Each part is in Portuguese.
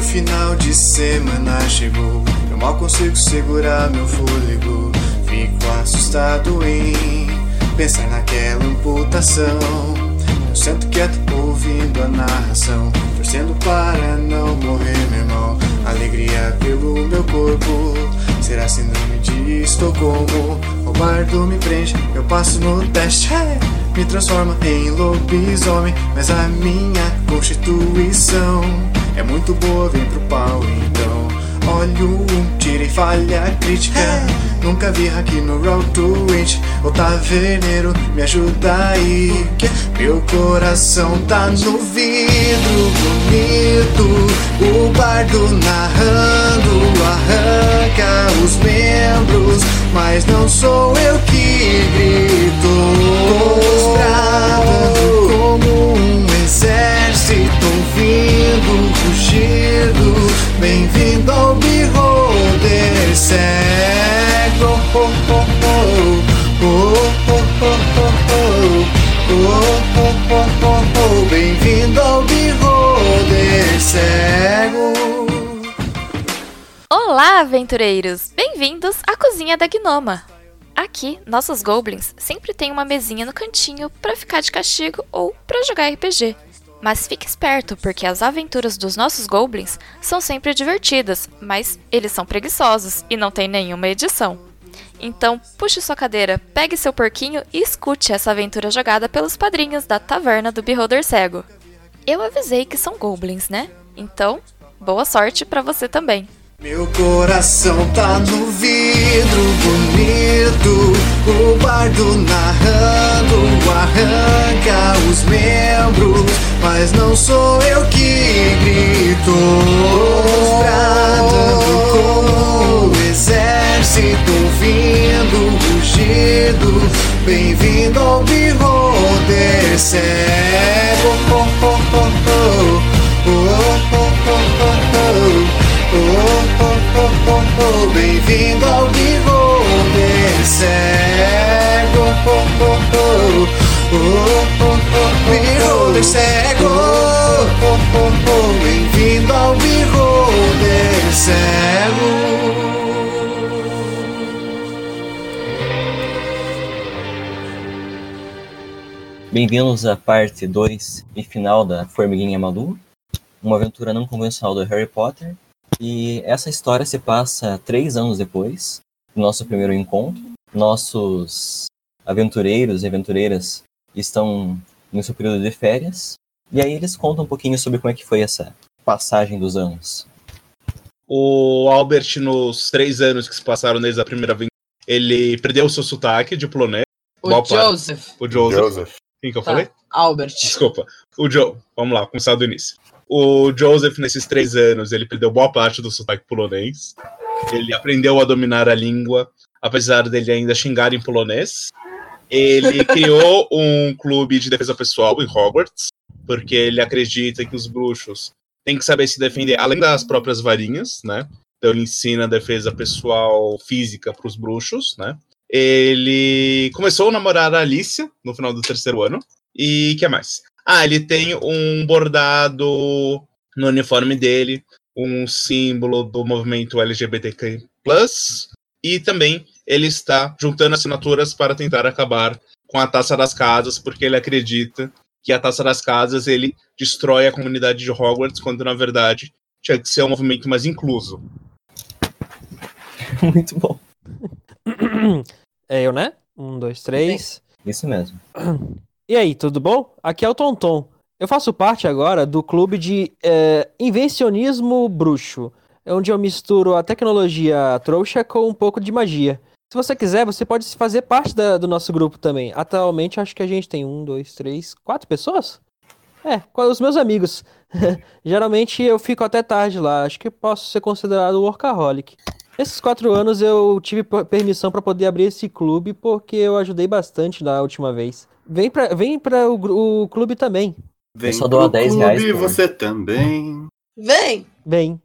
final de semana chegou. Eu mal consigo segurar meu fôlego. Fico assustado em pensar naquela amputação. Eu sento quieto ouvindo a narração, torcendo para não morrer, meu irmão. Alegria pelo meu corpo, será síndrome de Estocolmo. O bardo me prende, eu passo no teste, me transforma em lobisomem. Mas a minha constituição é muito boa, vem pro pau então. Olho tiro e falha crítica. Nunca vi hack no Road to Witch. O taverneiro me ajuda aí. Meu coração tá no vidro bonito. O bardo narrando arranca os membros, mas não sou eu que grito. Todos bradando como um exército, ouvindo rugido. Bem-vindo ao Beholder cego. Bem-vindo ao Beholder cego. Olá, aventureiros! Bem-vindos à Cozinha da Gnoma! Aqui, nossos goblins sempre têm uma mesinha no cantinho pra ficar de castigo ou pra jogar RPG. Mas fique esperto, porque as aventuras dos nossos goblins são sempre divertidas, mas eles são preguiçosos e não tem nenhuma edição. Então, puxe sua cadeira, pegue seu porquinho e escute essa aventura jogada pelos padrinhos da Taverna do Beholder Cego. Eu avisei que são goblins, né? Então, boa sorte pra você também. Meu coração tá no vidro bonito. O bardo narrando arranca os membros, mas não sou eu que grito. Bradando como um exército, ouvindo rugido. Bem-vindo ao Beholder cego. Bem-vindo ao Beholder cego. Beholder cego. Bem-vindo ao Beholder cego. Bem-vindos à parte 2 e final da Formiguinha Malu, uma aventura não convencional do Harry Potter. E essa história se passa 3 anos depois do nosso primeiro encontro. Nossos aventureiros e aventureiras estão no seu período de férias. E aí eles contam um pouquinho sobre como é que foi essa passagem dos anos. O Albert, nos 3 anos que se passaram desde a primeira aventura, ele perdeu o seu sotaque de polonês. O Joseph. O Joseph. Quem que eu falei? Albert. Desculpa. O Joe. Vamos lá, começar do início. O Joseph, nesses 3 anos, ele perdeu boa parte do sotaque polonês. Ele aprendeu a dominar a língua, apesar dele ainda xingar em polonês. Ele criou um clube de defesa pessoal em Hogwarts, porque ele acredita que os bruxos têm que saber se defender, além das próprias varinhas, né? Então ele ensina a defesa pessoal física para os bruxos, né? Ele começou a namorar a Alicia no final do 3º ano. E o que mais? Ele tem um bordado no uniforme dele, um símbolo do movimento LGBTQ+, e também ele está juntando assinaturas para tentar acabar com a Taça das Casas, porque ele acredita que a Taça das Casas ele destrói a comunidade de Hogwarts, quando na verdade tinha que ser um movimento mais incluso. Muito bom. É eu, né? 1, 2, 3. Isso mesmo. E aí, tudo bom? Aqui é o Tonton. Eu faço parte agora do clube de invencionismo bruxo, onde eu misturo a tecnologia trouxa com um pouco de magia. Se você quiser, você pode fazer parte do nosso grupo também. Atualmente, acho que a gente tem 1, 2, 3, 4 pessoas? Com os meus amigos. Geralmente, eu fico até tarde lá. Acho que posso ser considerado workaholic. Nesses 4 anos, eu tive permissão para poder abrir esse clube, porque eu ajudei bastante da última vez. Vem pra o clube também. Vem só dou pro R$10 clube, por... você também. Vem!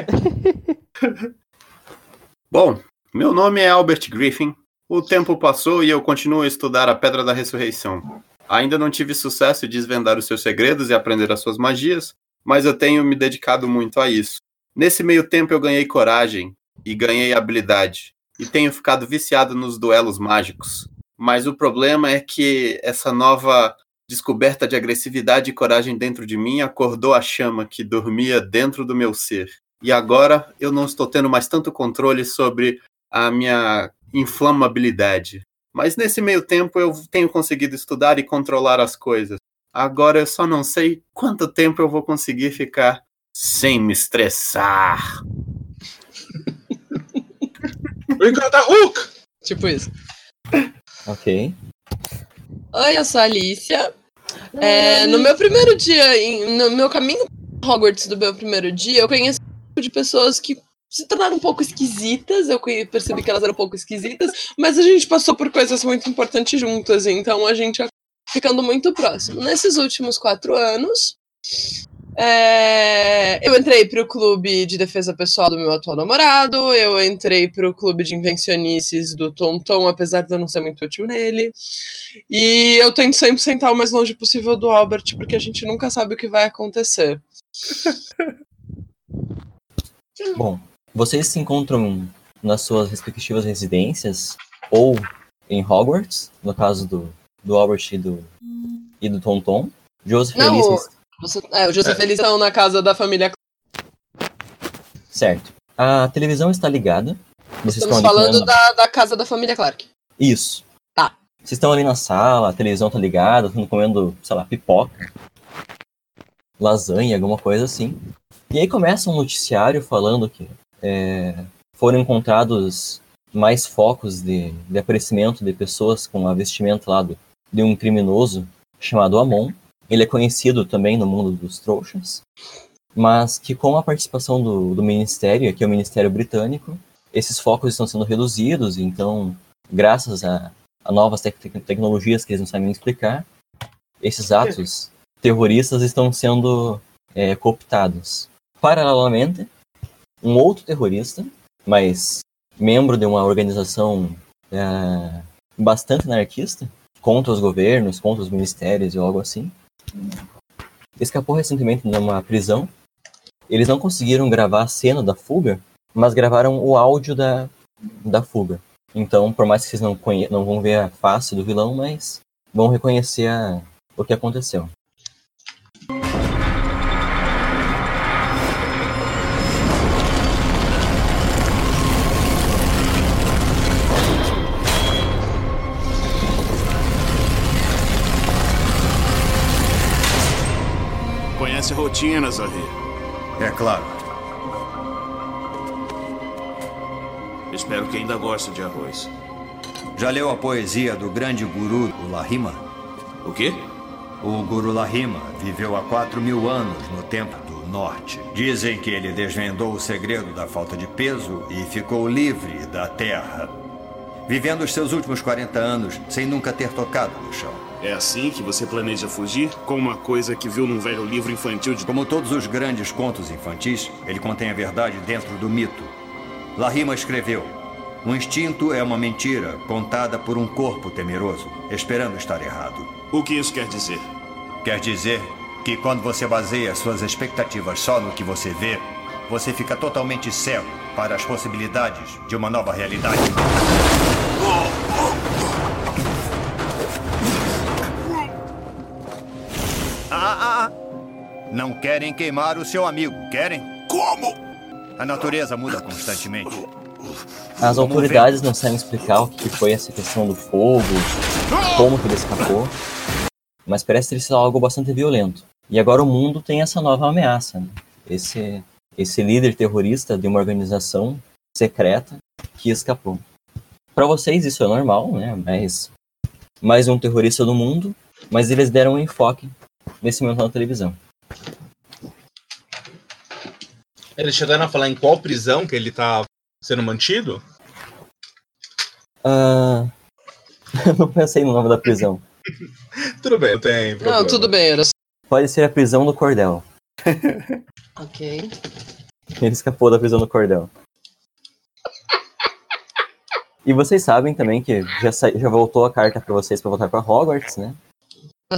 Bom, meu nome é Albert Griffin. O tempo passou e eu continuo a estudar a Pedra da Ressurreição. Ainda não tive sucesso em desvendar os seus segredos e aprender as suas magias, mas eu tenho me dedicado muito a isso. Nesse meio tempo eu ganhei coragem e ganhei habilidade. E tenho ficado viciado nos duelos mágicos. Mas o problema é que essa nova descoberta de agressividade e coragem dentro de mim acordou a chama que dormia dentro do meu ser. E agora eu não estou tendo mais tanto controle sobre a minha inflamabilidade. Mas nesse meio tempo eu tenho conseguido estudar e controlar as coisas. Agora eu só não sei quanto tempo eu vou conseguir ficar sem me estressar. Bring out the hook! Tipo isso. Ok. Oi, eu sou a Alicia. No meu primeiro dia, no meu caminho para Hogwarts do meu primeiro dia, eu conheci um grupo de pessoas que se tornaram um pouco esquisitas. Eu percebi que elas eram um pouco esquisitas, mas a gente passou por coisas muito importantes juntas, então a gente acabou ficando muito próximo. Nesses últimos 4 anos, eu entrei pro clube de defesa pessoal do meu atual namorado, eu entrei pro clube de invencionices do Tonton, apesar de eu não ser muito útil nele, e eu tento sempre sentar o mais longe possível do Albert, porque a gente nunca sabe o que vai acontecer. Bom, vocês se encontram nas suas respectivas residências ou em Hogwarts, no caso do Albert e do Tonton. Joseph e Alice. O Joseph e Alice estão na casa da família. Certo. A televisão está ligada. Estamos falando da casa da família Clark. Isso. Tá. Vocês estão ali na sala, a televisão está ligada, estão comendo, sei lá, pipoca, lasanha, alguma coisa assim. E aí começa um noticiário falando que foram encontrados mais focos de aparecimento de pessoas com a vestimenta lá de um criminoso chamado Amon. Ele é conhecido também no mundo dos trouxas, mas que com a participação do Ministério, que é o Ministério Britânico, esses focos estão sendo reduzidos, então, graças a novas tecnologias que eles não sabem explicar, esses atos terroristas estão sendo cooptados. Paralelamente, um outro terrorista, mas membro de uma organização bastante anarquista, contra os governos, contra os ministérios e algo assim, escapou recentemente de uma prisão. Eles não conseguiram gravar a cena da fuga, mas gravaram o áudio da fuga. Então, por mais que vocês não vão ver a face do vilão, mas vão reconhecer o que aconteceu. Conhece rotinas, Harry? É claro. Espero que ainda goste de arroz. Já leu a poesia do grande guru, o Lahima? O quê? O Guru Lahima viveu há 4.000 anos no Templo do Norte. Dizem que ele desvendou o segredo da falta de peso e ficou livre da terra, vivendo os seus últimos 40 anos sem nunca ter tocado no chão. É assim que você planeja fugir? Com uma coisa que viu num velho livro infantil de... Como todos os grandes contos infantis, ele contém a verdade dentro do mito. Lahima escreveu: "Um instinto é uma mentira contada por um corpo temeroso, esperando estar errado." O que isso quer dizer? Quer dizer que quando você baseia suas expectativas só no que você vê, você fica totalmente cego para as possibilidades de uma nova realidade. Não querem queimar o seu amigo, querem? Como? A natureza muda constantemente. As autoridades não sabem explicar o que foi essa questão do fogo, como que ele escapou, mas parece ter sido algo bastante violento. E agora o mundo tem essa nova ameaça, né? Esse líder terrorista de uma organização secreta que escapou. Para vocês isso é normal, né? Mas mais um terrorista do mundo, mas eles deram um enfoque nesse momento na televisão. Eles chegaram a falar em qual prisão que ele tá sendo mantido? Eu não pensei no nome da prisão. Tudo bem, não tem problema. Não, tudo bem, era... Pode ser a prisão do Cordel. Ok. Ele escapou da prisão do Cordel. E vocês sabem também que já voltou a carta pra vocês pra voltar pra Hogwarts, né?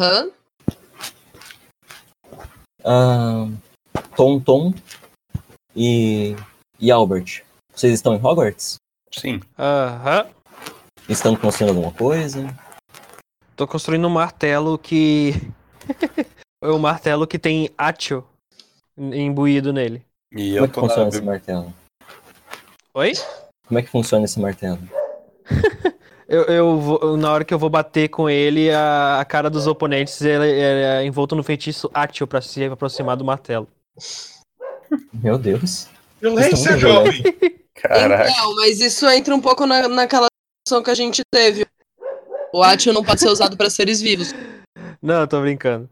Aham. Tonton E Albert, vocês estão em Hogwarts? Sim. Aham. Estão construindo alguma coisa? Tô construindo um martelo que... é um martelo que tem Accio imbuído nele. E Como eu é que tô funciona na... esse martelo? Oi? Como é que funciona esse martelo? Na hora que eu vou bater com ele, a cara dos oponentes é envolto no feitiço Accio pra se aproximar do martelo. Meu Deus. Violência, jovem! Caraca. Então, mas isso entra um pouco naquela discussão que a gente teve. O Accio não pode ser usado pra seres vivos. Não, eu tô brincando.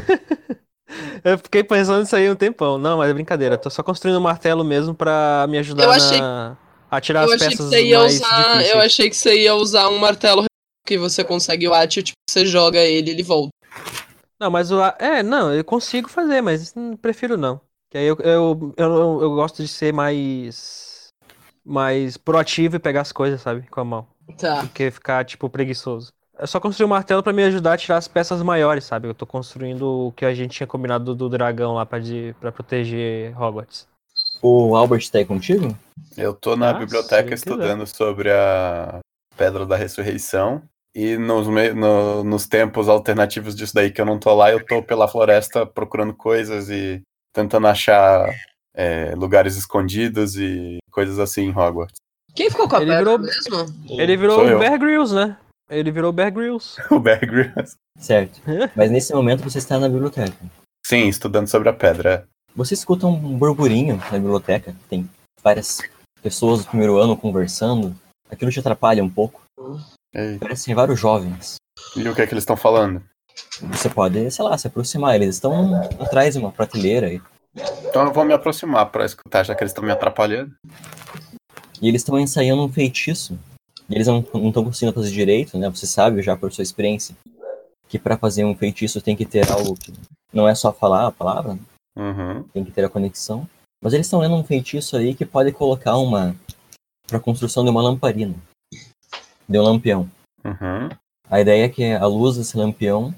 Eu fiquei pensando nisso aí um tempão. Não, mas é brincadeira. Tô só construindo um martelo mesmo pra me ajudar a tirar as peças mais difíceis. Eu achei que você ia usar um martelo que você consegue o Accio, tipo, você joga ele e ele volta. Não, mas não, eu consigo fazer, mas prefiro não. Que aí eu gosto de ser mais proativo e pegar as coisas, sabe, com a mão. Tá. Do que ficar, tipo, preguiçoso. Eu só construí um martelo pra me ajudar a tirar as peças maiores, sabe? Eu tô construindo o que a gente tinha combinado do dragão lá pra proteger Hogwarts. O Albert tá aí contigo? Eu tô na se biblioteca quiser. estudando sobre a Pedra da Ressurreição. E nos tempos alternativos disso daí que eu não tô lá, eu tô pela floresta procurando coisas e tentando achar lugares escondidos e coisas assim em Hogwarts. Quem ficou com a Ele pedra virou- mesmo? Ele virou Sou o eu. Bear Grylls, né? Ele virou o Bear Grylls. O Bear Grylls. Certo. Mas nesse momento você está na biblioteca. Sim, estudando sobre a pedra. Você escuta um burburinho na biblioteca. Tem várias pessoas do primeiro ano conversando. Aquilo te atrapalha um pouco. Ei. Parecem vários jovens. E o que é que eles estão falando? Você pode, sei lá, se aproximar. Eles estão atrás de uma prateleira. E Então eu vou me aproximar pra escutar, já que eles estão me atrapalhando. eles estão ensaiando um feitiço. E eles não estão conseguindo fazer direito, né? Você sabe já por sua experiência que para fazer um feitiço tem que ter algo que não é só falar a palavra, né? Uhum. Tem que ter a conexão. Mas eles estão lendo um feitiço aí que pode colocar para construção de uma lamparina, de um lampião. Uhum. A ideia é que a luz desse lampião,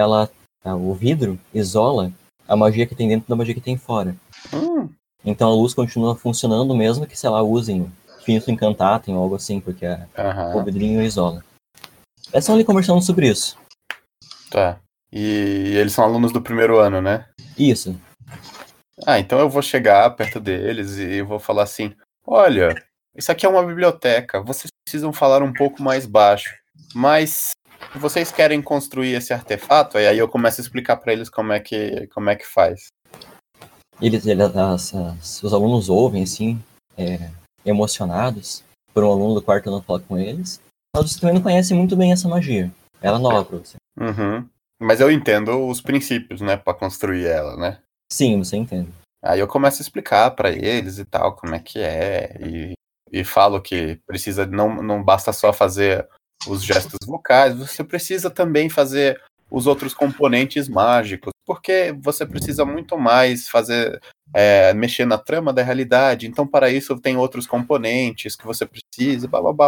o vidro isola a magia que tem dentro da magia que tem fora. Então a luz continua funcionando mesmo que, sei lá, usem Finito Incantatem ou algo assim, porque o vidrinho isola. Eles estão ali conversando sobre isso. Tá. E eles são alunos do primeiro ano, né? Isso. Então eu vou chegar perto deles e vou falar assim: olha, isso aqui é uma biblioteca, vocês precisam falar um pouco mais baixo, mas vocês querem construir esse artefato? E aí eu começo a explicar pra eles como é que faz. Os alunos ouvem, assim, emocionados por um aluno do quarto ano falar com eles. Mas você também não conhece muito bem essa magia. Ela é nova pra você. Uhum. Mas eu entendo os princípios, né, pra construir ela, né? Sim, você entende. Aí eu começo a explicar pra eles e tal, como é que é, e falo que precisa, não basta só fazer os gestos vocais, você precisa também fazer os outros componentes mágicos, porque você precisa muito mais mexer na trama da realidade, então para isso tem outros componentes que você precisa,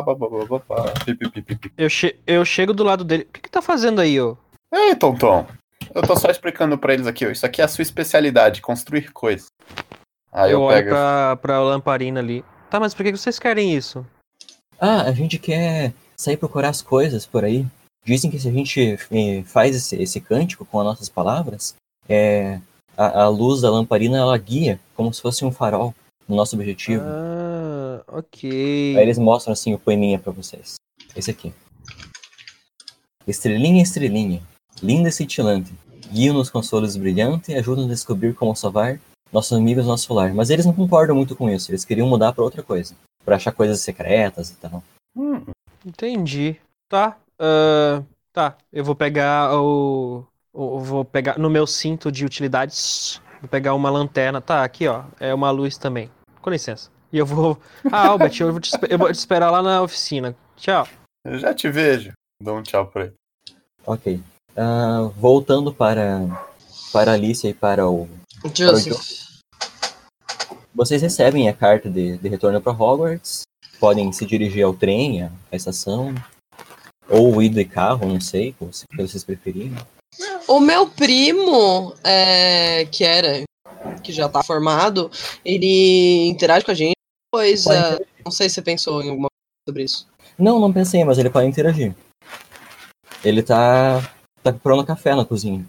Eu chego do lado dele. O que tá fazendo aí, ô? Ei, Tonton, eu tô só explicando pra eles aqui, ó, isso aqui é a sua especialidade, construir coisas. Aí eu olho pego... pra lamparina ali. Tá, mas por que vocês querem isso? A gente quer sair procurar as coisas por aí. Dizem que se a gente faz esse cântico com as nossas palavras, a luz da lamparina ela guia como se fosse um farol no nosso objetivo. Ok. Aí eles mostram assim o poeminha pra vocês. Esse aqui. Estrelinha, estrelinha, linda e cintilante, guia-nos com sua luz brilhante e ajuda-nos a descobrir como salvar nossos amigos do nosso lar. Mas eles não concordam muito com isso, eles queriam mudar pra outra coisa. Pra achar coisas secretas e tal. Entendi. Tá. Tá. Eu vou pegar vou pegar no meu cinto de utilidades. Vou pegar uma lanterna. Tá, aqui ó. É uma luz também. Com licença. E eu vou... Albert, eu vou te esperar lá na oficina. Tchau. Eu já te vejo. Dou um tchau pra ele. Ok. Voltando para a Alicia e para o Joseph. Vocês recebem a carta de retorno para Hogwarts. Podem se dirigir ao trem, à estação. Ou ir de carro, não sei, o que vocês preferirem. O meu primo, que era que já tá formado, ele interage com a gente. Pois, não sei se você pensou em alguma coisa sobre isso. Não pensei, mas ele pode interagir. Ele tá preparando café na cozinha.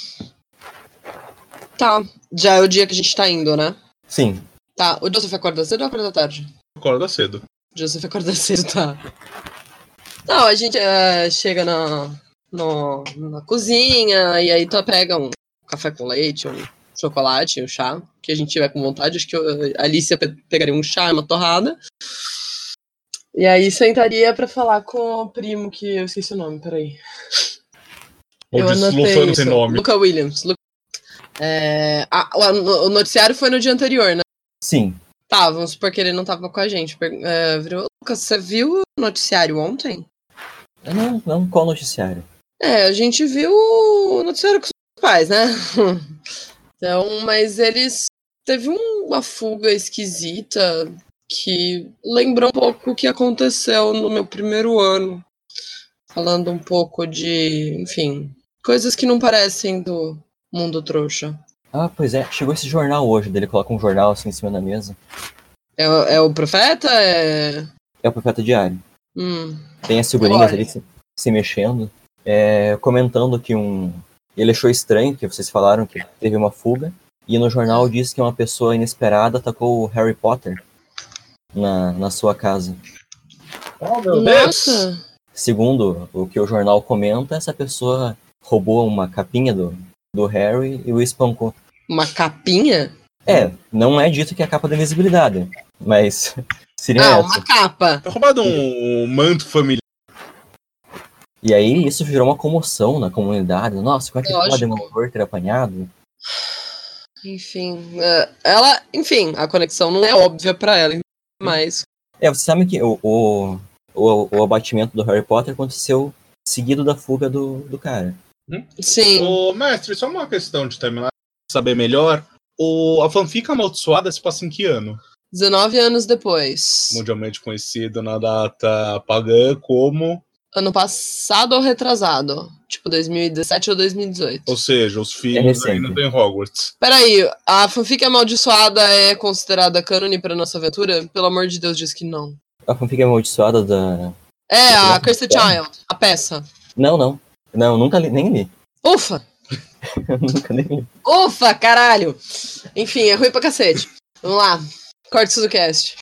Tá, já é o dia que a gente tá indo, né? Sim. Tá, o Joseph acorda cedo ou acorda tarde? Acorda cedo. Joseph acorda cedo, tá. Não, a gente chega na cozinha e aí tu pega um café com leite, um chocolate, um chá, que a gente tiver com vontade. Acho que a Alicia pegaria um chá e uma torrada. E aí sentaria pra falar com o primo que eu esqueci o nome, peraí. O Luca não tem nome. Luca Williams. O noticiário foi no dia anterior, né? Sim. Tá, vamos supor que ele não tava com a gente. Lucas, você viu o noticiário ontem? Não, qual noticiário? A gente viu o noticiário com os pais, né? Então, mas eles... Teve uma fuga esquisita que lembra um pouco o que aconteceu no meu primeiro ano. Falando um pouco de, enfim, coisas que não parecem do mundo trouxa. Ah, pois é. Chegou esse jornal hoje, dele coloca um jornal assim em cima da mesa. É o Profeta? É o Profeta Diário. Tem as figurinhas ali se mexendo. Comentando que ele achou estranho que vocês falaram que teve uma fuga. E no jornal diz que uma pessoa inesperada atacou o Harry Potter na sua casa. Oh, meu Deus! Segundo o que o jornal comenta, essa pessoa roubou uma capinha do Harry e o espancou. Uma capinha? Não é dito que é a capa da invisibilidade, mas seria essa. Uma capa. Foi roubado um manto familiar. E aí isso gerou uma comoção na comunidade. Nossa, como é que pode um Demolidor ter apanhado? Enfim, a conexão não é óbvia pra ela, mas... Você sabe que o abatimento do Harry Potter aconteceu seguido da fuga do cara. Sim. Ô, mestre, só uma questão de terminar, saber melhor. A fanfic amaldiçoada se passa em que ano? 19 anos depois. Mundialmente conhecido na data pagã como... Ano passado ou retrasado? Tipo 2017 ou 2018. Ou seja, os filhos ainda estão em Hogwarts. Peraí, a fanfic amaldiçoada é considerada cânone pra nossa aventura? Pelo amor de Deus, diz que não. A fanfic amaldiçoada da... a Cursed Child, a peça. Não, nunca li, nem li. Ufa! Nunca nem li. Ufa, caralho! Enfim, é ruim pra cacete. Vamos lá, cortes do cast.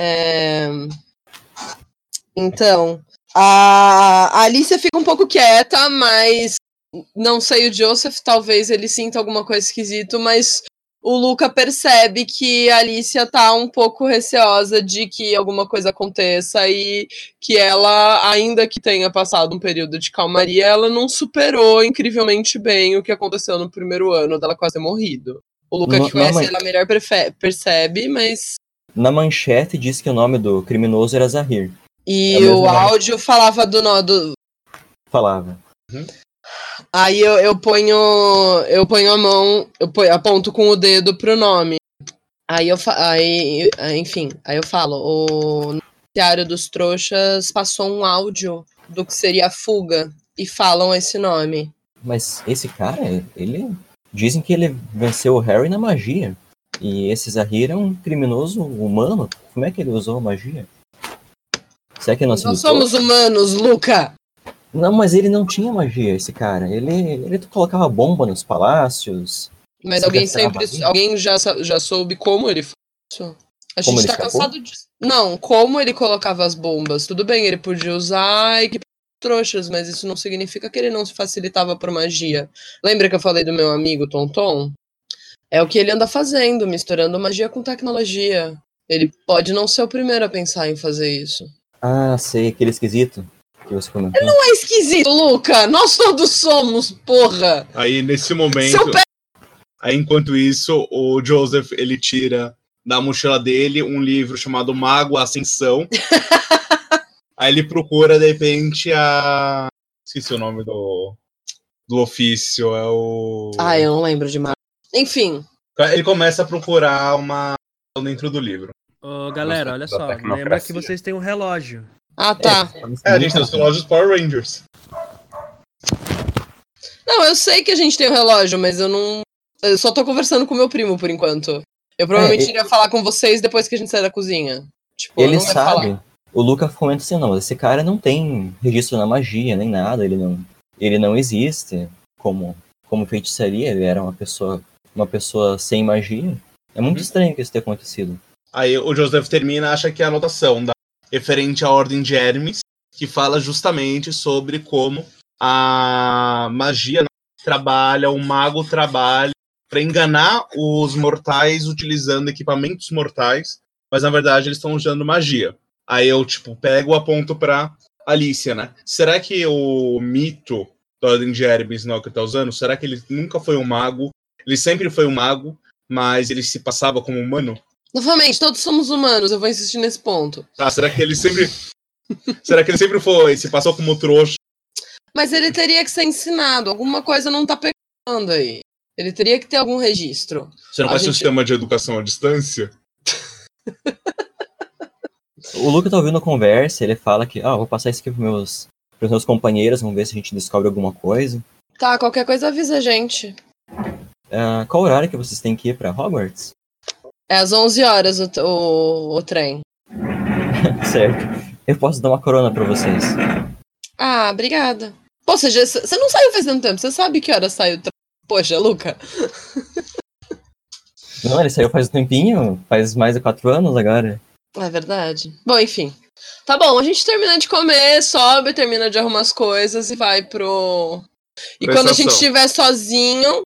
Então... A Alicia fica um pouco quieta, mas não sei, o Joseph talvez ele sinta alguma coisa esquisita, mas o Luca percebe que a Alicia tá um pouco receosa de que alguma coisa aconteça e que ela, ainda que tenha passado um período de calmaria, ela não superou incrivelmente bem o que aconteceu no primeiro ano dela quase ter morrido. O Luca que conhece ela melhor percebe, mas... Na manchete diz que o nome do criminoso era Zahir. E o áudio falava do nó do... Falava. Aí eu ponho a mão, aponto com o dedo pro nome. Aí eu falo, o noticiário dos trouxas passou um áudio do que seria a fuga e falam esse nome. Mas esse cara, ele... Dizem que ele venceu o Harry na magia. E esse Zahir é um criminoso humano. Como é que ele usou a magia? Será que nós somos humanos, Luca! Não, mas ele não tinha magia, esse cara. Ele colocava bomba nos palácios. Mas alguém já soube como ele fez isso? A gente tá cansado de... Não, como ele colocava as bombas. Tudo bem, ele podia usar equipamentos trouxas, mas isso não significa que ele não se facilitava por magia. Lembra que eu falei do meu amigo Tonton? É o que ele anda fazendo, misturando magia com tecnologia. Ele pode não ser o primeiro a pensar em fazer isso. Ah, sei, aquele esquisito que você comentou. Ele não é esquisito, Luca! Nós todos somos, porra! Aí, nesse momento... Aí, enquanto isso, o Joseph, ele tira da mochila dele um livro chamado Mago Ascensão. Aí ele procura, de repente, esqueci o nome do ofício, é o... eu não lembro de Mago. Enfim. Ele começa a procurar uma dentro do livro. Ô, galera, olha só, lembra que vocês têm um relógio. Ah, tá. A gente tem os relógios Power Rangers. Não, eu sei que a gente tem um relógio, mas eu não Eu só tô conversando com meu primo por enquanto. Eu provavelmente iria falar com vocês depois que a gente sair da cozinha. Tipo, Ele não vai sabe. falar. O Luca comenta assim, não, esse cara não tem registro na magia, nem nada, ele não existe como feitiçaria, ele era uma pessoa sem magia. É muito estranho que isso tenha acontecido. Aí o Joseph termina, acha que é a anotação referente à Ordem de Hermes, que fala justamente sobre como a magia trabalha, o mago trabalha para enganar os mortais utilizando equipamentos mortais, mas na verdade eles estão usando magia. Aí eu, pego o aponto pra Alicia, né? Será que o mito da Ordem de Hermes, não, que ele tá usando, será que ele nunca foi um mago? Ele sempre foi um mago, mas ele se passava como humano? Novamente, todos somos humanos, eu vou insistir nesse ponto. Tá, será que ele sempre se passou como trouxa? Mas ele teria que ser ensinado, alguma coisa não tá pegando aí. Ele teria que ter algum registro. Você não faz um sistema de educação à distância? O Luca tá ouvindo a conversa, ele fala que, vou passar isso aqui pros meus companheiros, vamos ver se a gente descobre alguma coisa. Tá, qualquer coisa avisa a gente. Qual horário que vocês têm que ir pra Hogwarts? É às 11 horas o trem. Certo. Eu posso dar uma corona pra vocês. Ah, obrigada. Pô, você não saiu faz tanto tempo, você sabe que horas saiu o trem? Poxa, Luca. Não, ele saiu faz um tempinho, faz mais de 4 anos agora. É verdade. Bom, enfim. Tá bom, a gente termina de comer, sobe, termina de arrumar as coisas e vai pro... E quando a gente estiver sozinho,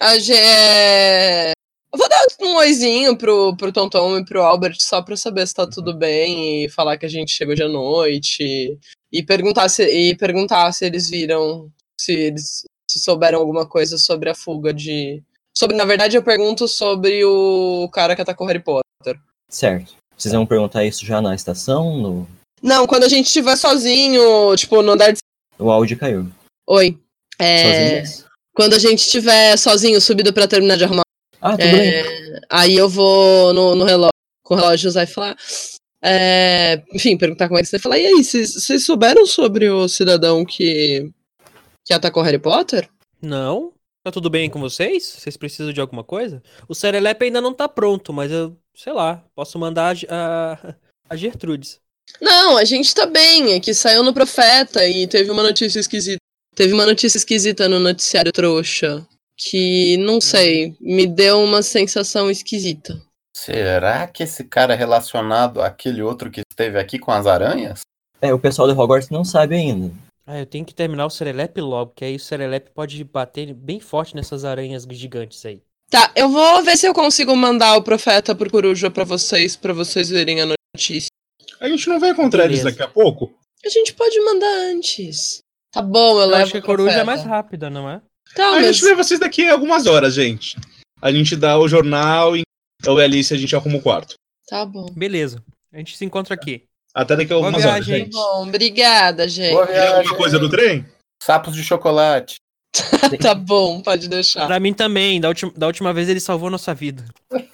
eu vou dar um oizinho pro Tonton e pro Albert só pra saber se tá tudo bem e falar que a gente chegou de noite e perguntar se eles viram, se eles souberam alguma coisa sobre a fuga na verdade, eu pergunto sobre o cara que atacou Harry Potter. Certo. Vocês vão perguntar isso já na estação? Não, quando a gente estiver sozinho, no andar de... O áudio caiu. Oi. Sozinhos? Quando a gente estiver sozinho, subido pra terminar de arrumar. Tudo bem. Aí eu vou no relógio, com o relógio usar e falar... enfim, perguntar como é que você fala. E aí, vocês souberam sobre o cidadão que atacou Harry Potter? Não. Tá tudo bem com vocês? Vocês precisam de alguma coisa? O Serelepe ainda não tá pronto, mas eu, sei lá, posso mandar a Gertrudes. Não, a gente tá bem. É que saiu no Profeta e teve uma notícia esquisita. Teve uma notícia esquisita no noticiário trouxa. Que, não sei, me deu uma sensação esquisita. Será que esse cara é relacionado àquele outro que esteve aqui com as aranhas? O pessoal de Hogwarts não sabe ainda. Eu tenho que terminar o Serelepe logo, que aí o Serelepe pode bater bem forte nessas aranhas gigantes aí. Tá, eu vou ver se eu consigo mandar o Profeta por Coruja pra vocês verem a notícia. A gente não vai encontrar eles daqui a pouco? A gente pode mandar antes. Tá bom, eu levo acho que a Coruja é mais rápida, não é? Tá, A gente vê vocês daqui a algumas horas, gente. A gente dá o jornal e eu e a Alice a gente arruma o quarto. Tá bom. Beleza, a gente se encontra aqui. Até daqui a algumas horas, gente. Tá bom, obrigada, gente. Tem alguma coisa do trem? Sapos de chocolate. Tá bom, pode deixar. Pra mim também, da última vez ele salvou a nossa vida.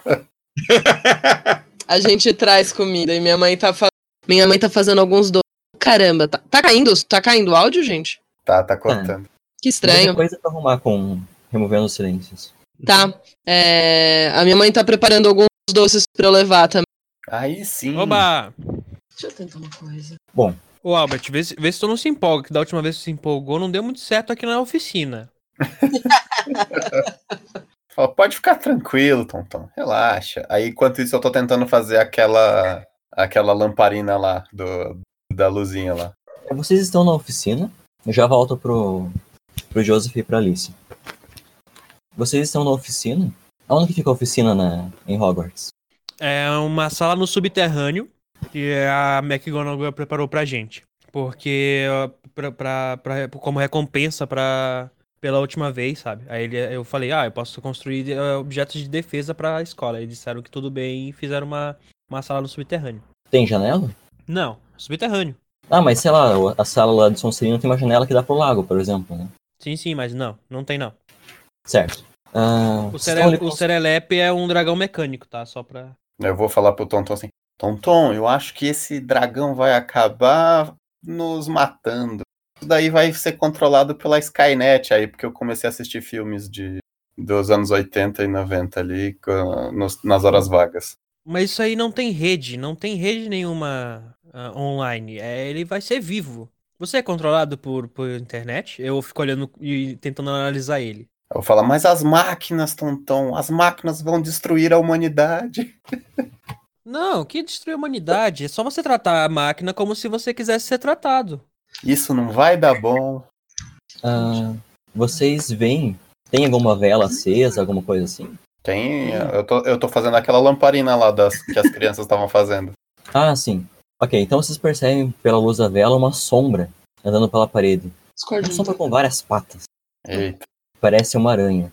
A gente traz comida e minha mãe tá fazendo alguns doces. Caramba, tá caindo o áudio, gente? Tá cortando. Que estranho. Tem coisa pra arrumar removendo os silêncios. Tá. A minha mãe tá preparando alguns doces pra eu levar também. Aí sim. Oba! Deixa eu tentar uma coisa. Bom. Ô, Albert, vê se tu não se empolga, que da última vez que se empolgou não deu muito certo aqui na oficina. Pode ficar tranquilo, Tonton. Relaxa. Aí, enquanto isso, eu tô tentando fazer aquela lamparina lá, da luzinha lá. Vocês estão na oficina. Eu já volto pro Joseph e pra Alice. Vocês estão na oficina? Aonde que fica a oficina em Hogwarts? É uma sala no subterrâneo que a McGonagall preparou pra gente. Porque, como recompensa pela última vez, sabe? Aí eu falei, eu posso construir objetos de defesa pra escola. Eles disseram que tudo bem e fizeram uma sala no subterrâneo. Tem janela? Não, subterrâneo. Mas sei lá, a sala lá de Sonserina tem uma janela que dá pro lago, por exemplo, né? Sim, mas não tem não. Certo. O Serelepe é um dragão mecânico, tá? Só pra... Eu vou falar pro Tonton assim, Tonton, eu acho que esse dragão vai acabar nos matando. Isso daí vai ser controlado pela Skynet aí, porque eu comecei a assistir filmes de dos anos 80 e 90 ali, nas horas vagas. Mas isso aí não tem rede nenhuma online. Ele vai ser vivo. Você é controlado por internet? Eu fico olhando e tentando analisar ele. Eu vou falar, mas as máquinas, Tonton, as máquinas vão destruir a humanidade. Não, que destruir a humanidade? É só você tratar a máquina como se você quisesse ser tratado. Isso não vai dar bom. Vocês veem? Tem alguma vela acesa, alguma coisa assim? Tem, eu tô fazendo aquela lamparina lá que as crianças estavam fazendo. Ah, sim. Ok, então vocês percebem pela luz da vela uma sombra andando pela parede. Uma sombra com várias patas. Eita. Parece uma aranha.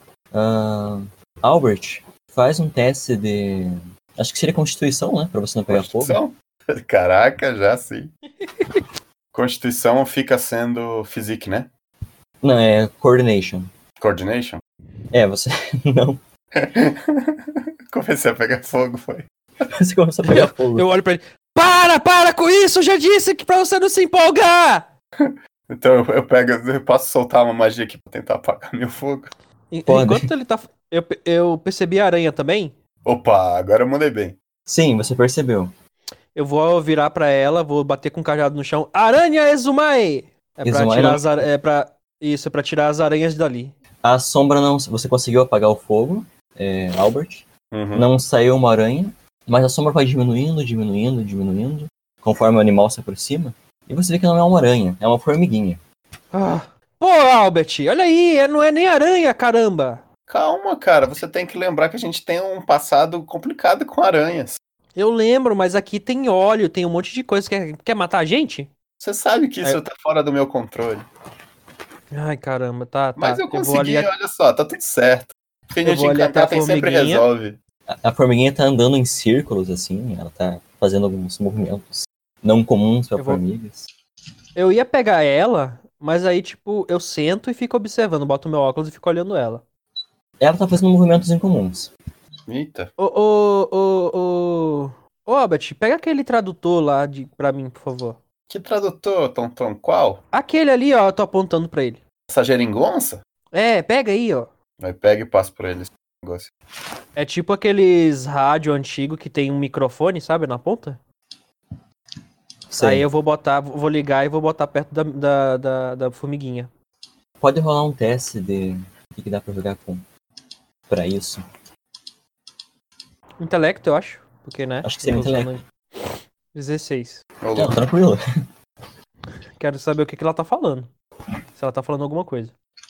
Albert, faz um teste de... Acho que seria Constituição, né? Pra você não pegar fogo. Caraca, já sim. Constituição fica sendo Physique, né? Não, é Coordination. Coordination? É, você... Não. Comecei a pegar fogo, foi. Você começou a pegar fogo. Eu olho pra ele. Para com isso! Eu já disse que pra você não se empolgar! Então eu posso soltar uma magia aqui pra tentar apagar meu fogo? Pode. Enquanto ele tá... Eu percebi a aranha também? Opa, agora eu mandei bem. Sim, você percebeu. Eu vou virar pra ela, vou bater com o cajado no chão. Aranha Exumai! É pra tirar Isso, é pra tirar as aranhas dali. A sombra não... Você conseguiu apagar o fogo, Albert. Uhum. Não saiu uma aranha, mas a sombra vai diminuindo, conforme o animal se aproxima. E você vê que não é uma aranha, é uma formiguinha. Pô, Albert, olha aí, não é nem aranha, caramba! Calma, cara, você tem que lembrar que a gente tem um passado complicado com aranhas. Eu lembro, mas aqui tem óleo, tem um monte de coisa. Quer matar a gente? Você sabe que isso tá fora do meu controle. Ai, caramba, tá. Mas eu consegui, olha só, tá tudo certo. Filho de encantar tem sempre resolve. A formiguinha tá andando em círculos, assim, ela tá fazendo alguns movimentos não comuns pra formigas. Eu ia pegar ela, mas aí, tipo, eu sento e fico observando, boto meu óculos e fico olhando ela. Ela tá fazendo movimentos incomuns. Eita. Ô, Albert, pega aquele tradutor lá pra mim, por favor. Que tradutor, Tonton? Qual? Aquele ali, ó, eu tô apontando pra ele. Essa geringonça? Pega aí, ó. Aí pega e passa pra ele esse negócio. É tipo aqueles rádio antigo que tem um microfone, sabe, na ponta? Sei. Aí eu vou ligar e vou botar perto da formiguinha. Pode rolar um teste de o que dá pra jogar pra isso. Intelecto, eu acho. Porque, né? Acho que seria intelecto. 16. Não, tranquilo. Quero saber o que ela tá falando. Se ela tá falando alguma coisa.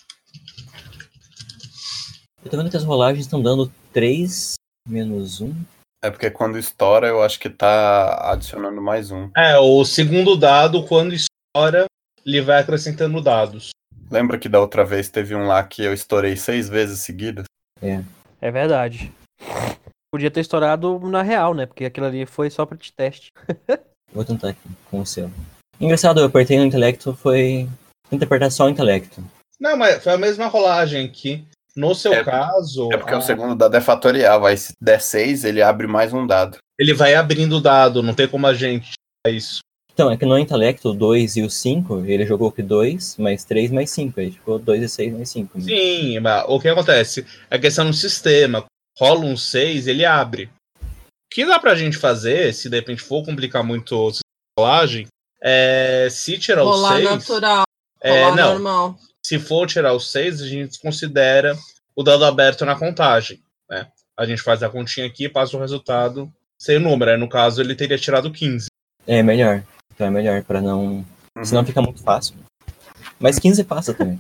Eu tô vendo que as rolagens estão dando 3 menos 1. É porque quando estoura, eu acho que tá adicionando mais um. O segundo dado, quando estoura, ele vai acrescentando dados. Lembra que da outra vez teve um lá que eu estourei 6 vezes seguidas? É verdade. Podia ter estourado na real, né? Porque aquilo ali foi só pra te teste. Vou tentar aqui, com o seu. Engraçado, eu apertei no intelecto, foi... Tenta apertar só o intelecto. Não, mas foi a mesma rolagem que, no seu caso... É porque o segundo dado é fatorial, aí se der 6, ele abre mais um dado. Ele vai abrindo o dado, não tem como a gente tirar isso. Então, é que no intelecto, o 2 e o 5, ele jogou que 2, mais 3, mais 5. Aí ficou 2 e 6, mais 5. Né? Sim, mas o que acontece? É questão do sistema. Rola um 6, ele abre. O que dá pra gente fazer, se de repente for complicar muito a rolagem, se tirar o 6... Rolar natural, rolar normal. Se for tirar o 6, a gente considera o dado aberto na contagem. Né? A gente faz a continha aqui e passa o resultado sem o número. Aí, no caso, ele teria tirado 15. É melhor. Então é melhor, pra não... Senão fica muito fácil. Mas 15 passa também.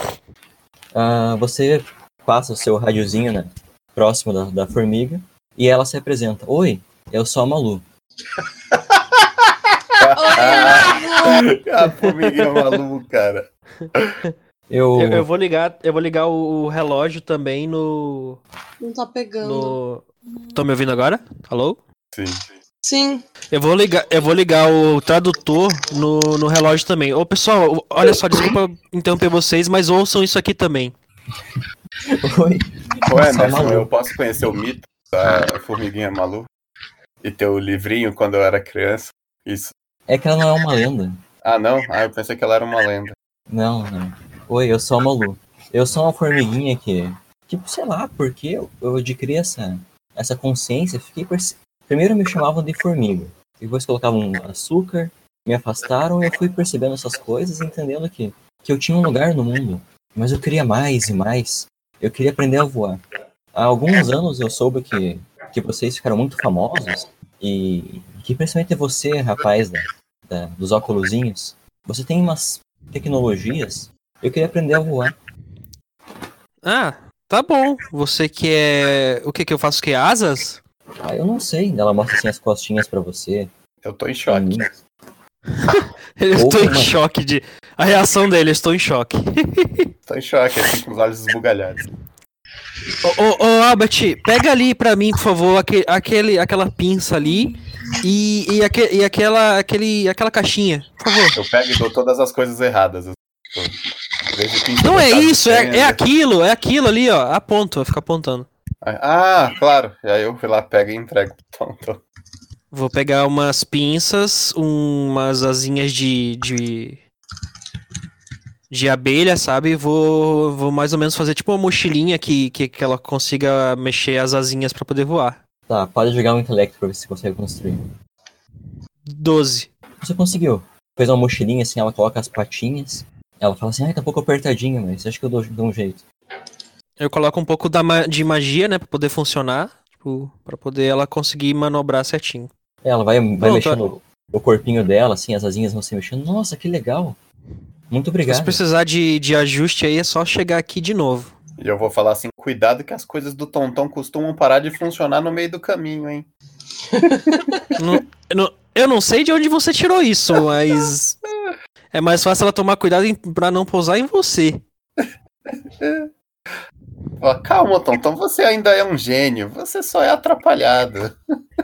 Você passa o seu radiozinho, né? Próximo da formiga, e ela se apresenta. Oi, eu sou a Malu. A formiga é Malu, cara. Eu vou ligar o relógio também no... Não tá pegando. Tô me ouvindo agora? Alô? Sim. Eu vou ligar o tradutor no relógio também. Ô, pessoal, olha só, desculpa interromper vocês, mas ouçam isso aqui também. Oi. Ué, Nelson, eu posso conhecer o mito da formiguinha Malu? E ter o livrinho quando eu era criança? Isso. É que ela não é uma lenda. Ah, não? Eu pensei que ela era uma lenda. Não. Oi, eu sou a Malu. Eu sou uma formiguinha que Tipo, sei lá, porque eu adquiri essa consciência, primeiro me chamavam de formiga, depois colocavam açúcar, me afastaram e eu fui percebendo essas coisas, entendendo que eu tinha um lugar no mundo, mas eu queria mais e mais, eu queria aprender a voar. Há alguns anos eu soube que vocês ficaram muito famosos, e que principalmente você, rapaz dos óculosinhos, você tem umas tecnologias, eu queria aprender a voar. Ah, tá bom. Você quer... O que eu faço? Que asas? Ah, eu não sei. Ela mostra assim as costinhas pra você. Eu tô em choque. Eu tô em choque de... A reação dele, eu estou em choque. Tô em choque, assim, com os olhos esbugalhados. Ô, Albert, pega ali pra mim, por favor, aquela pinça ali e aquela caixinha, por favor. Eu pego e dou todas as coisas erradas. Não é isso, é aquilo ali, ó. Aponto, vai ficar apontando. Ah, claro. E aí eu fui lá, pego e entrego. Pronto. Vou pegar umas pinças, umas asinhas de abelha, sabe? Vou mais ou menos fazer tipo uma mochilinha que ela consiga mexer as asinhas pra poder voar. Tá, pode jogar um intelecto pra ver se você consegue construir. 12. Você conseguiu. Fez uma mochilinha assim, ela coloca as patinhas. Ela fala assim, tá um pouco apertadinha, mas acho que eu dou um jeito. Eu coloco um pouco de magia, né, pra poder funcionar. Tipo, pra poder ela conseguir manobrar certinho. Ela vai mexendo o corpinho dela, assim, as asinhas vão se mexendo. Nossa, que legal. Muito obrigado. Se precisar de ajuste aí, é só chegar aqui de novo. E eu vou falar assim, cuidado que as coisas do Tonton costumam parar de funcionar no meio do caminho, hein? Eu não sei de onde você tirou isso, mas... É mais fácil ela tomar cuidado pra não pousar em você. Calma, Tonton, você ainda é um gênio. Você só é atrapalhado.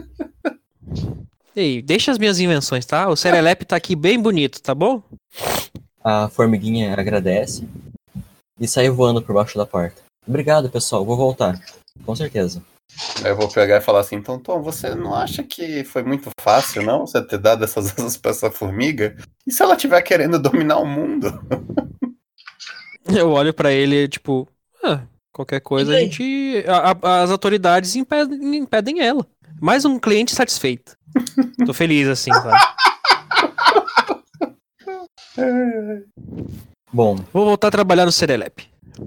Ei, deixa as minhas invenções, tá? O Serelepe tá aqui bem bonito, tá bom? A formiguinha agradece e sai voando por baixo da porta. Obrigado, pessoal. Vou voltar. Com certeza. Eu vou pegar e falar assim, Tonton, você não acha que foi muito fácil, não? Você ter dado essas asas pra essa formiga? E se ela estiver querendo dominar o mundo? Eu olho pra ele, tipo... qualquer coisa a gente... As autoridades impedem ela. Mais um cliente satisfeito. Tô feliz, assim, sabe? Bom. Vou voltar a trabalhar no Serelepe.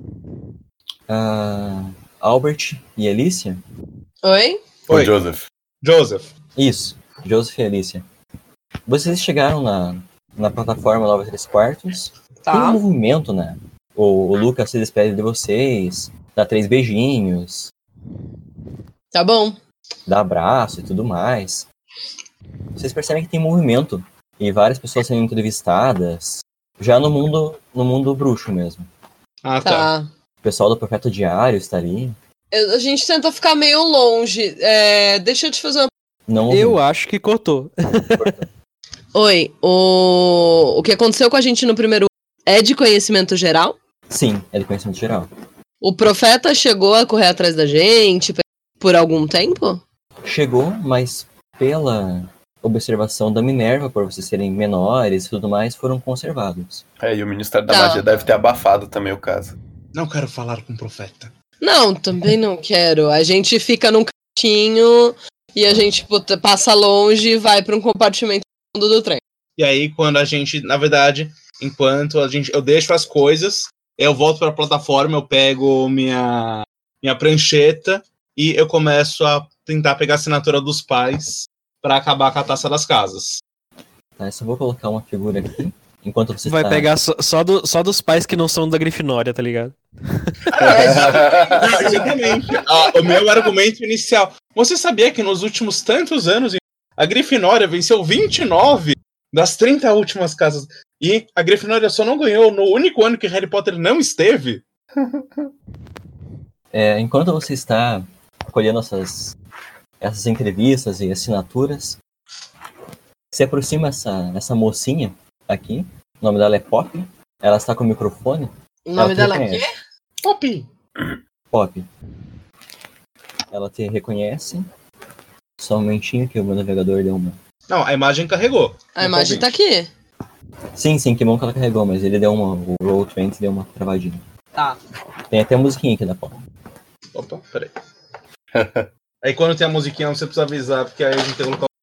Albert e Alicia? Oi? Oi, Joseph. Isso, Joseph e Alicia. Vocês chegaram na plataforma 93/4. Tá. Tem um movimento, né? O Lucas se despede de vocês, dá 3 beijinhos. Tá bom. Dá abraço e tudo mais. Vocês percebem que tem movimento e várias pessoas sendo entrevistadas, já no mundo bruxo mesmo. Ah, tá. O pessoal do Profeta Diário está ali. A gente tenta ficar meio longe. Deixa eu te fazer uma... Não eu acho que cortou. Oi, o que aconteceu com a gente no primeiro é de conhecimento geral? Sim, é de conhecimento geral. O Profeta chegou a correr atrás da gente por algum tempo? Chegou, mas pela observação da Minerva, por vocês serem menores e tudo mais, foram conservados. E o Ministério da Magia deve ter abafado também o caso. Não quero falar com o Profeta. Não, também não quero. A gente fica num cantinho e a gente passa longe e vai para um compartimento do trem. E aí, quando a gente, na verdade, enquanto eu deixo as coisas, eu volto para a plataforma, eu pego minha prancheta e eu começo a tentar pegar a assinatura dos pais para acabar com a taça das casas. Tá, eu só vou colocar uma figura aqui. Enquanto você vai pegar só dos pais que não são da Grifinória, tá ligado? Exatamente. O meu argumento inicial. Você sabia que nos últimos tantos anos a Grifinória venceu 29 das 30 últimas casas e a Grifinória só não ganhou no único ano que Harry Potter não esteve? Enquanto você está colhendo essas entrevistas e assinaturas, se aproxima essa mocinha aqui. O nome dela é Pop. Ela está com o microfone. O nome dela é quê? Pop. Ela te reconhece. Só um momentinho que o meu navegador deu uma... Não, a imagem carregou. A imagem tá aqui. Sim, que bom que ela carregou, mas ele deu o Roll20 deu uma travadinha. Tá. Tem até a musiquinha aqui da Pop. peraí. Aí quando tem a musiquinha, você precisa avisar, porque aí a gente tem que colocar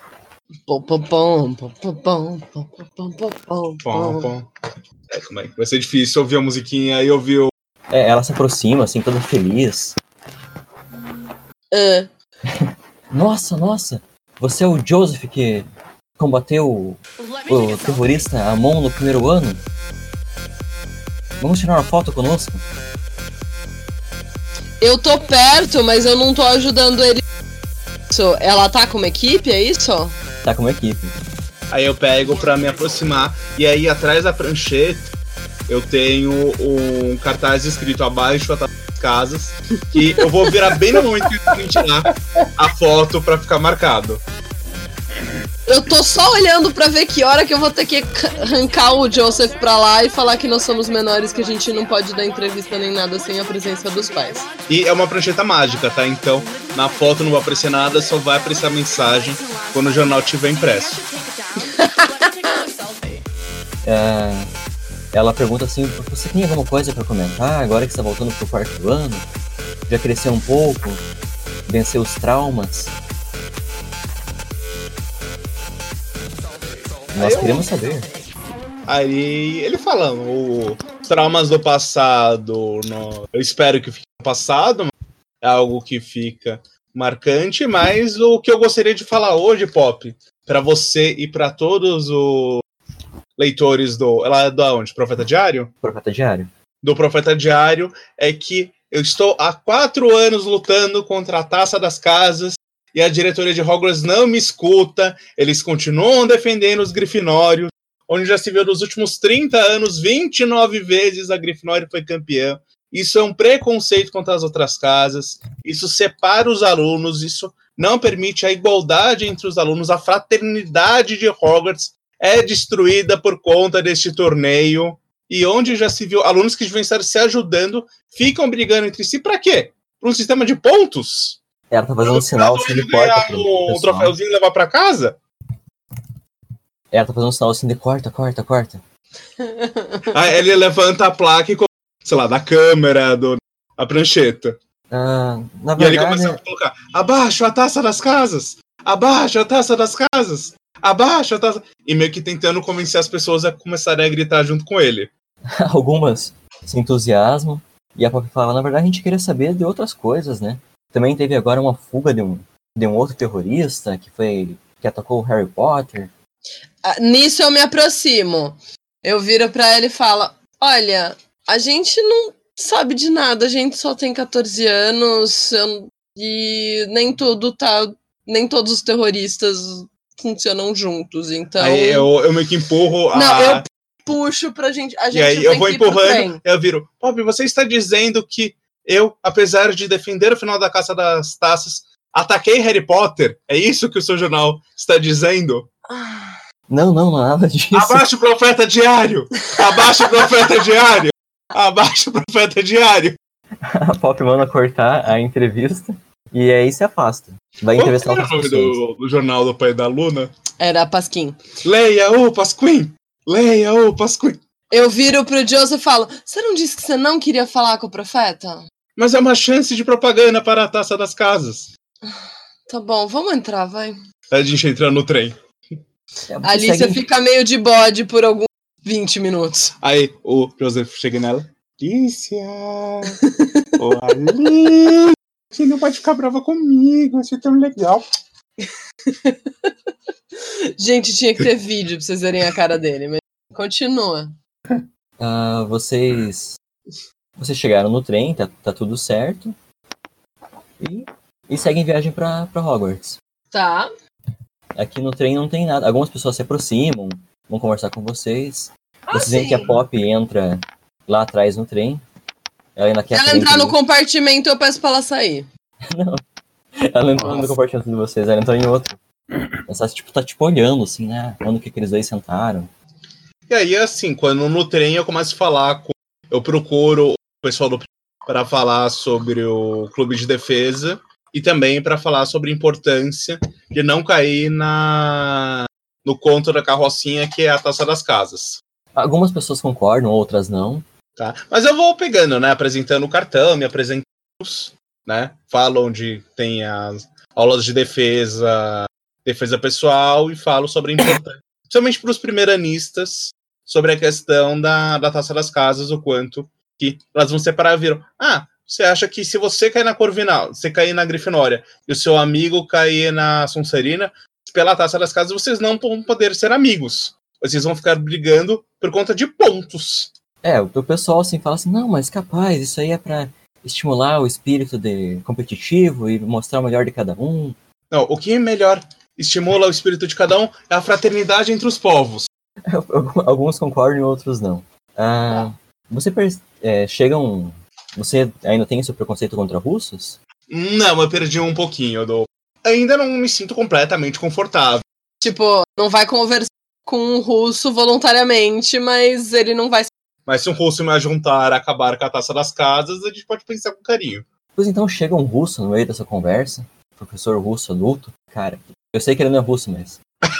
pom. Calma aí. Vai ser difícil ouvir a musiquinha e ouvir o... Ela se aproxima, assim, toda feliz. Nossa, você é o Joseph que combateu o terrorista Amon no primeiro ano? Vamos tirar uma foto conosco? Eu tô perto, mas eu não tô ajudando ele. Ela tá como equipe, é isso? Tá como equipe. Aí eu pego pra me aproximar, e aí atrás da prancheta eu tenho um cartaz escrito abaixo das casas, que eu vou virar bem no momento que eu tirar a foto pra ficar marcado. Eu tô só olhando pra ver que hora que eu vou ter que arrancar o Joseph pra lá e falar que nós somos menores, que a gente não pode dar entrevista nem nada sem a presença dos pais. E é uma prancheta mágica, tá? Então, na foto não vai aparecer nada, só vai aparecer a mensagem quando o jornal tiver impresso. Ela pergunta assim, você tem alguma coisa pra comentar agora que você tá voltando pro quarto ano? Já cresceu um pouco? Venceu os traumas? Nós queremos saber. Aí ele fala, os traumas do passado, eu espero que fique no passado, é algo que fica marcante, mas o que eu gostaria de falar hoje, Pop, pra você e pra todos os leitores ela é da onde? Profeta Diário? Profeta Diário. Do Profeta Diário, é que eu estou há 4 anos lutando contra a Taça das Casas e a diretoria de Hogwarts não me escuta, eles continuam defendendo os Grifinórios, onde já se viu nos últimos 30 anos, 29 vezes a Grifinória foi campeã. Isso é um preconceito contra as outras casas, isso separa os alunos, isso não permite a igualdade entre os alunos, a fraternidade de Hogwarts é destruída por conta deste torneio, e onde já se viu alunos que devem estar se ajudando, ficam brigando entre si, pra quê? Para um sistema de pontos? Ela tá fazendo um sinal assim de corta. Um troféuzinho e levar pra casa? Ela tá fazendo um sinal assim de corta. Aí ele levanta a placa e, sei lá, da câmera, a prancheta. Na verdade... E ele começa a colocar, abaixo a Taça das Casas! Abaixo a Taça das Casas! Abaixo a Taça... E meio que tentando convencer as pessoas a começarem a gritar junto com ele. Algumas se entusiasmam, e a Pop fala, na verdade a gente queria saber de outras coisas, né? Também teve agora uma fuga de um outro terrorista que atacou o Harry Potter. Nisso eu me aproximo. Eu viro pra ela e falo, olha, a gente não sabe de nada, a gente só tem 14 anos e nem todos os terroristas funcionam juntos, então... Aí eu meio que empurro Não, eu puxo pra gente... A gente e aí eu vou empurrando, eu viro, Pop, você está dizendo que eu, apesar de defender o final da Caça das Taças, ataquei Harry Potter? É isso que o seu jornal está dizendo? Não é nada disso. Abaixo o Profeta Diário! Abaixo o Profeta Diário! Abaixo o Profeta Diário! A Pop manda cortar a entrevista e aí se afasta. Vai entrevistar outras pessoas. Do jornal do pai da Luna? Era Pasquim. Leia o Pasquim! Leia o Pasquim! Eu viro pro Joseph e falo, você não disse que você não queria falar com o profeta? Mas é uma chance de propaganda para a Taça das Casas. Tá bom, vamos entrar, vai. A gente entra no trem. A Alicia fica meio de bode por alguns 20 minutos. Aí o Joseph chega nela. Alicia! Ô, Alicia! Você não pode ficar brava comigo, você é tão legal. Gente, tinha que ter vídeo pra vocês verem a cara dele, mas continua. Vocês chegaram no trem, tá tudo certo. E seguem viagem pra Hogwarts. Tá. Aqui no trem não tem nada. Algumas pessoas se aproximam, vão conversar com vocês. Vocês veem que a Pop entra lá atrás no trem. Ela ainda quer entrar no compartimento, eu peço pra ela sair. Não. Ela não entrou no compartimento de vocês, ela entrou em outro. Ela tá olhando, assim, né? Quando que aqueles dois sentaram. E aí, assim, quando no trem eu começo a falar eu procuro o pessoal para falar sobre o clube de defesa e também para falar sobre a importância de não cair no conto da carrocinha, que é a Taça das Casas. Algumas pessoas concordam, outras não. Tá? Mas eu vou pegando, né? Apresentando o cartão, me apresentando. né? Falam onde tem as aulas de defesa pessoal e falam sobre a importância, principalmente para os primeiranistas, sobre a questão da Taça das Casas, o quanto que elas vão separar e viram. Você acha que se você cair na Corvinal, você cair na Grifinória e o seu amigo cair na Sonserina, pela Taça das Casas, vocês não vão poder ser amigos. Vocês vão ficar brigando por conta de pontos. O pessoal assim fala assim, não, mas capaz, isso aí é pra estimular o espírito competitivo e mostrar o melhor de cada um. Não, o que melhor estimula o espírito de cada um é a fraternidade entre os povos. Alguns concordam e outros não. Você ainda tem esse preconceito contra russos? Não, eu perdi um pouquinho. Ainda não me sinto completamente confortável. Tipo, não vai conversar com um russo voluntariamente, mas ele não vai... Mas se um russo me ajuntar a acabar com a Taça das Casas, a gente pode pensar com carinho. Pois então chega um russo no meio dessa conversa, professor russo adulto. Cara, eu sei que ele não é russo, mas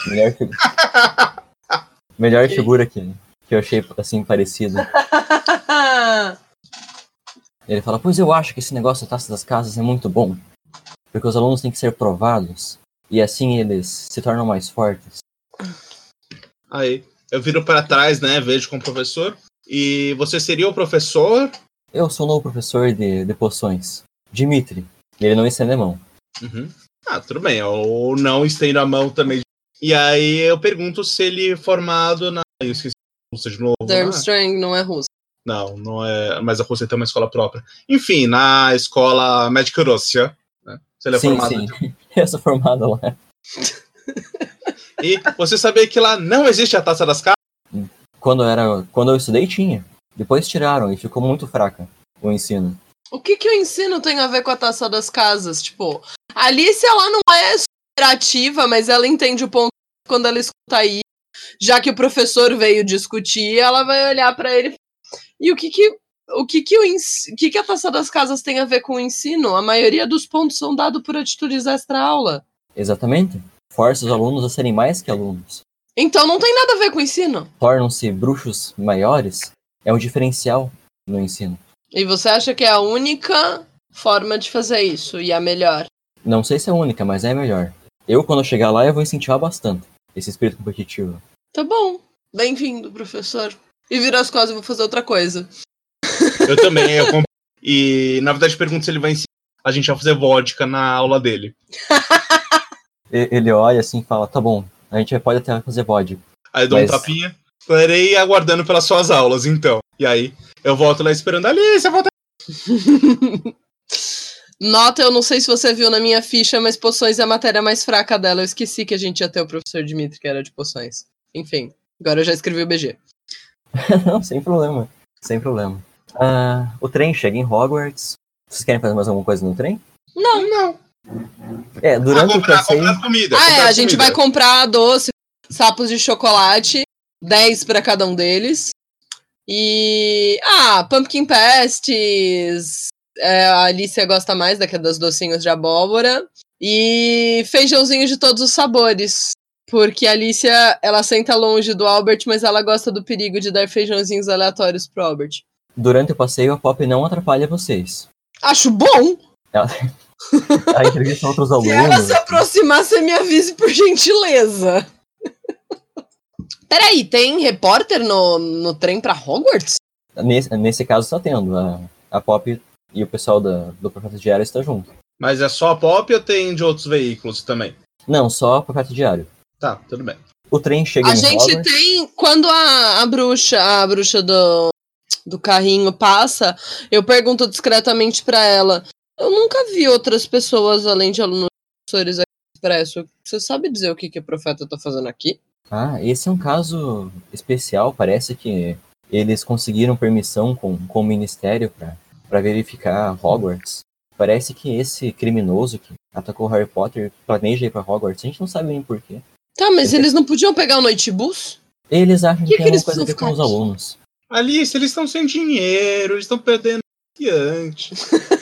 melhor figura que eu achei assim parecido. Ele fala, pois eu acho que esse negócio da Taça das Casas é muito bom, porque os alunos têm que ser provados, e assim eles se tornam mais fortes. Aí, eu viro para trás, né, vejo como professor, e você seria o professor? Eu sou o novo professor de poções, Dmitri, ele não estende a mão. Uhum. Tudo bem, eu não estendo a mão também. E aí eu pergunto se ele é formado na... Eu esqueci a Rússia de novo. Durmstrang não é russo. Não é, mas a Rússia tem uma escola própria. Enfim, na escola Magic Russia, né? Se ele é formado. Sim. Eu sou formado lá. E você sabia que lá não existe a Taça das Casas? Quando eu estudei, tinha. Depois tiraram e ficou muito fraca o ensino. O que o ensino tem a ver com a Taça das Casas? Tipo, a Alice, ela não é super ativa, mas ela entende o ponto quando ela escuta aí. Já que o professor veio discutir, ela vai olhar pra ele. E o que a Taça das Casas tem a ver com o ensino? A maioria dos pontos são dados por atitudes extra-aula. Exatamente. Força os alunos a serem mais que alunos. Então não tem nada a ver com o ensino. Tornam-se bruxos maiores. É um diferencial no ensino. E você acha que é a única forma de fazer isso? E a melhor? Não sei se é a única, mas é a melhor. Eu, quando eu chegar lá, eu vou incentivar bastante esse espírito competitivo. Tá bom. Bem-vindo, professor. E vira as costas e vou fazer outra coisa. Eu também. E, na verdade, pergunto se ele vai ensinar a gente a fazer vodka na aula dele. Ele olha assim e fala, tá bom, a gente pode até fazer vodka. Aí eu dou um tapinha. Estarei aguardando pelas suas aulas, então. E aí, eu volto lá esperando. Alice, volta. Nota, eu não sei se você viu na minha ficha, mas poções é a matéria mais fraca dela. Eu esqueci que a gente ia ter o professor Dmitri, que era de poções. Enfim, agora eu já escrevi o BG. Não, sem problema. Sem problema. O trem chega em Hogwarts. Vocês querem fazer mais alguma coisa no trem? Não. Durante o passeio... Comprar comida. A gente vai comprar doce, sapos de chocolate, 10 para cada um deles. E... pumpkin pasties. A Alicia gosta mais das docinhos de abóbora. E feijãozinho de todos os sabores. Porque a Alicia, ela senta longe do Albert, mas ela gosta do perigo de dar feijãozinhos aleatórios pro Albert. Durante o passeio, a Pop não atrapalha vocês. Acho bom! A entrevista outros alunos. Se ela se aproximar, você me avise por gentileza. Peraí, tem repórter no trem pra Hogwarts? Nesse caso está tendo. A Pop e o pessoal do Profeta Diário estão junto. Mas é só a Pop ou tem de outros veículos também? Não, só o Profeta Diário. Tá, tudo bem. O trem chega em Hogwarts. A gente tem, quando a bruxa do carrinho passa, eu pergunto discretamente pra ela. Eu nunca vi outras pessoas, além de alunos professores aqui no Expresso. Você sabe dizer o que o Profeta tá fazendo aqui? Esse é um caso especial. Parece que eles conseguiram permissão com o Ministério para verificar Hogwarts. Parece que esse criminoso que atacou Harry Potter planeja ir pra Hogwarts. A gente não sabe nem porquê. Tá, mas eles não podiam pegar o Noitebus? Eles acham que tem alguma coisa a ver com os alunos. Alice, eles estão sem dinheiro, eles estão perdendo estudiante.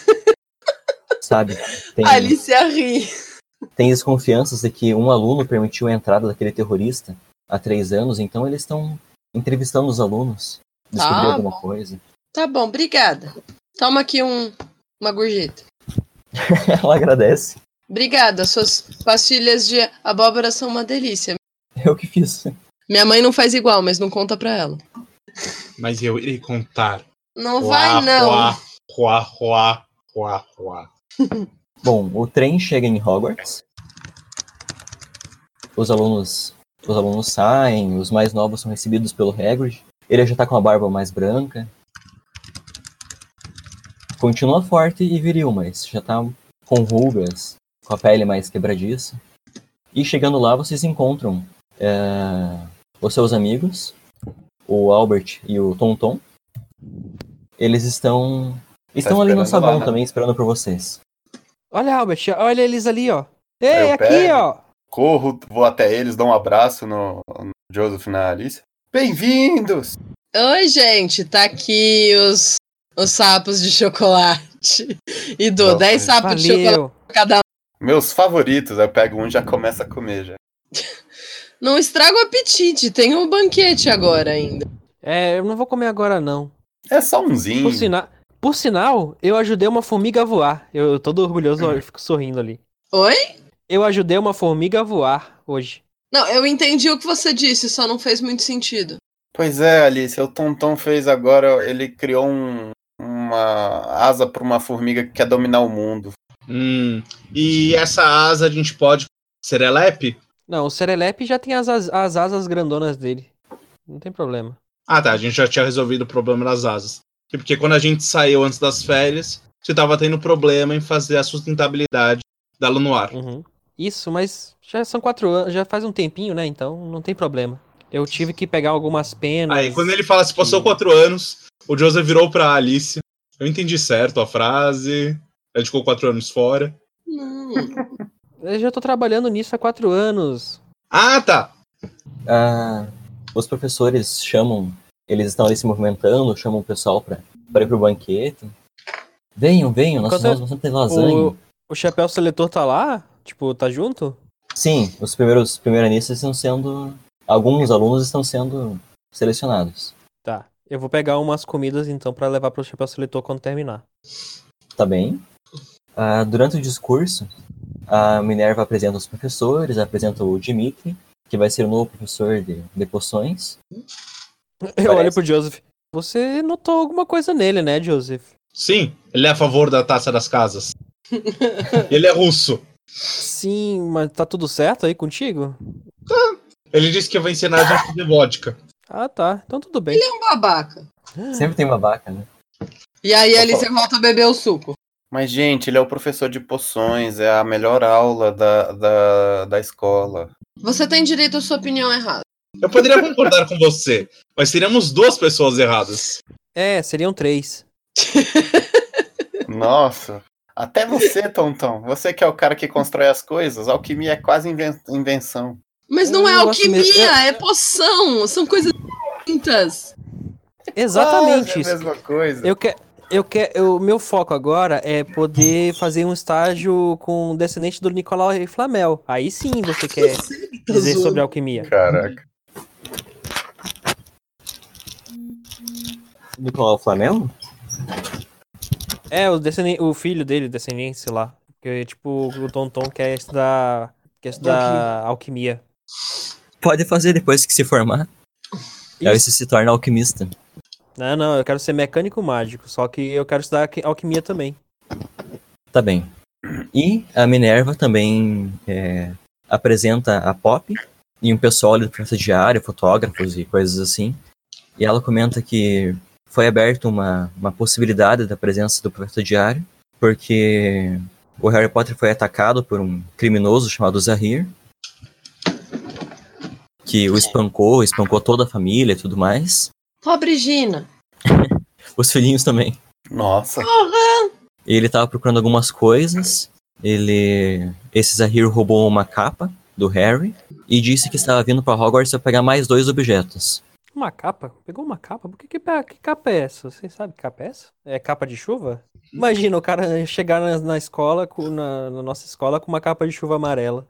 Sabe? Alice ri. Tem desconfianças de que um aluno permitiu a entrada daquele terrorista há 3 anos, então eles estão entrevistando os alunos. Descobrir alguma coisa. Tá bom, obrigada. Toma aqui uma gorjeta. Ela agradece. Obrigada, suas pastilhas de abóbora são uma delícia. Eu que fiz. Minha mãe não faz igual, mas não conta pra ela. Mas eu irei contar. Não vai, não. Ruá. Bom, o trem chega em Hogwarts. Os alunos saem, os mais novos são recebidos pelo Hagrid. Ele já tá com a barba mais branca. Continua forte e viril, mas já tá com rugas, com a pele mais quebradiça. E chegando lá, vocês encontram os seus amigos, o Albert e o Tonton. Eles estão ali no sabão lá, também, esperando por vocês. Olha, Albert, olha eles ali, ó. Ei, Eu aqui, pego. ó. Corro, vou até eles, dou um abraço no Joseph e na Alice. Bem-vindos! Oi, gente, tá aqui os sapos de chocolate. E dou Nossa, 10 sapos de chocolate Valeu. pra cada um. Meus favoritos, eu pego um e já começo a comer já. Não estraga o apetite, tem um banquete agora ainda. Eu não vou comer agora, não. É só umzinho. Por sinal, eu ajudei uma formiga a voar. Eu todo orgulhoso, eu fico sorrindo ali. Oi? Eu ajudei uma formiga a voar hoje. Não, eu entendi o que você disse, só não fez muito sentido. Pois é, Alice, o Tonton fez agora, ele criou uma asa para uma formiga que quer dominar o mundo. E essa asa a gente pode... Serelepe? Não, o Serelepe já tem as asas grandonas dele. Não tem problema. Ah, tá. A gente já tinha resolvido o problema das asas. Porque quando a gente saiu antes das férias, você tava tendo problema em fazer a sustentabilidade dela no ar. Uhum. Isso, mas já são 4 anos, já faz um tempinho, né? Então não tem problema. Eu tive que pegar algumas penas. Aí, quando ele fala se passou 4 anos, o Joseph virou pra Alice. Eu entendi certo a frase. A gente ficou 4 anos fora. Não. Eu já tô trabalhando nisso há 4 anos. Ah, tá. Os professores eles estão ali se movimentando, chamam o pessoal pra ir pro banquete. Venham, nós Enquanto vamos ter lasanha. O chapéu seletor tá lá? Tipo, tá junto? Sim, os primeiranistas estão sendo... Alguns alunos estão sendo selecionados. Tá. Eu vou pegar umas comidas então pra levar pro chapéu seletor quando terminar. Tá bem. Durante o discurso, a Minerva apresenta os professores, apresenta o Dimitri, que vai ser o novo professor de poções. Eu olho pro Joseph. Você notou alguma coisa nele, né, Joseph? Sim, ele é a favor da taça das casas. Ele é russo. Sim, mas tá tudo certo aí contigo? Ele disse que vai ensinar a gente a fazer vodka. Ah, tá. Então tudo bem. Ele é um babaca. Sempre tem babaca, né? E aí a Alice volta a beber o suco. Mas, gente, ele é o professor de poções, é a melhor aula da escola. Você tem direito à sua opinião errada. Eu poderia concordar com você, mas teríamos 2 pessoas erradas. Seriam 3. Nossa, até você, Tonton. Você que é o cara que constrói as coisas, alquimia é quase invenção. Mas não é Eu gosto alquimia, mesmo. é poção. São coisas distintas. Exatamente Quase isso. a mesma coisa. O meu foco agora é poder fazer um estágio com um descendente do Nicolau Flamel. Aí sim você quer dizer sobre alquimia. Caraca. Nicolau Flamengo? O filho dele, descendente, sei lá. Porque, tipo, o Tonton quer estudar alquimia. Pode fazer depois que se formar. E aí você se torna alquimista. Não, eu quero ser mecânico mágico, só que eu quero estudar alquimia também. Tá bem. E a Minerva também apresenta a Pop e um pessoal ali do projeto diário, fotógrafos e coisas assim. E ela comenta que foi aberta uma possibilidade da presença do projeto diário, porque o Harry Potter foi atacado por um criminoso chamado Zahir, que o espancou toda a família e tudo mais. Pobre Gina. Os filhinhos também. Nossa. Ele tava procurando algumas coisas. Esse Zahir roubou uma capa do Harry e disse que estava vindo para Hogwarts para pegar mais 2 objetos. Uma capa? Pegou uma capa? Que capa é essa? Você sabe que capa é essa? É capa de chuva? Imagina o cara chegar na escola, na nossa escola, com uma capa de chuva amarela.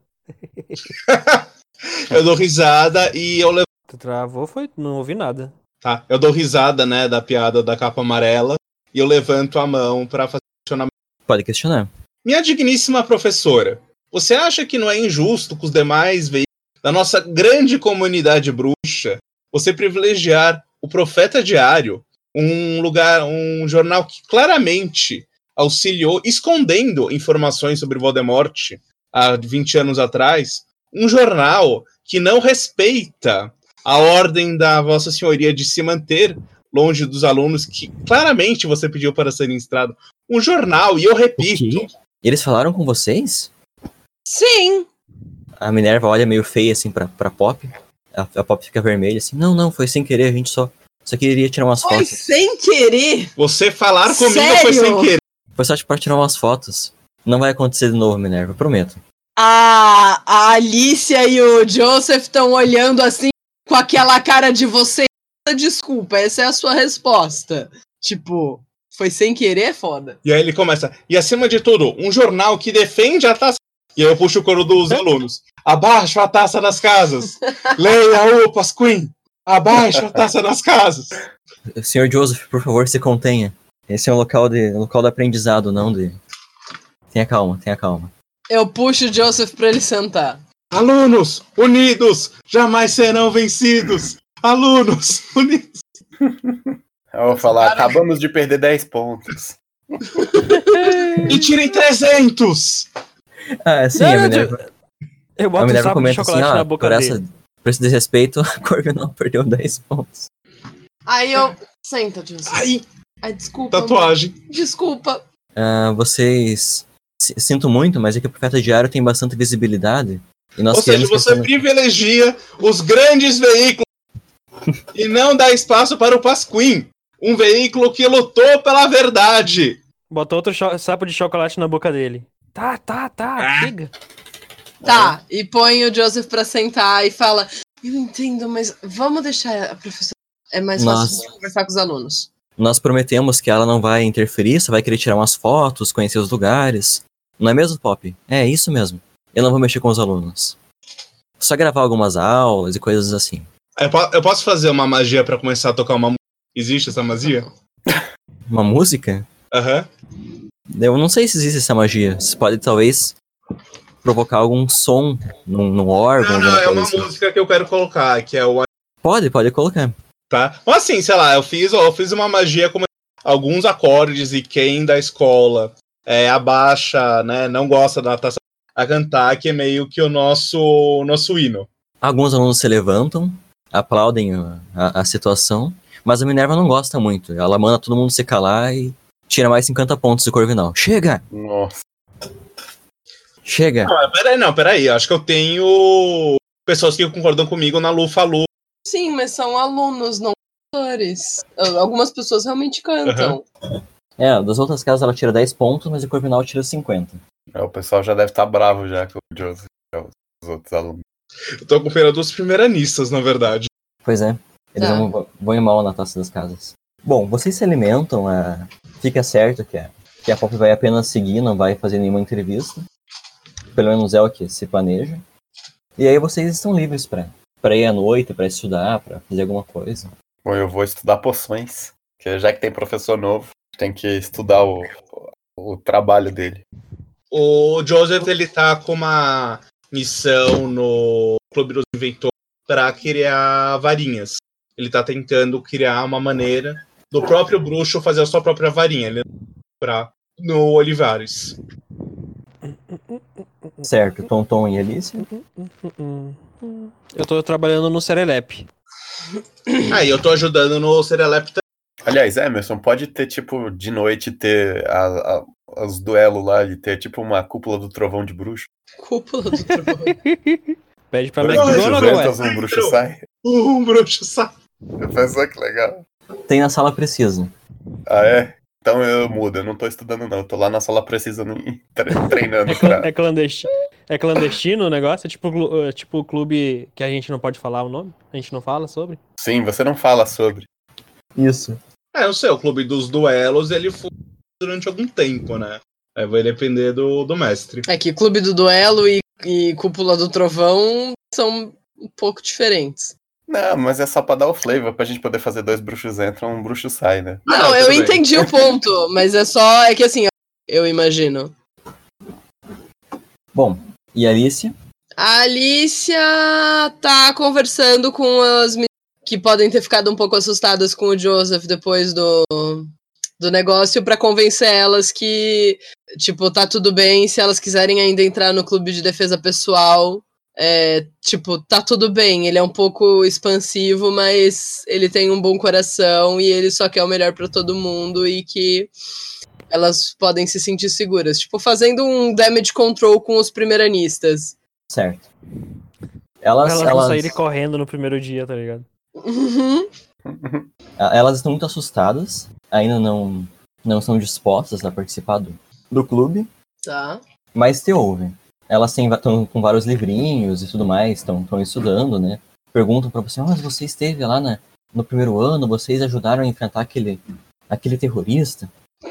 Eu dou risada e eu levo... Tu travou, não ouvi nada. Tá, eu dou risada, né, da piada da capa amarela e eu levanto a mão pra fazer questionamento. Pode questionar. Minha digníssima professora, você acha que não é injusto com os demais veículos da nossa grande comunidade bruxa você privilegiar o Profeta Diário, um jornal que claramente auxiliou, escondendo informações sobre Voldemort há 20 anos atrás, um jornal que não respeita a ordem da Vossa Senhoria de se manter longe dos alunos que claramente você pediu para ser ministrado. Um jornal, e eu repito... Eles falaram com vocês? Sim! A Minerva olha meio feia assim pra Pop. A Pop fica vermelha assim. Não, foi sem querer, a gente só queria tirar umas Foi fotos. sem querer? Você falar comigo Sério? foi sem querer. Foi só pra tirar umas fotos. Não vai acontecer de novo, Minerva, prometo. A Alicia e o Joseph estão olhando assim com aquela cara de você. Desculpa, essa é a sua resposta. Tipo, foi sem querer, é foda. E aí ele começa. E acima de tudo, um jornal que defende a taça. E aí eu puxo o coro dos alunos. Abaixo a taça das casas. Leia o Pasquim. Abaixo a taça das casas. Senhor Joseph, por favor, se contenha. Esse é um local de aprendizado, não de... Tenha calma. Eu puxo o Joseph pra ele sentar. Alunos unidos jamais serão vencidos. Alunos unidos. Eu vou falar, acabamos de perder 10 pontos. E tirem 300. Sim, a Minerva... Eu boto um sapo de chocolate na boca dele. Por esse desrespeito, a Corvinal perdeu 10 pontos. Aí eu... Senta, Joseph. Ai, desculpa. Tatuagem. Mano. Desculpa. Vocês... Sinto muito, mas é que o Profeta Diário tem bastante visibilidade. E nós Ou seja, você privilegia os grandes veículos e não dá espaço para o Pasquim, um veículo que lutou pela verdade. Botou outro sapo de chocolate na boca dele. Tá, chega. Tá, e põe o Joseph pra sentar e fala, eu entendo, mas vamos deixar a professora... É mais fácil conversar com os alunos. Nós prometemos que ela não vai interferir, só vai querer tirar umas fotos, conhecer os lugares. Não é mesmo, Pop? É isso mesmo. Eu não vou mexer com os alunos. Só gravar algumas aulas e coisas assim. Eu posso fazer uma magia pra começar a tocar uma música? Existe essa magia? Uma música? Aham. Eu não sei se existe essa magia. Você pode, talvez, provocar algum som num órgão. Não, é uma música que eu quero colocar, que é o... Pode colocar. Tá? Mas assim, sei lá, eu fiz uma magia com alguns acordes e quem da escola abaixa, né, não gosta da taça a cantar, que é meio que o nosso hino. Alguns alunos se levantam, aplaudem a situação, mas a Minerva não gosta muito. Ela manda todo mundo se calar e tira mais 50 pontos do Corvinal. Chega! Nossa. Chega! Peraí. Acho que eu tenho pessoas que concordam comigo na Lufa-Lu. Sim, mas são alunos, não cantores. Algumas pessoas realmente cantam. Uhum. Das outras casas ela tira 10 pontos, mas o Corvinal tira 50. O pessoal já deve estar bravo já com o Joseph e os outros alunos. Eu tô acompanhando os primeiranistas, na verdade. Pois é, eles vão ir mal na taça das casas. Bom, vocês se alimentam, fica certo que a Pop vai apenas seguir, não vai fazer nenhuma entrevista. Pelo menos é o que se planeja. E aí vocês estão livres pra ir à noite, pra estudar, pra fazer alguma coisa. Bom, eu vou estudar poções, que já que tem professor novo, tem que estudar o trabalho dele. O Joseph, ele tá com uma missão no Clube dos Inventores para criar varinhas. Ele tá tentando criar uma maneira do próprio bruxo fazer a sua própria varinha. Ele no Olivares. Certo, Tonton e Alicia? Eu tô trabalhando no Serelepe. E eu tô ajudando no Serelepe também. Aliás, Emerson, pode ter, tipo, de noite ter os duelos lá e ter, tipo, uma cúpula do trovão de bruxo. Cúpula do trovão. Pede pra McDonald's, um bruxo sai. Um bruxo sai. Pensou que legal. Tem na sala precisa. Ah, é? Então eu mudo, eu não tô estudando não, eu tô lá na sala precisa treinando pra... É clandestino o negócio? É tipo o clube que a gente não pode falar o nome? A gente não fala sobre? Sim, você não fala sobre. Isso. Eu sei, o clube dos duelos, ele foi durante algum tempo, né? Vai depender do mestre. É que clube do duelo e cúpula do trovão são um pouco diferentes. Não, mas é só pra dar o flavor, pra gente poder fazer 2 bruxos entram, um bruxo sai, né? Não, eu entendi o ponto, mas é que assim, eu imagino. Bom, e a Alicia? A Alicia tá conversando com as meninas que podem ter ficado um pouco assustadas com o Joseph depois do negócio pra convencer elas que, tipo, tá tudo bem se elas quiserem ainda entrar no clube de defesa pessoal. Tipo, tá tudo bem, ele é um pouco expansivo, mas ele tem um bom coração e ele só quer o melhor pra todo mundo e que elas podem se sentir seguras. Tipo, fazendo um damage control com os primeiranistas. Certo. Elas não saírem correndo no primeiro dia, tá ligado? Uhum. Elas estão muito assustadas, ainda não estão dispostas a participar do clube, Tá. mas te ouvem. Elas estão com vários livrinhos e tudo mais, estão estudando, né? Perguntam pra você, mas você esteve lá no primeiro ano, vocês ajudaram a enfrentar aquele terrorista?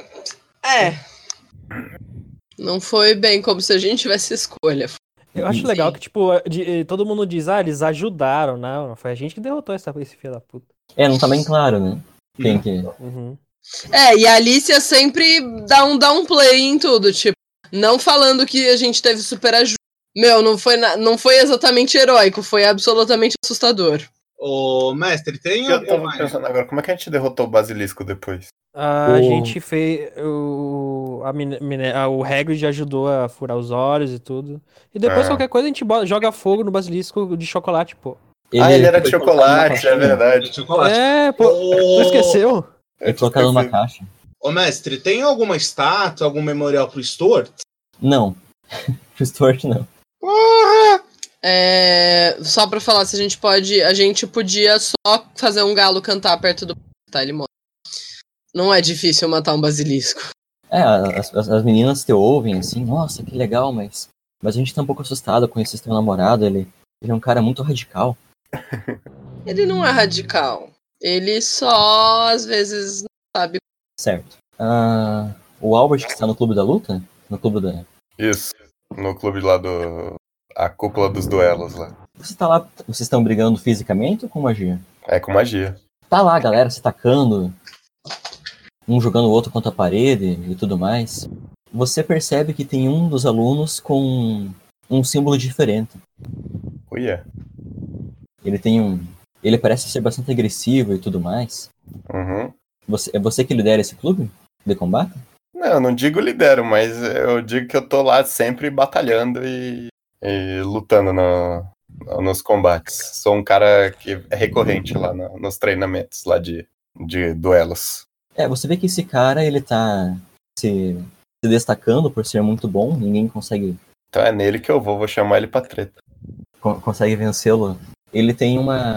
Não foi bem como se a gente tivesse escolha. Eu acho legal que, tipo, todo mundo diz, eles ajudaram, não foi a gente que derrotou esse filho da puta. Não tá bem claro, né? Quem que... Uhum. E a Alicia sempre dá um downplay em tudo, tipo, não falando que a gente teve super ajuda. Meu, não foi exatamente heróico, foi absolutamente assustador. Ô, mestre, tem Eu tava pensando agora, como é que a gente derrotou o basilisco depois? A gente fez. O Hagrid ajudou a furar os olhos e tudo. E depois, qualquer coisa, a gente joga fogo no basilisco de chocolate, pô. Ele era de chocolate, é verdade. Tu esqueceu? Ele colocado numa caixa. Ô, mestre, tem alguma estátua, algum memorial pro Stuart? Não. Pro Stuart, não. Só pra falar se a gente podia só fazer um galo cantar perto do... Tá, ele morre. Não é difícil matar um basilisco. As meninas te ouvem assim, nossa, que legal, mas a gente tá um pouco assustado com esse teu namorado, ele é um cara muito radical. Ele não é radical. Ele só, às vezes, não sabe. Certo. O Albert que está no Clube da Luta? No Clube da... Isso, no clube lá a cúpula dos duelos lá. Você tá lá, vocês estão brigando fisicamente ou com magia? É com magia. Tá lá, galera, se tacando, um jogando o outro contra a parede e tudo mais. Você percebe que tem um dos alunos com um símbolo diferente. Uia. Ele parece ser bastante agressivo e tudo mais. Uhum. É você que lidera esse clube de combate? Não digo lidero, mas eu digo que eu tô lá sempre batalhando e lutando nos combates. Sou um cara que é recorrente lá nos treinamentos lá de duelos. Você vê que esse cara, ele tá se destacando por ser muito bom, ninguém consegue... Então é nele que eu vou chamar ele pra treta. Consegue vencê-lo. Ele tem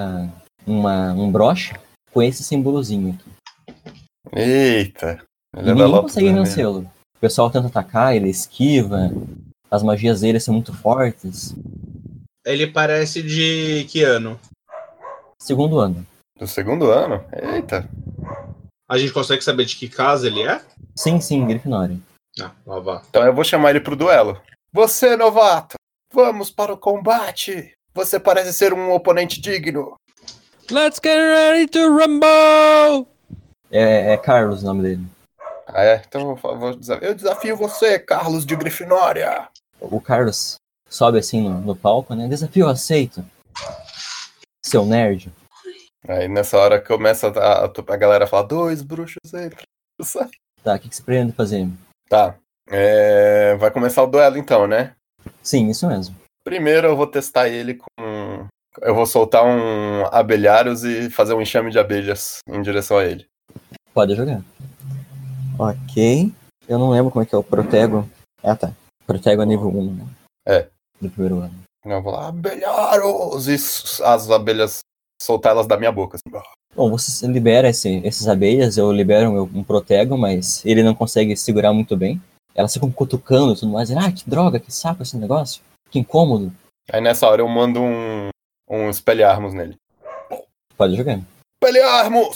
um broche com esse símbolozinho aqui. Eita! Ninguém consegue vencê-lo. O pessoal tenta atacar, ele esquiva, as magias dele são muito fortes. Ele parece de que ano? Segundo ano. Do segundo ano? Eita! A gente consegue saber de que casa ele é? Sim, Grifinória. Lá vá. Então eu vou chamar ele pro duelo. Você, novato! Vamos para o combate! Você parece ser um oponente digno! Let's get ready to rumble! É Carlos o nome dele. Então eu desafio você, Carlos de Grifinória! O Carlos sobe assim no palco, né? Desafio aceito. Seu nerd. Aí nessa hora começa a galera falar, 2 bruxos entram. Tá, o que você pretende fazer? Tá. Vai começar o duelo então, né? Sim, isso mesmo. Primeiro eu vou testar ele com... Eu vou soltar um abelharos e fazer um enxame de abelhas em direção a ele. Pode jogar. Ok. Eu não lembro como é que é o Protego. Tá. Protego é nível 1, né? Do primeiro ano. Eu vou lá, abelharos! E as abelhas, soltar elas da minha boca. Assim. Bom, você libera essas abelhas, eu libero um Protego, mas ele não consegue segurar muito bem. Elas ficam cutucando e tudo mais. Que droga, que saco esse negócio. Que incômodo. Aí nessa hora eu mando um espelharmos nele. Pode jogar. Espelharmos!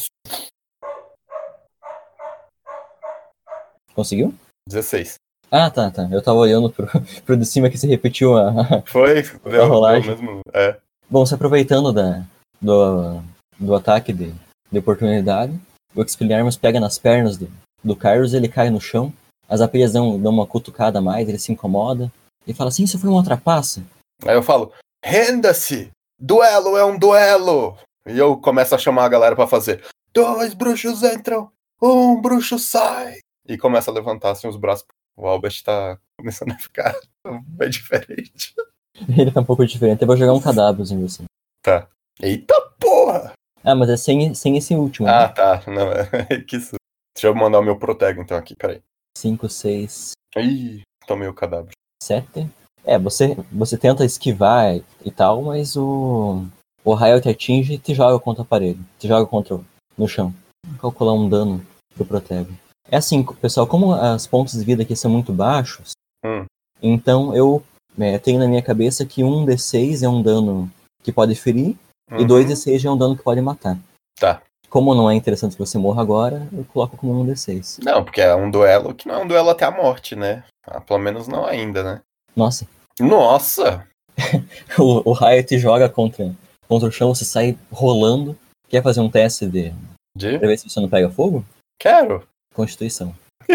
Conseguiu? 16. Tá. Eu tava olhando pro de cima que se repetiu a rolagem. Mesmo. Bom, se aproveitando do ataque de oportunidade, o Expelliarmus pega nas pernas do Carlos, ele cai no chão, as abelhas dão uma cutucada a mais, ele se incomoda, Ele fala assim, isso foi uma trapaça? Aí eu falo, renda-se! Duelo é um duelo! E eu começo a chamar a galera pra fazer 2 bruxos entram, 1 bruxo sai! E começa a levantar assim os braços. O Albert tá começando a ficar bem diferente. Ele tá um pouco diferente. Eu vou jogar um cadáver em você. Tá. Eita porra! Ah, mas é sem esse último. Ah, né? tá. Não, que susto. Deixa eu mandar o meu Protego então aqui, peraí. 5, 6, Ih, tomei o cadáver. 7. Você tenta esquivar e tal, mas o raio te atinge e te joga contra a parede. Te joga no chão. Vou calcular um dano pro Protego. É assim, pessoal, como as pontos de vida aqui são muito baixos, então eu tenho na minha cabeça que 1d6 é um dano que pode ferir e 2d6 é um dano que pode matar. Tá. Como não é interessante que você morra agora, eu coloco como 1d6. Não, porque é um duelo que não é um duelo até a morte, né? Ah, pelo menos não ainda, né? Nossa. Nossa! o raio te joga contra o chão, você sai rolando. Quer fazer um teste pra ver se você não pega fogo? Quero! Constituição.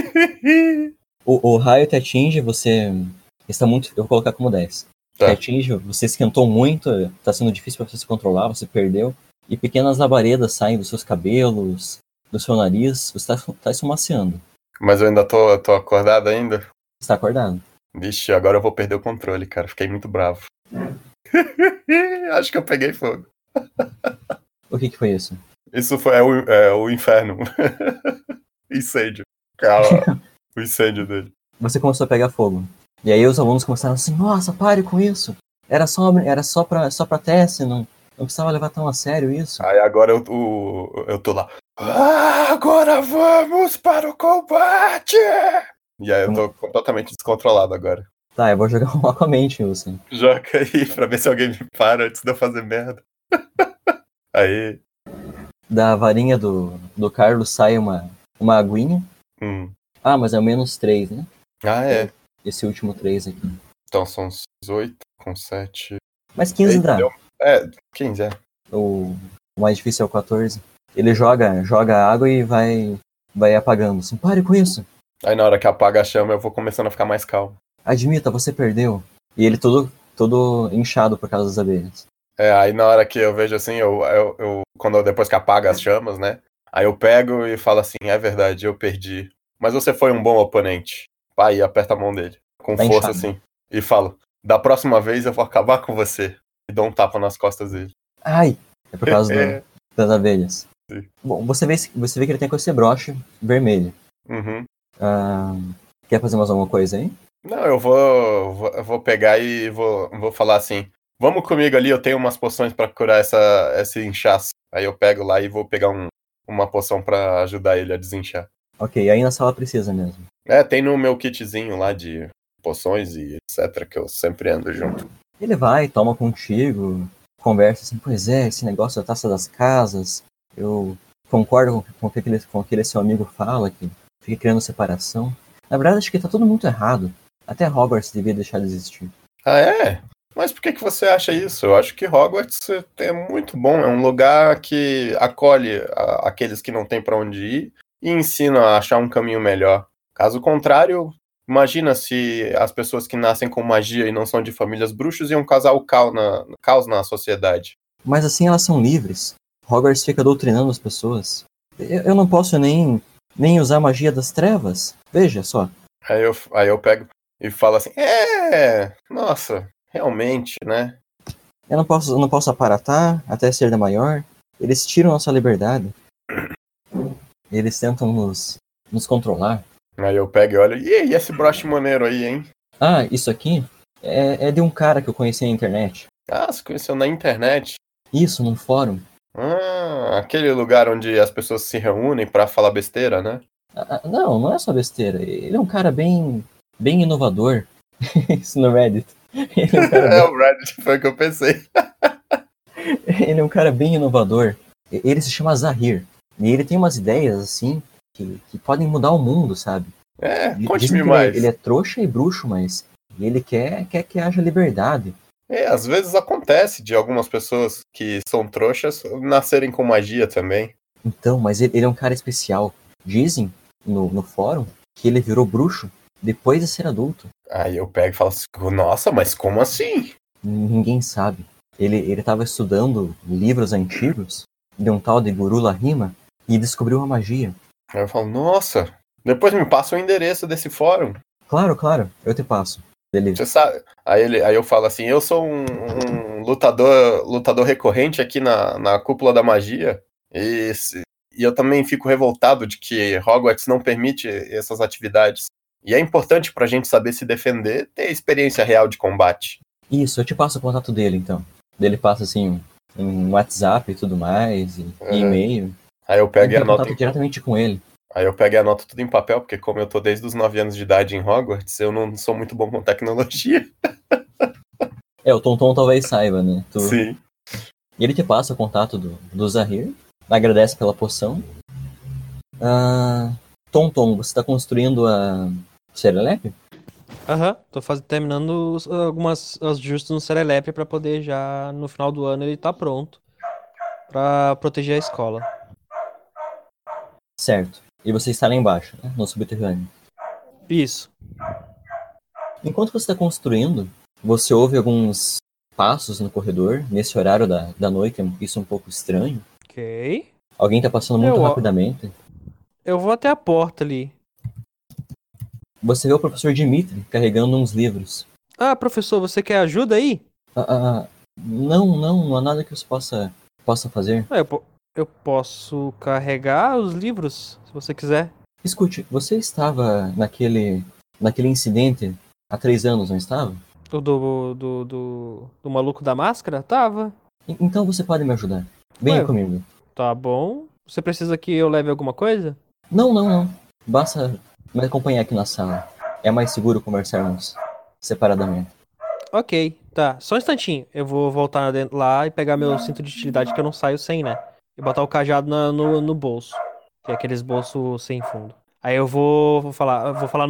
o raio te atinge, você está muito... Eu vou colocar como 10. Tá. Te atinge, você esquentou muito, tá sendo difícil pra você se controlar, você perdeu. E pequenas labaredas saem dos seus cabelos, do seu nariz, você tá esfumaceando. Mas eu ainda tô acordado ainda? Você tá acordado. Vixe, agora eu vou perder o controle, cara. Fiquei muito bravo. Acho que eu peguei fogo. O que foi isso? Isso foi o inferno. Incêndio. Cara, o incêndio dele. Você começou a pegar fogo. E aí os alunos começaram assim, nossa, pare com isso. Era só pra teste, não precisava levar tão a sério isso. Aí agora eu tô lá. Agora vamos para o combate! E aí eu tô completamente descontrolado agora. Tá, eu vou jogar um Aquaman em você. Joga aí pra ver se alguém me para antes de eu fazer merda. Aí. Da varinha do Carlos sai uma aguinha. Ah, mas é o -3, né? Ah, é. Esse último 3 aqui. Então são 18 com 7. Mas 15 dá. 15, é. O mais difícil é o 14. Ele joga água e vai apagando. Assim, pare com isso. Aí na hora que apaga a chama eu vou começando a ficar mais calmo. Admita, você perdeu. E ele todo inchado por causa das abelhas. Aí na hora que eu vejo assim, depois que apaga as chamas, né? Aí eu pego e falo assim, é verdade, eu perdi. Mas você foi um bom oponente. Aí aperta a mão dele, com tá força inchado. assim. E falo, da próxima vez eu vou acabar com você. E dou um tapa nas costas dele. Ai, é por causa das abelhas. Sim. Bom, você vê que ele tem com esse broche vermelho. Quer fazer mais alguma coisa aí? Não, eu vou pegar e vou falar assim, vamos comigo ali, eu tenho umas poções pra curar esse inchaço. Aí eu pego lá e vou pegar uma poção pra ajudar ele a desinchar. Ok, aí na sala precisa mesmo. Tem no meu kitzinho lá de poções e etc, que eu sempre ando junto. Ele vai, toma contigo, conversa assim, pois é, esse negócio da taça das casas, eu concordo com o que aquele seu amigo fala, que fica criando separação. Na verdade, acho que tá tudo muito errado. Até Hogwarts devia deixar de existir. Ah, é? Mas por que você acha isso? Eu acho que Hogwarts é muito bom, é um lugar que acolhe aqueles que não têm pra onde ir e ensina a achar um caminho melhor. Caso contrário, imagina se as pessoas que nascem com magia e não são de famílias bruxas iam causar o caos na sociedade. Mas assim elas são livres. Hogwarts fica doutrinando as pessoas. Eu não posso nem usar a magia das trevas. Veja só. Aí eu pego e falo assim, nossa, realmente, né? Eu não posso aparatar até ser da maior. Eles tiram nossa liberdade. Eles tentam nos controlar. Aí eu pego e olho, e esse broche maneiro aí, hein? Ah, isso aqui é de um cara que eu conheci na internet. Ah, você conheceu na internet? Isso, num fórum. Ah, aquele lugar onde as pessoas se reúnem pra falar besteira, né? Não é só besteira. Ele é um cara bem inovador. Isso no Reddit. O Reddit foi o que eu pensei. Ele é um cara bem inovador. Ele se chama Zahir. E ele tem umas ideias, assim, que podem mudar o mundo, sabe? Conte-me mais. Ele é trouxa e bruxo, mas ele quer que haja liberdade. Às vezes acontece de algumas pessoas que são trouxas nascerem com magia também. Então, mas ele é um cara especial. Dizem no fórum que ele virou bruxo depois de ser adulto. Aí eu pego e falo assim, nossa, mas como assim? Ninguém sabe. Ele tava estudando livros antigos de um tal de Guru Lahima e descobriu a magia. Aí eu falo, nossa, depois me passa o endereço desse fórum. Claro, eu te passo. Ele... Você sabe? Aí eu falo assim, eu sou um lutador recorrente aqui na cúpula da magia, e eu também fico revoltado de que Hogwarts não permite essas atividades. E é importante pra gente saber se defender, ter experiência real de combate. Isso, eu te passo o contato dele, então. Ele passa, assim, um WhatsApp e tudo mais, e e-mail. Aí eu pego e anoto contato diretamente com ele. Aí eu pego e anoto tudo em papel, porque como eu tô desde os 9 anos de idade em Hogwarts, eu não sou muito bom com tecnologia. O Tonton talvez saiba, né? Sim. E ele te passa o contato do Zahir, agradece pela poção. Tonton, você tá construindo a Serelepe? Aham, tô terminando algumas ajustes no Serelepe pra poder já, no final do ano, ele tá pronto pra proteger a escola. Certo. E você está lá embaixo, né? No subterrâneo. Isso. Enquanto você está construindo, você ouve alguns passos no corredor, nesse horário da noite, isso é um pouco estranho. Ok. Alguém está passando muito rapidamente. Eu vou até a porta ali. Você vê o professor Dimitri carregando uns livros. Ah, professor, você quer ajuda aí? Não há nada que você possa fazer. Eu posso carregar os livros, se você quiser. Escute, você estava naquele incidente há 3 anos, não estava? O do maluco da máscara? Tava. Então você pode me ajudar. Venha comigo. Tá bom. Você precisa que eu leve alguma coisa? Não. Basta me acompanhar aqui na sala. É mais seguro conversarmos separadamente. Ok, tá. Só um instantinho. Eu vou voltar lá e pegar meu cinto de utilidade que eu não saio sem, né? E botar o cajado no bolso. Que é aqueles bolsos sem fundo. Aí eu vou falar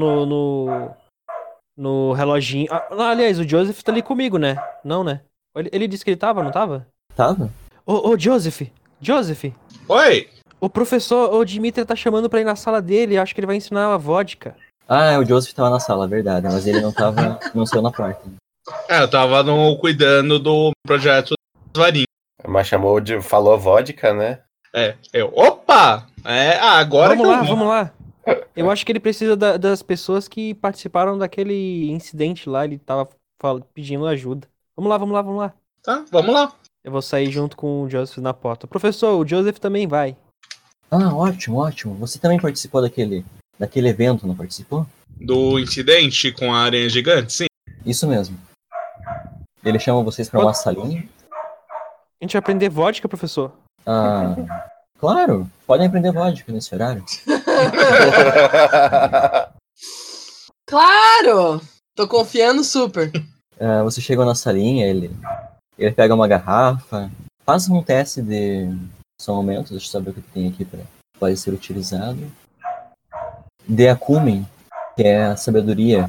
no reloginho. Aliás, o Joseph tá ali comigo, né? Não, né? Ele disse que ele tava, não tava? Tava? Ô, Joseph! Oi! O professor, o Dimitri tá chamando pra ir na sala dele. Acho que ele vai ensinar a vodka. O Joseph tava na sala, verdade. Mas ele não saiu na porta. Eu tava cuidando do projeto das varinhas. Mas falou vodka, né? Opa! Agora Vamos lá. Eu acho que ele precisa das pessoas que participaram daquele incidente lá. Ele tava pedindo ajuda. Vamos lá. Tá, vamos lá. Eu vou sair junto com o Joseph na porta. Professor, o Joseph também vai. Ótimo. Você também participou daquele evento, não participou? Do incidente com a aranha gigante, sim. Isso mesmo. Ele chama vocês pra uma salinha. A gente vai aprender vodka, professor? Claro. Podem aprender vodka nesse horário. Claro! Tô confiando super. Você chegou na salinha, ele pega uma garrafa, faz um teste de... Só um momento, deixa eu saber o que tem aqui pode ser utilizado. De acumen, que é a sabedoria.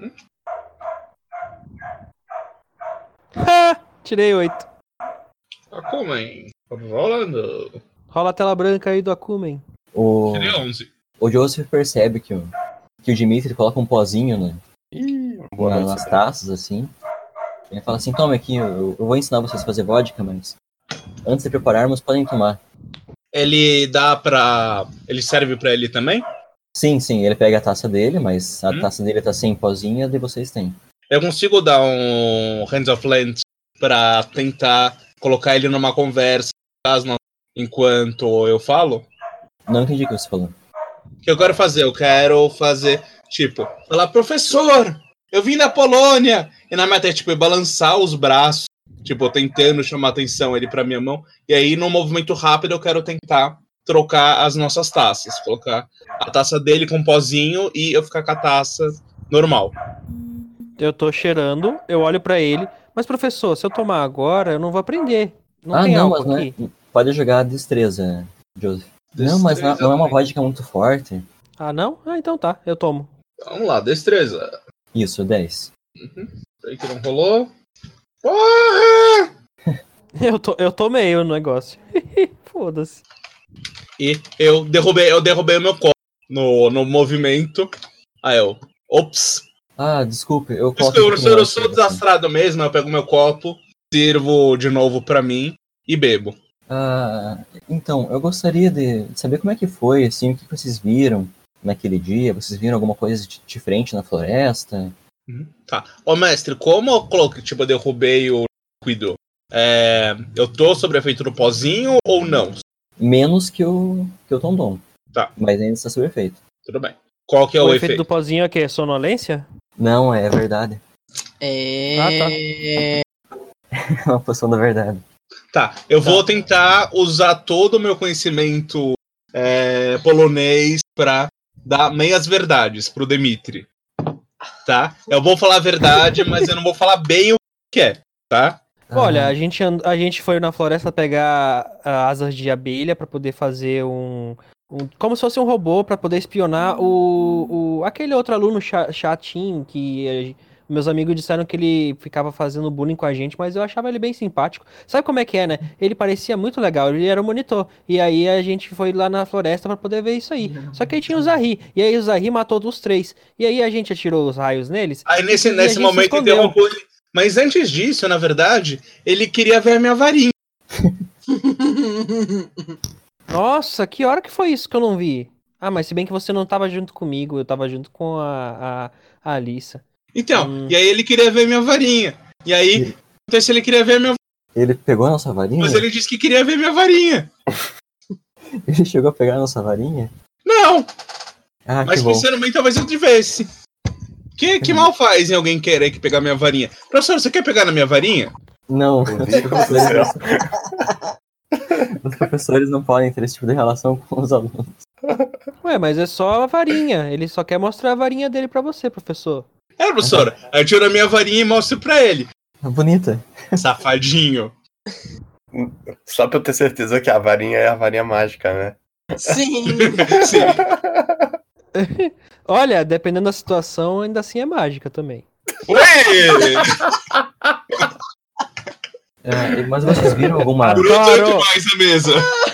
Tirei 8. Acumen, rolando. Rola a tela branca aí do Acumen. Tirei 11. O Joseph percebe que o Dimitri coloca um pozinho nas taças, assim. Ele fala assim, tome aqui, eu vou ensinar vocês a fazer vodka, mas antes de prepararmos, podem tomar. Ele serve pra ele também? Sim, ele pega a taça dele, mas a taça dele tá sem pozinho, a de vocês tem. Eu consigo dar um Hands of Lens pra tentar colocar ele numa conversa enquanto eu falo? Não entendi o que você falou. O que eu quero fazer? Tipo, falar, professor, eu vim da Polônia! E na minha testa, balançar os braços, tentando chamar atenção ele pra minha mão. E aí, num movimento rápido, eu quero tentar trocar as nossas taças. Colocar a taça dele com um pozinho e eu ficar com a taça normal. Eu tô cheirando, eu olho pra ele. Mas, professor, se eu tomar agora, eu não vou aprender. Não tem álcool aqui. Não é... Pode jogar destreza, Joseph. Não, mas não é uma vodka muito forte. Não? Então tá, eu tomo. Vamos lá, destreza. Isso, 10. Aí que não rolou. Porra! Eu tomei o negócio. Foda-se. E eu derrubei o meu copo no movimento. Aí Ops. Ah, desculpe, eu Isso que eu sou desastrado mesmo, eu pego meu copo, sirvo de novo pra mim e bebo. Então, eu gostaria de saber como é que foi, assim, o que vocês viram naquele dia. Vocês viram alguma coisa diferente na floresta? Tá. Ô, mestre, como eu coloquei, tipo, eu derrubei o líquido, eu tô sob efeito do pozinho ou não? Menos que o Tondom. Tá. Mas ainda está sob efeito. Tudo bem. Qual que é o efeito? do pozinho é o quê? Sonolência? Não, é verdade. Tá. É uma poção da verdade. Tá, eu vou tentar usar todo o meu conhecimento polonês pra dar meias verdades pro Demitri. Tá? Eu vou falar a verdade, mas eu não vou falar bem o que é, tá? Olha, a gente foi na floresta pegar asas de abelha pra poder fazer como se fosse um robô pra poder espionar aquele outro aluno chatinho que meus amigos disseram que ele ficava fazendo bullying com a gente, mas eu achava ele bem simpático. Sabe como é que é, né? Ele parecia muito legal, ele era o monitor. E aí a gente foi lá na floresta pra poder ver isso aí. Só que aí tinha o Zahri, e aí o Zahri matou os 3. E aí a gente atirou os raios neles. Aí nesse momento interrompeu ele. Mas antes disso, na verdade, ele queria ver a minha varinha. Nossa, que hora que foi isso que eu não vi? Ah, mas se bem que você não tava junto comigo, eu tava junto com a Alissa. Então, e aí ele queria ver minha varinha. E aí, então se ele queria ver minha Ele pegou a nossa varinha? Mas ele disse que queria ver minha varinha. Ele chegou a pegar a nossa varinha? Não! Mas sinceramente, talvez eu tivesse. Que mal faz em alguém querer pegar minha varinha? Professor, você quer pegar na minha varinha? Não. Os professores não podem ter esse tipo de relação com os alunos. Ué, mas é só a varinha. Ele só quer mostrar a varinha dele pra você, professor. Professora, aí eu tiro a minha varinha e mostro pra ele. Bonita. Safadinho. Só pra eu ter certeza que a varinha é a varinha mágica, né? Sim. Olha, dependendo da situação, ainda assim é mágica também. Mas vocês viram alguma... demais a mesa.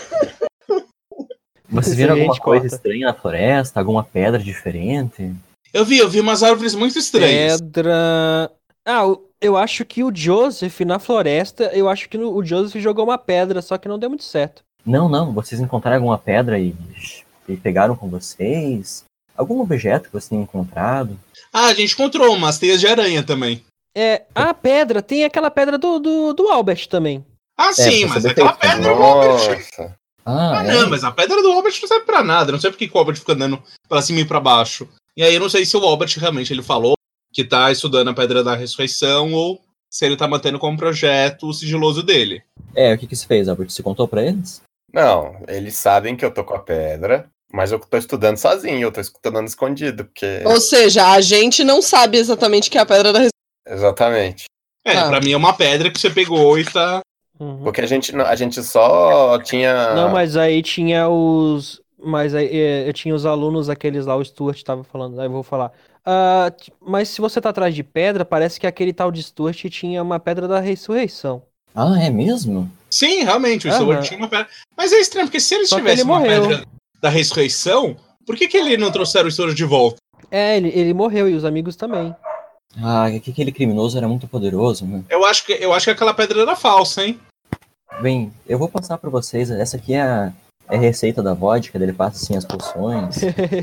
Vocês viram alguma coisa estranha na floresta? Alguma pedra diferente? Eu vi umas árvores muito estranhas. Pedra... eu acho que o Joseph na floresta, eu acho que o Joseph jogou uma pedra, só que não deu muito certo. Não, vocês encontraram alguma pedra e pegaram com vocês? Algum objeto que vocês tenham encontrado? A gente encontrou umas teias de aranha também. A pedra, tem aquela pedra do Albert também. Sim, mas aquela pedra do Albert. Não, mas a pedra do Albert não serve pra nada. Não sei porque que o Albert fica andando pra cima e pra baixo. E aí eu não sei se o Albert realmente ele falou que tá estudando a Pedra da Ressurreição ou se ele tá mantendo como projeto o sigiloso dele. O que você fez, Albert? Você contou pra eles? Não, eles sabem que eu tô com a pedra, mas eu tô estudando sozinho, eu tô estudando escondido, porque... Ou seja, a gente não sabe exatamente o que é a Pedra da Ressurreição. Exatamente. Pra mim é uma pedra que você pegou e tá... Porque a gente só tinha... Não, mas aí tinha os... Mas aí eu tinha os alunos, aqueles lá, o Stuart tava falando, aí eu vou falar. Mas se você tá atrás de pedra, parece que aquele tal de Stuart tinha uma pedra da ressurreição. É mesmo? Sim, realmente, o Stuart tinha uma pedra. Mas é estranho, porque se eles tivessem uma pedra da ressurreição, por que ele não trouxeram o Stuart de volta? Ele morreu e os amigos também. Aquele criminoso era muito poderoso, né? Eu acho que aquela pedra era falsa, hein? Bem, eu vou passar pra vocês, essa aqui é a receita da vodka, ele passa assim as poções.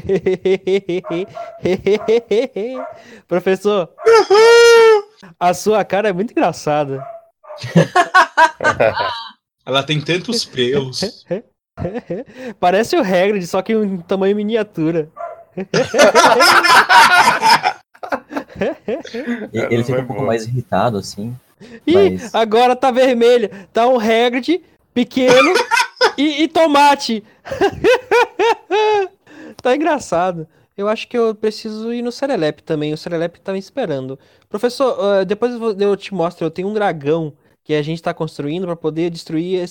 Professor, a sua cara é muito engraçada. Ela tem tantos pelos. Parece o Hagrid, só que em tamanho miniatura. Ele fica um pouco mais irritado, assim. Mas... agora tá vermelho. Tá um Hagrid pequeno e tomate. Tá engraçado. Eu acho que eu preciso ir no Serelepe também. O Serelepe tá me esperando. Professor, depois eu te mostro. Eu tenho um dragão que a gente tá construindo pra poder destruir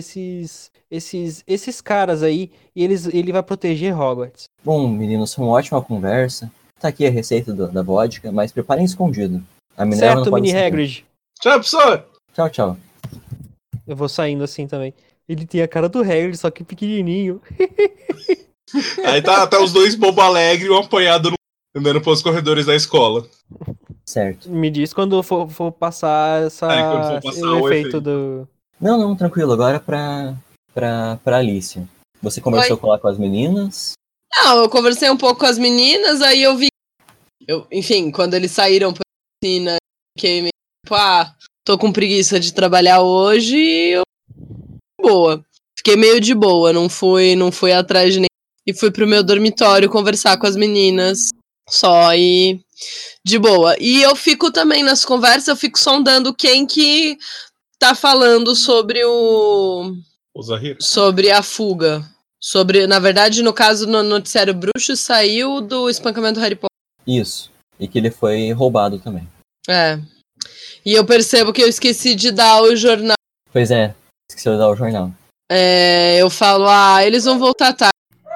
esses caras aí. E ele vai proteger Hogwarts. Bom, meninos, foi uma ótima conversa. Tá aqui a receita da vodka, mas preparem escondido. A Minerva certo, não pode Mini Hagrid. Tchau, professor! Tchau. Eu vou saindo assim também. Ele tem a cara do Hagrid, só que pequenininho. Aí tá os dois bobo alegre, um apanhado andando pelos corredores da escola. Certo. Me diz quando for passar Quando for passar o o efeito efeito. do... Não, tranquilo. Agora pra Alicia. Você conversou Oi. com as meninas? Não, eu conversei um pouco com as meninas, aí eu vi. Enfim, quando eles saíram pra piscina, fiquei meio tipo, tô com preguiça de trabalhar hoje e eu. Boa. Fiquei meio de boa, não fui atrás de ninguém. E fui pro meu dormitório conversar com as meninas. Só e. De boa. E eu fico também nas conversas, eu fico sondando quem que tá falando sobre O Zahir? sobre a fuga. Na verdade, no caso, no noticiário bruxo, saiu do espancamento do Harry Potter. Isso. E que ele foi roubado também. É. E eu percebo que eu esqueci de dar o jornal. Pois é, esqueceu de dar o jornal. Eu falo, eles vão voltar tarde.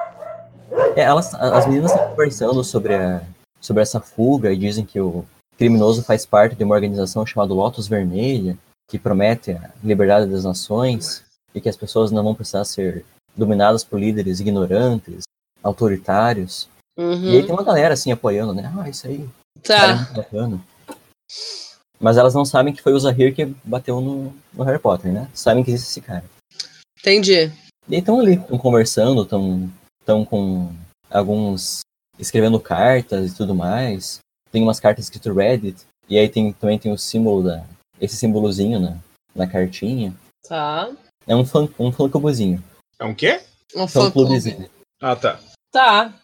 As meninas estão conversando sobre essa fuga e dizem que o criminoso faz parte de uma organização chamada Lotus Vermelha, que promete a liberdade das nações e que as pessoas não vão precisar ser dominadas por líderes ignorantes, autoritários. Uhum. E aí tem uma galera assim apoiando, né? Isso aí. Tá. Cara, é muito bacana. Mas elas não sabem que foi o Zahir que bateu no Harry Potter, né? Sabem que existe esse cara. Entendi. E estão ali, estão conversando, estão com alguns escrevendo cartas e tudo mais. Tem umas cartas escritas Reddit. E aí também tem o símbolo esse símbolozinho na cartinha. Tá. É um fã-clubezinho. É um quê? Um fã-clubezinho. Tá. Tá.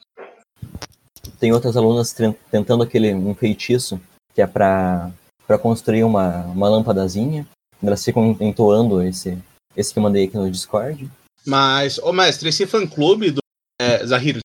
Tem outras alunas tentando um feitiço que é pra construir uma lâmpadazinha. Elas ficam entoando esse que eu mandei aqui no Discord. Mas, mestre, esse fã-clube do Zahir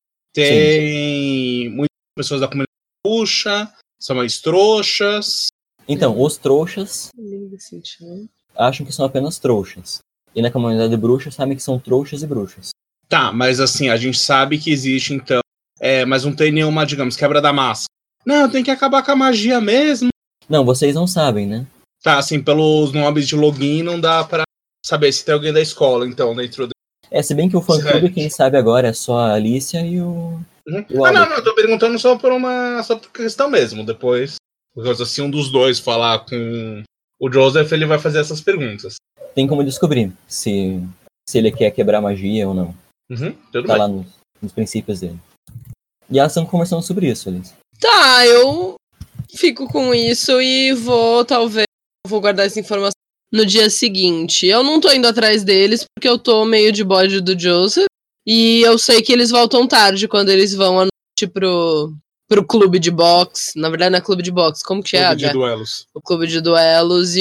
tem muitas pessoas da comunidade bruxa, são mais trouxas. Então, os trouxas acham que são apenas trouxas. E na comunidade bruxa sabem que são trouxas e bruxas. Tá, mas assim, a gente sabe que existe, então, mas não tem nenhuma, digamos, quebra da massa. Não, tem que acabar com a magia mesmo. Não, vocês não sabem, né? Tá, assim, pelos nomes de login não dá pra saber se tem alguém da escola, então, dentro do... Se bem que o fã-clube, quem sabe agora é só a Alicia e o... Uhum. E o Não, eu tô perguntando só por questão mesmo, depois. Porque se um dos dois falar com o Joseph, ele vai fazer essas perguntas. Tem como descobrir se ele quer quebrar magia ou não. Uhum, tudo tá bem. Lá nos princípios dele. E elas estão conversando sobre isso, Alice. Tá, eu fico com isso e vou guardar essa informação no dia seguinte. Eu não tô indo atrás deles porque eu tô meio de bode do Joseph. E eu sei que eles voltam tarde quando eles vão à noite pro clube de boxe. Na verdade, não é clube de boxe. Como que é? Clube de duelos. O clube de duelos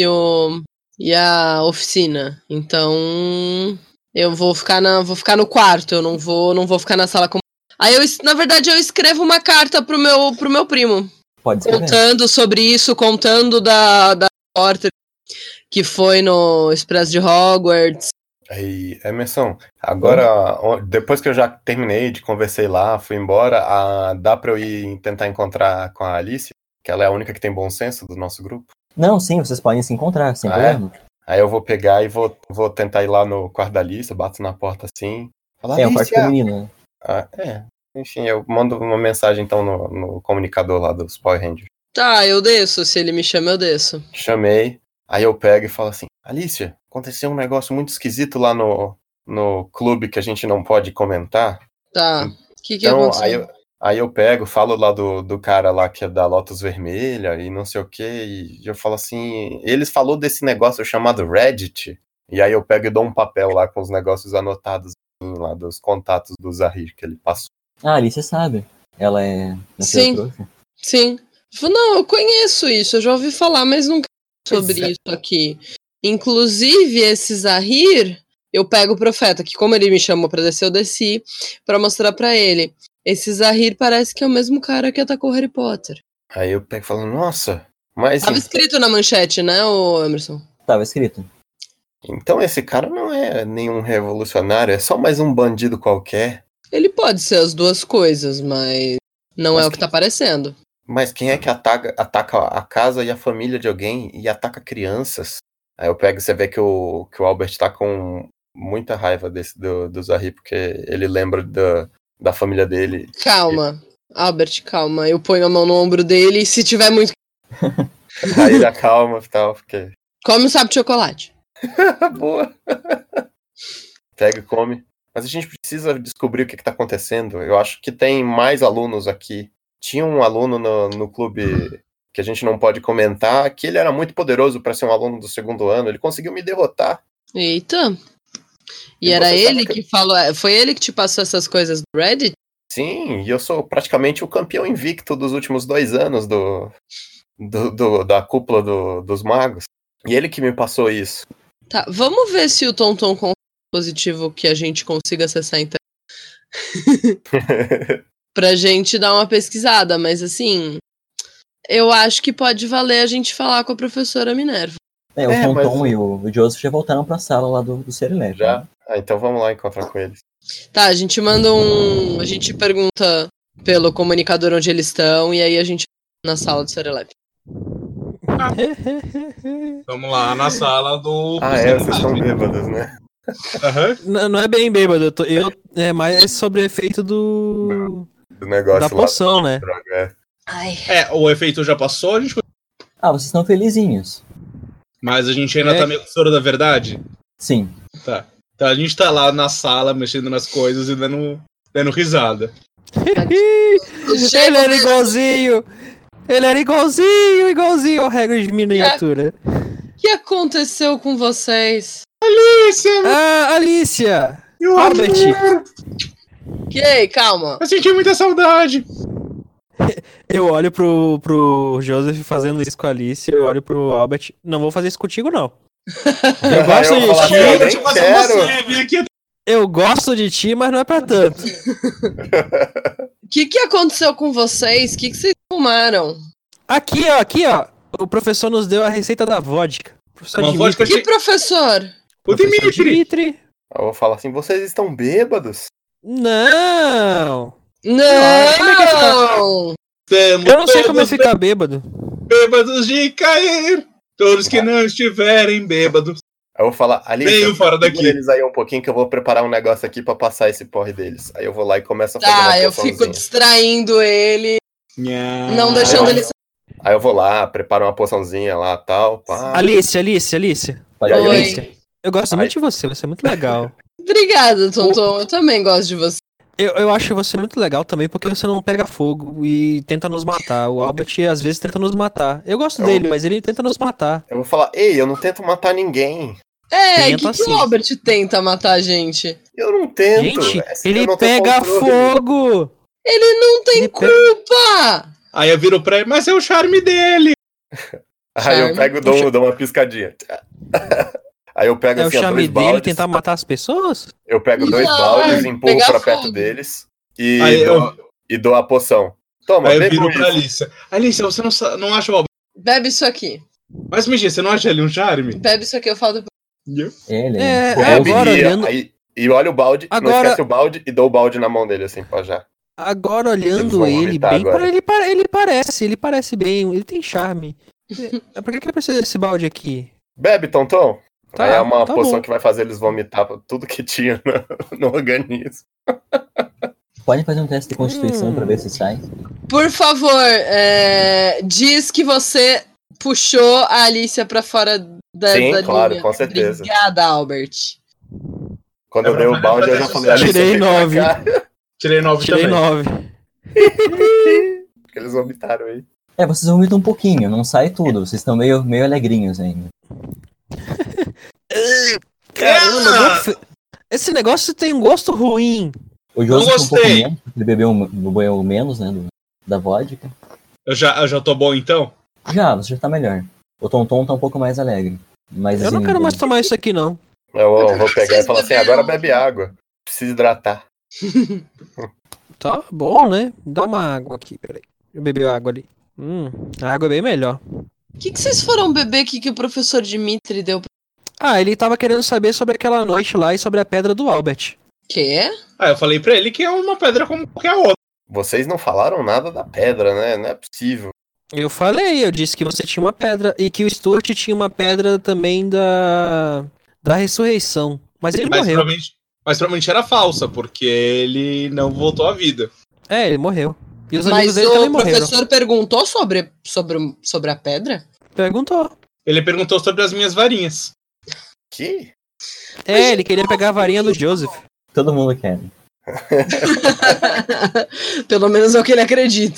e a oficina. Então, eu vou ficar no quarto. Eu não vou ficar na sala. Aí, na verdade, eu escrevo uma carta pro meu primo. Pode escrever. Contando sobre isso, contando da repórter que foi no Expresso de Hogwarts. Aí, Emerson, agora, depois que eu já terminei de conversei lá, fui embora, dá pra eu ir tentar encontrar com a Alice, que ela é a única que tem bom senso do nosso grupo? Não, sim, vocês podem se encontrar, sem problema. Aí eu vou pegar e vou tentar ir lá no quarto da Alice, bato na porta assim. Fala, o quarto feminino, né? Enfim, eu mando uma mensagem então no comunicador lá dos Power Rangers. Tá, eu desço, se ele me chama eu desço. Chamei, aí eu pego e falo assim, Alicia, aconteceu um negócio muito esquisito lá no clube que a gente não pode comentar. Tá, o que então, aconteceu? Aí eu pego, falo lá do cara lá que é da Lotus Vermelha e não sei o que, e eu falo assim, eles falou desse negócio chamado Reddit, e aí eu pego e dou um papel lá com os negócios anotados lá dos contatos do Zahir que ele passou. A Alice sabe, ela é... Sim. Não, eu conheço isso, eu já ouvi falar, mas nunca sobre isso aqui. Inclusive, esse Zahir, eu pego o profeta, que como ele me chamou pra descer, eu desci pra mostrar pra ele. Esse Zahir parece que é o mesmo cara que atacou o Harry Potter. Aí eu pego e falo, nossa, mas... Tava escrito na manchete, né, ô Emerson? Tava escrito. Então esse cara não é nenhum revolucionário, é só mais um bandido qualquer. Ele pode ser as duas coisas, mas não é o que tá parecendo. Mas quem é que ataca a casa e a família de alguém e ataca crianças? Aí eu pego e você vê que o Albert tá com muita raiva do Zahir, porque ele lembra da família dele. Calma. Albert, calma. Eu ponho a mão no ombro dele e se tiver muito... Aí ele acalma e tal, porque... Come um sapo de chocolate. Boa. Pega e come. Mas a gente precisa descobrir o que tá acontecendo. Eu acho que tem mais alunos aqui. Tinha um aluno no clube que a gente não pode comentar, que ele era muito poderoso para ser um aluno do 2º ano. Ele conseguiu me derrotar. Eita. E era ele que falou... Foi ele que te passou essas coisas do Reddit? Sim, e eu sou praticamente o campeão invicto dos últimos 2 anos da cúpula dos magos. E ele que me passou isso. Tá, vamos ver se o Tonton com positivo que a gente consiga acessar então. Pra gente dar uma pesquisada, mas assim, eu acho que pode valer a gente falar com a professora Minerva. O Tonton e o Joseph já voltaram pra sala lá do Serelepe. Já? Né? Ah, então vamos lá encontrar com eles. Tá, a gente manda a gente pergunta pelo comunicador onde eles estão e aí a gente na sala do Serelepe. Vamos lá, na sala do... Vocês estão bêbados, né? Uhum. Não é bem bêbado, é mais sobre o efeito do negócio da poção, lá, né? Droga, Ai. O efeito já passou, a gente... Vocês estão felizinhos. Mas a gente ainda tá meio com soro da verdade? Sim. Tá. Então a gente tá lá na sala, mexendo nas coisas e dando risada. Ele era igualzinho! Ele era igualzinho ao Hagrid de miniatura. O que aconteceu com vocês? Alicia! E o Albert! Que? Calma. Eu senti muita saudade. Eu olho pro Joseph fazendo isso com a Alicia, eu olho pro Albert. Não vou fazer isso contigo, não. Eu gosto de ti. Eu gosto de ti, mas não é pra tanto. O que aconteceu com vocês? O que vocês fumaram? Aqui, ó. O professor nos deu a receita da vodka. Vodka que professor? O Dimitri. Eu vou falar assim, vocês estão bêbados? Não! Não! Eu não sei como é ficar bêbado. Bêbados de cair. Todos que não estiverem bêbados. Eu vou falar, Alicia, veio fora daqui. Eles aí um pouquinho que eu vou preparar um negócio aqui pra passar esse porre deles. Aí eu vou lá e começo a fazer uma eu fico distraindo ele. Não deixando ele... Aí eu vou lá, preparo uma poçãozinha lá e tal. Pá. Alicia. Oi. Eu gosto muito de você é muito legal. Obrigada, Tonton. Eu também gosto de você. Eu acho você muito legal também, porque você não pega fogo e tenta nos matar. O Albert, às vezes, tenta nos matar. Eu gosto dele, mas ele tenta nos matar. Eu vou falar, eu não tento matar ninguém. Que o Albert tenta matar a gente? Eu não tento. Gente, ele pega fogo! Ele não tem culpa! Aí eu viro pra ele, mas é o charme dele! Aí eu pego e dou uma piscadinha. Aí eu pego assim, o charme dois baldes. Dele tentar matar as pessoas? Eu pego 2 baldes, empurro pra perto deles e dou a poção. Toma, aí eu viro pra Alicia. Alicia, você não acha o Albert? Bebe isso aqui. Mas, Migi, você não acha ele um charme? Bebe isso aqui, eu falo depois. Agora olhando... E olha o balde, não esquece o balde, e dou o balde na mão dele, assim, pra já. Agora olhando ele bem, ele parece bem, ele tem charme. Pra que precisa desse balde aqui? Bebe, Tonton. Tá, aí é uma poção bom. que vai fazer eles vomitar tudo que tinha no organismo. Pode fazer um teste de constituição pra ver se sai. Por favor, diz que você puxou a Alicia pra fora da claro, linha. Com certeza. Obrigada, Albert. Quando eu dei o balde, eu já falei... Tirei 9. Tirei 9 Tirei também. 9. Porque eles vomitaram aí. Vocês vomitam um pouquinho, não sai tudo. Vocês estão meio alegrinhos ainda. Caramba, esse negócio tem um gosto ruim. O Joseph um pouco menos, porque ele bebeu menos, né, da vodka. Eu já tô bom, então? Você já tá melhor. O Tonton tá um pouco mais alegre. Mas, eu não quero mais tomar isso aqui, não. Eu vou pegar e falar assim, agora bebe água. Precisa hidratar. Tá bom, né? Dá uma água aqui, peraí. Eu bebi água ali. A água é bem melhor. O que vocês foram beber que o professor Dimitri deu pra... Ele tava querendo saber sobre aquela noite lá e sobre a pedra do Albert. Quê? Eu falei pra ele que é uma pedra como qualquer outra. Vocês não falaram nada da pedra, né? Não é possível. Eu disse que você tinha uma pedra e que o Stuart tinha uma pedra também da ressurreição. Mas ele morreu. Mas provavelmente era falsa, porque ele não voltou à vida. Ele morreu. E os amigos Mas dele o também morreram. professor perguntou sobre a pedra? Perguntou. Ele perguntou sobre as minhas varinhas. Que? Ele queria pegar a varinha do Joseph. Todo mundo quer. Pelo menos é o que ele acredita.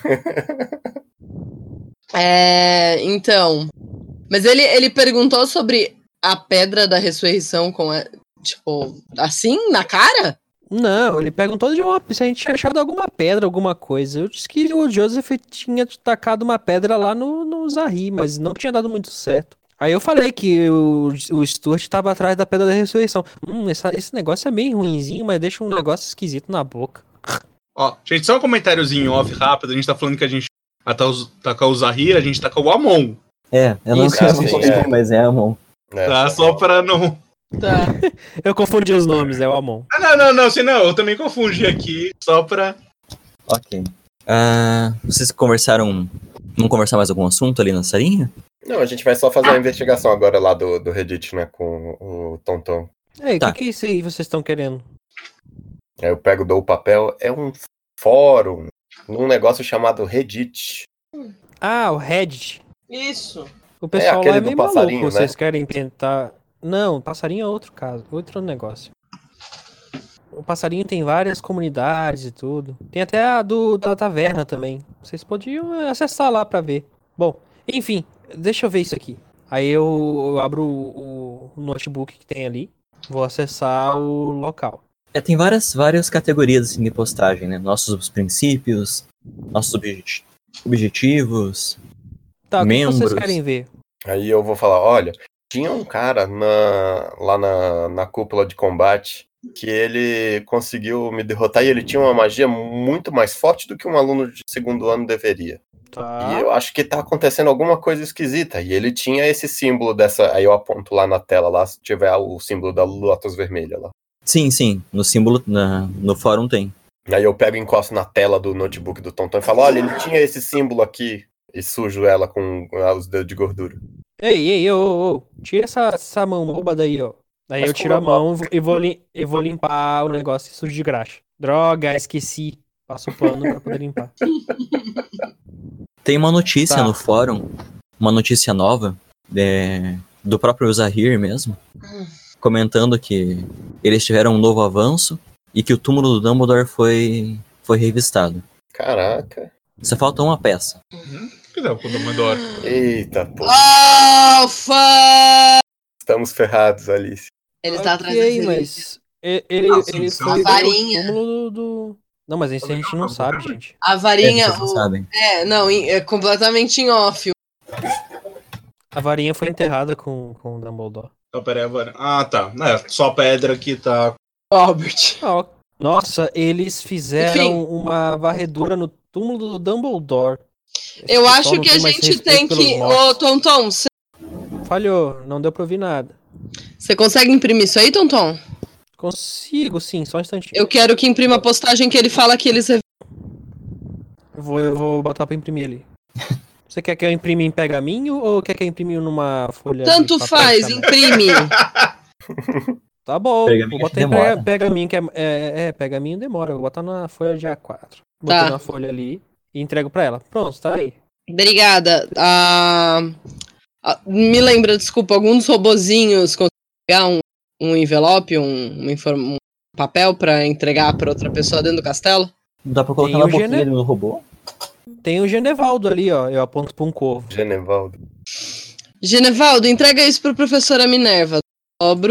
Então. Mas ele perguntou sobre a pedra da ressurreição tipo, assim, na cara? Não, ele perguntou se a gente tinha achado alguma pedra, alguma coisa. Eu disse que o Joseph tinha tacado uma pedra lá no Zahir, mas não tinha dado muito certo. Aí eu falei que o Stuart estava atrás da pedra da ressurreição. Esse negócio é meio ruinzinho, mas deixa um negócio esquisito na boca. Ó, gente, só um comentáriozinho off rápido. A gente tá falando que a gente tá com o Zahir, a gente tá com o Amon. Eu não sei mas é Amon. Tá, só pra não... Tá. Eu confundi os nomes, é o Amon. Não, eu também confundi aqui, só pra... Ok. Vocês conversaram... Vamos conversar mais algum assunto ali na salinha? Não, a gente vai só fazer uma investigação agora lá do Reddit, né, com o Tonton. Ei, o que é isso aí vocês estão querendo? Aí eu dou o papel, é um fórum, num negócio chamado Reddit. Ah, o Reddit. Isso. O pessoal aquele lá é do meio passarinho, maluco, vocês né? querem tentar... Não, passarinho é outro caso, outro negócio. O passarinho tem várias comunidades e tudo. Tem até a da taverna também. Vocês podiam acessar lá pra ver. Bom, enfim, deixa eu ver isso aqui. Aí eu abro o notebook que tem ali. Vou acessar o local. Tem várias categorias assim, de postagem, né? Nossos princípios, nossos objetivos, Tá, o que membros. vocês querem ver? Aí eu vou falar, olha, tinha um cara lá na cúpula de combate que ele conseguiu me derrotar e ele tinha uma magia muito mais forte do que um aluno de segundo ano deveria. Tá. E eu acho que tá acontecendo alguma coisa esquisita. E ele tinha esse símbolo dessa... Aí eu aponto lá na tela, lá se tiver o símbolo da Lotus vermelha lá. Sim, no símbolo, no fórum tem. Aí eu pego e encosto na tela do notebook do Tonton e falo, olha, ele tinha esse símbolo aqui. E sujo ela com os dedos de gordura. Ei, tira essa mão boba daí, ó. Daí Mas eu tiro a como mão e vou limpar o negócio sujo de graxa. Droga, esqueci. Passo o pano pra poder limpar. Tem uma notícia Tá. no fórum, uma notícia nova, do próprio Zahir mesmo, comentando que eles tiveram um novo avanço e que o túmulo do Dumbledore foi revistado. Caraca. Só falta uma peça. Que dá com o Dumbledore? Eita, pô. Alfa! Estamos ferrados, Alice. Ele tá atrás Ok, desse mas ele foi a varinha. o túmulo do... Não, mas isso a gente não sabe, gente. A varinha. Vocês não sabem. É completamente em off. A varinha foi enterrada com o Dumbledore. Então, peraí, agora. Ah, tá. Só pedra que tá... Albert. Nossa, eles fizeram Enfim. uma varredura no túmulo do Dumbledore. Eu Esse acho pessoal não que a tem mais gente respeito tem pelos que... mortos. Ô, Tonton, Falhou, não deu pra ouvir nada. você consegue imprimir isso aí, Tonton? Consigo, sim, só um instantinho. Eu quero que imprima a postagem que ele fala que eles... Eu vou botar pra imprimir ali. Você quer que eu imprima em pergaminho ou quer que eu imprime numa folha? Tanto de papel faz, também? imprime. Tá bom, Pergaminho vou botar em demora. pergaminho, que pergaminho demora. Eu vou botar na folha de A4. Botei Tá. na folha ali e entrego pra ela. Pronto, tá aí. Obrigada. Me lembra, desculpa, algum dos robozinhos consegue pegar um envelope, um papel pra entregar pra outra pessoa dentro do castelo? Dá pra colocar Tem na o boquinha no robô? Tem o Genevaldo ali, ó. Eu aponto pra um corvo. Genevaldo. Genevaldo, entrega isso pra professora Minerva. Dobro.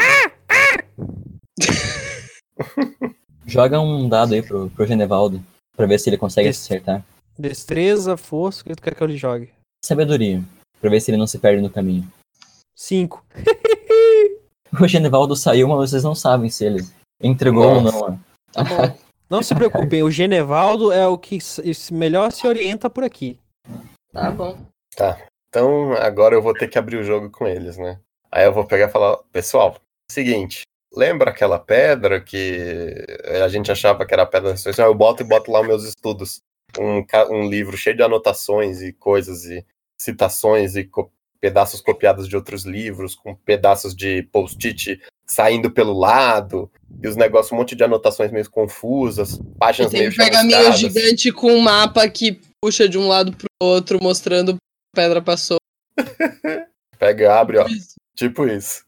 Joga um dado aí pro Genevaldo, pra ver se ele consegue acertar. Destreza, força, o que tu quer que eu lhe jogue? Sabedoria, pra ver se ele não se perde no caminho. 5. O Genevaldo saiu, mas vocês não sabem se ele entregou ou não. Ó. Tá bom. Não se preocupem, o Genevaldo é o que melhor se orienta por aqui. Tá bom. Tá. Então agora eu vou ter que abrir o jogo com eles, né? Aí eu vou pegar e falar, pessoal, seguinte, lembra aquela pedra que a gente achava que era a pedra da ressurreição? Eu boto lá os meus estudos. Um livro cheio de anotações e coisas e citações e pedaços copiados de outros livros, com pedaços de post-it saindo pelo lado, e os negócios, um monte de anotações meio confusas, páginas Tem meio um pergaminho chamuscadas. gigante com um mapa que puxa de um lado pro outro, mostrando que a pedra passou. Pega, abre, ó. Tipo isso.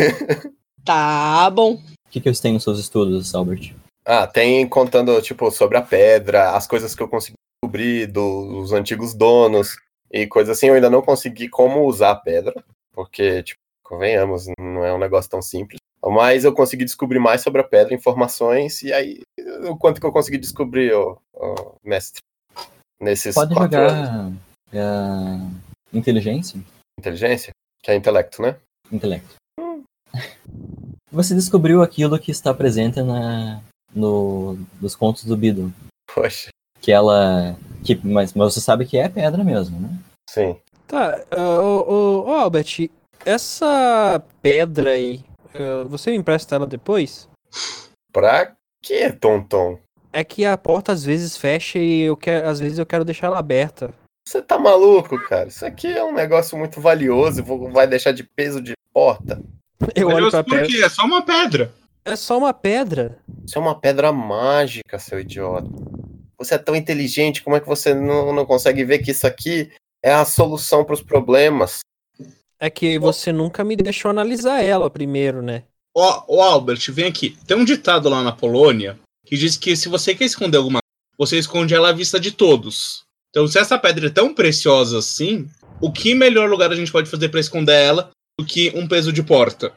Tá bom. O que eles têm nos seus estudos, Albert? Tem contando, tipo, sobre a pedra, as coisas que eu consegui descobrir dos antigos donos e coisa assim. Eu ainda não consegui como usar a pedra, porque, tipo, convenhamos, não é um negócio tão simples. Mas eu consegui descobrir mais sobre a pedra, informações, e aí, o quanto que eu consegui descobrir, mestre, nesses Pode 4 anos. jogar inteligência? Inteligência? Que é intelecto, né? Intelecto. Você descobriu aquilo que está presente nos contos do Bido. Poxa. Mas você sabe que é pedra mesmo, né? Sim. Tá, Albert, essa pedra aí, você me empresta ela depois? Pra quê, Tonton? É que a porta às vezes fecha e às vezes eu quero deixar ela aberta. Você tá maluco, cara? Isso aqui é um negócio muito valioso, vai deixar de peso de porta. Eu olho pra pedra. Por quê? É só uma pedra. É só uma pedra. Isso é uma pedra mágica, seu idiota. Você é tão inteligente, como é que você não consegue ver que isso aqui é a solução pros problemas? É que você nunca me deixou analisar ela primeiro, né? Ó, Albert, vem aqui. Tem um ditado lá na Polônia que diz que se você quer esconder alguma coisa, você esconde ela à vista de todos. Então, se essa pedra é tão preciosa assim, o que melhor lugar a gente pode fazer pra esconder ela do que um peso de porta?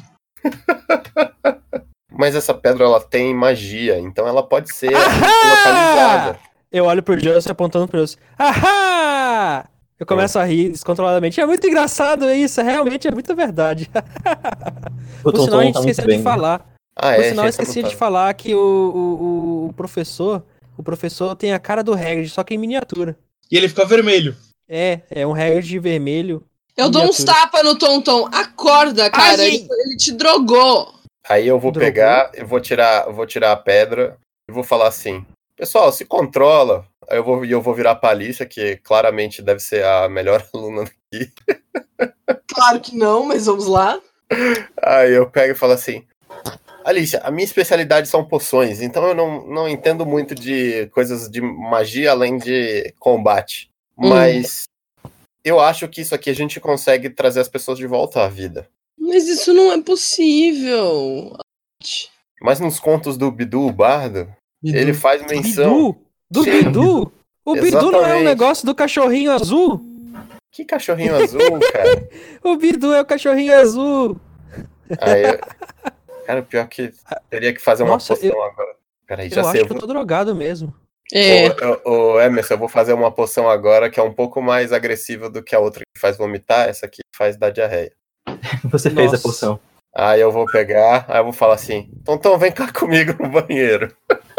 Mas essa pedra, ela tem magia, então ela pode ser localizada. Eu olho pro Joseph apontando pro Joseph. Ahá! Eu começo a rir descontroladamente. É muito engraçado isso, realmente é muita verdade. Por sinal, a gente esqueceu de falar. Por sinal, eu esqueci de falar que o professor tem a cara do Hagrid, só que em miniatura. E ele fica vermelho. É um Hagrid vermelho. Eu dou uns tapas no Tonton. Acorda, cara. Ele te drogou. Aí eu vou pegar, eu vou tirar a pedra e vou falar assim: pessoal, se controla. Aí eu vou virar pra Alicia, que claramente deve ser a melhor aluna daqui. Claro que não, mas vamos lá. Aí eu pego e falo assim: Alicia, a minha especialidade são poções, então eu não entendo muito de coisas de magia além de combate. Mas eu acho que isso aqui a gente consegue trazer as pessoas de volta à vida. Mas isso não é possível. Mas nos contos do Bidu, o Bardo, ele faz menção... Do Bidu? O Bidu não é um negócio do cachorrinho azul? Que cachorrinho azul, cara? O Bidu é o cachorrinho azul. Aí, cara, pior que teria que fazer uma poção agora. Peraí, já sei. Eu acho que eu tô drogado mesmo. Ô, Emerson, eu vou fazer uma poção agora que é um pouco mais agressiva do que a outra que faz vomitar. Essa aqui faz dar diarreia. Você fez a poção. Aí eu vou pegar, aí eu vou falar assim: Tonton, vem cá comigo no banheiro.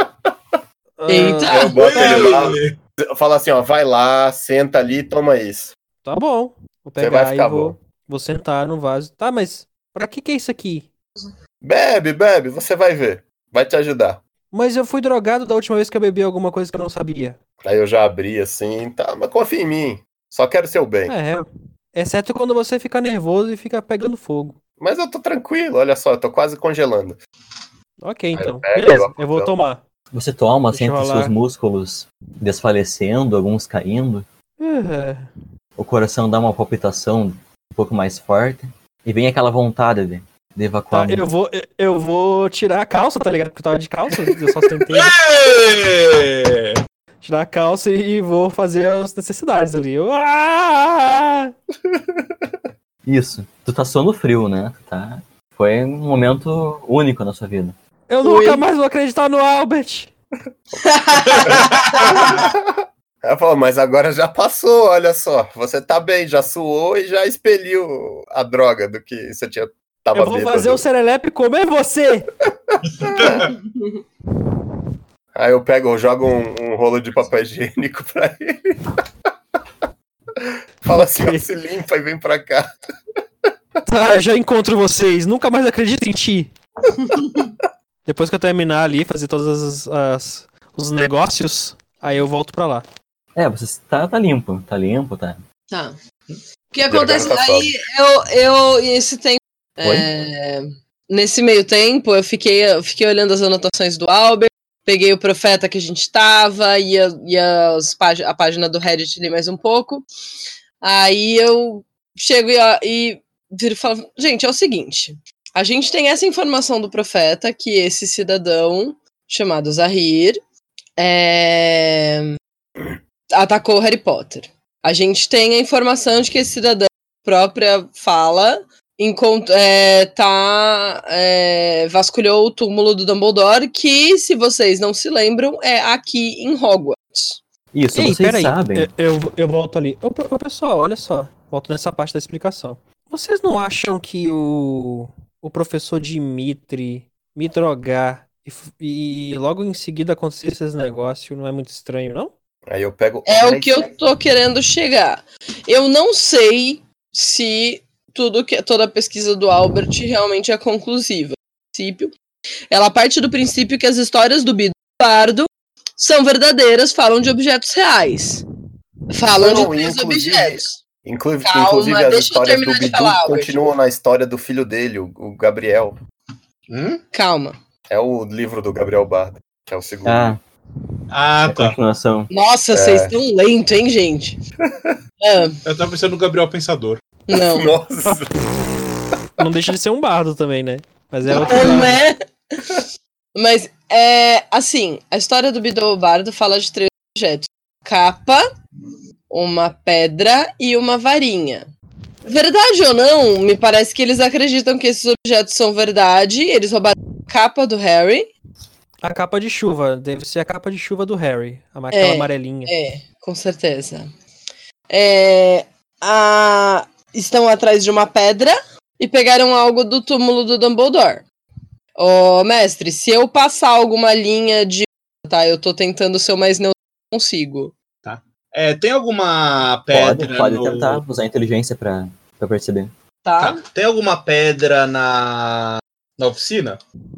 Eita! Eu boto ele lá, eu falo assim, ó, vai lá, senta ali e toma isso. Tá bom. Vou pegar vai ficar vou sentar no vaso. Tá, mas pra que é isso aqui? Bebe, você vai ver. Vai te ajudar. Mas eu fui drogado da última vez que eu bebi alguma coisa que eu não sabia. Aí eu já abri assim, tá, mas confia em mim. Só quero seu bem. Exceto quando você fica nervoso e fica pegando fogo. Mas eu tô tranquilo, olha só, eu tô quase congelando. Ok, então. Beleza, eu vou tomar. Você toma, sente seus músculos desfalecendo, alguns caindo. O coração dá uma palpitação um pouco mais forte. E vem aquela vontade de evacuar. Tá, eu vou tirar a calça, tá ligado? Porque eu tava de calça, eu só sentei. Tirar a calça e vou fazer as necessidades ali. Isso. Tu tá suando frio, né? Foi um momento único na sua vida. Eu nunca mais vou acreditar no Albert. Ela falou, mas agora já passou, olha só. Você tá bem, já suou e já expeliu a droga do que você tava Eu vou fazer o Serelepe comer você. Aí eu jogo um rolo de papel higiênico pra ele. Fala assim, ó, se limpa e vem pra cá. Tá, já encontro vocês. Nunca mais acredito em ti. Depois que eu terminar ali, fazer todos os negócios, aí eu volto pra lá. Você tá limpo. Tá. O que acontece aí, esse tempo... Nesse meio tempo, eu fiquei olhando as anotações do Albert, peguei o profeta que a gente tava, a página do Reddit li mais um pouco. Aí eu chego e viro e falo, gente, é o seguinte, a gente tem essa informação do profeta que esse cidadão chamado Zahir atacou Harry Potter. A gente tem a informação de que esse cidadão, própria fala, vasculhou o túmulo do Dumbledore, que, se vocês não se lembram, é aqui em Hogwarts. Isso, Ei, vocês peraí, sabem. eu volto ali. Ô, pessoal, olha só. Volto nessa parte da explicação. Vocês não acham que o professor Dimitri me drogar e logo em seguida acontecer esses negócios não é muito estranho, não? Aí eu pego. É o que eu tô querendo chegar. Eu não sei se toda a pesquisa do Albert realmente é conclusiva. Ela parte do princípio que as histórias do Bidardo são verdadeiras, falam de objetos reais. Falam de três objetos. Inclusive as histórias do Bidu continuam na história do filho dele, o Gabriel. Calma. É o livro do Gabriel Bard, que é o segundo. Tá. Continuação. Nossa, vocês estão lentos, hein, gente? Eu tava pensando no Gabriel Pensador. Não. Nossa. Não deixa de ser um bardo também, né? Mas é outro Não bardo. é? Mas, assim, a história do Bidou Bardo fala de 3 objetos. Capa, uma pedra e uma varinha. Verdade ou não, me parece que eles acreditam que esses objetos são verdade. Eles roubaram a capa do Harry. A capa de chuva, deve ser a capa de chuva do Harry. Aquela amarelinha. Com certeza. Estão atrás de uma pedra e pegaram algo do túmulo do Dumbledore. Ô, mestre, se eu passar alguma linha de... Tá, eu tô tentando ser o mais neutro que consigo. Tá. Tem alguma pedra Pode tentar usar a inteligência pra perceber. Tá. Tem alguma pedra na oficina?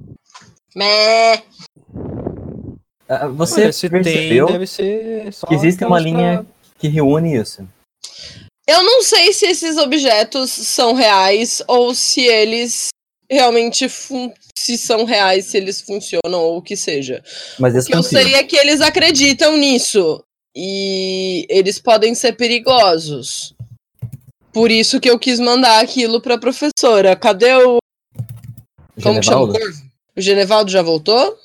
Você Olha, se percebeu tem, deve ser só que existe uma linha que reúne isso. Eu não sei se esses objetos são reais ou se eles realmente se são reais, se eles funcionam ou o que seja. Mas O que eu sei é que eles acreditam nisso e eles podem ser perigosos. Por isso que eu quis mandar aquilo pra professora. Cadê o... Como que chama o corvo? O Genevaldo já voltou?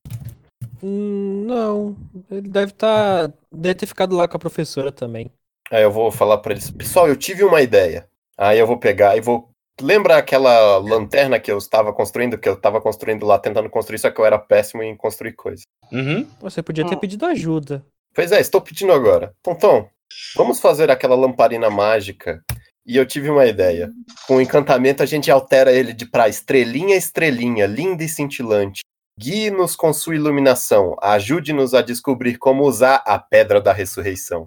Não. Ele deve ter ficado lá com a professora também. Aí eu vou falar pra eles, pessoal, eu tive uma ideia. Aí eu vou pegar e vou... Lembra aquela lanterna que eu estava construindo? Que eu estava construindo lá, tentando construir, só que eu era péssimo em construir coisas. Você podia ter pedido ajuda. Pois é, estou pedindo agora. Tonton, vamos fazer aquela lamparina mágica. E eu tive uma ideia. Com o encantamento a gente altera ele pra estrelinha, estrelinha, linda e cintilante. Guie-nos com sua iluminação. Ajude-nos a descobrir como usar a Pedra da Ressurreição.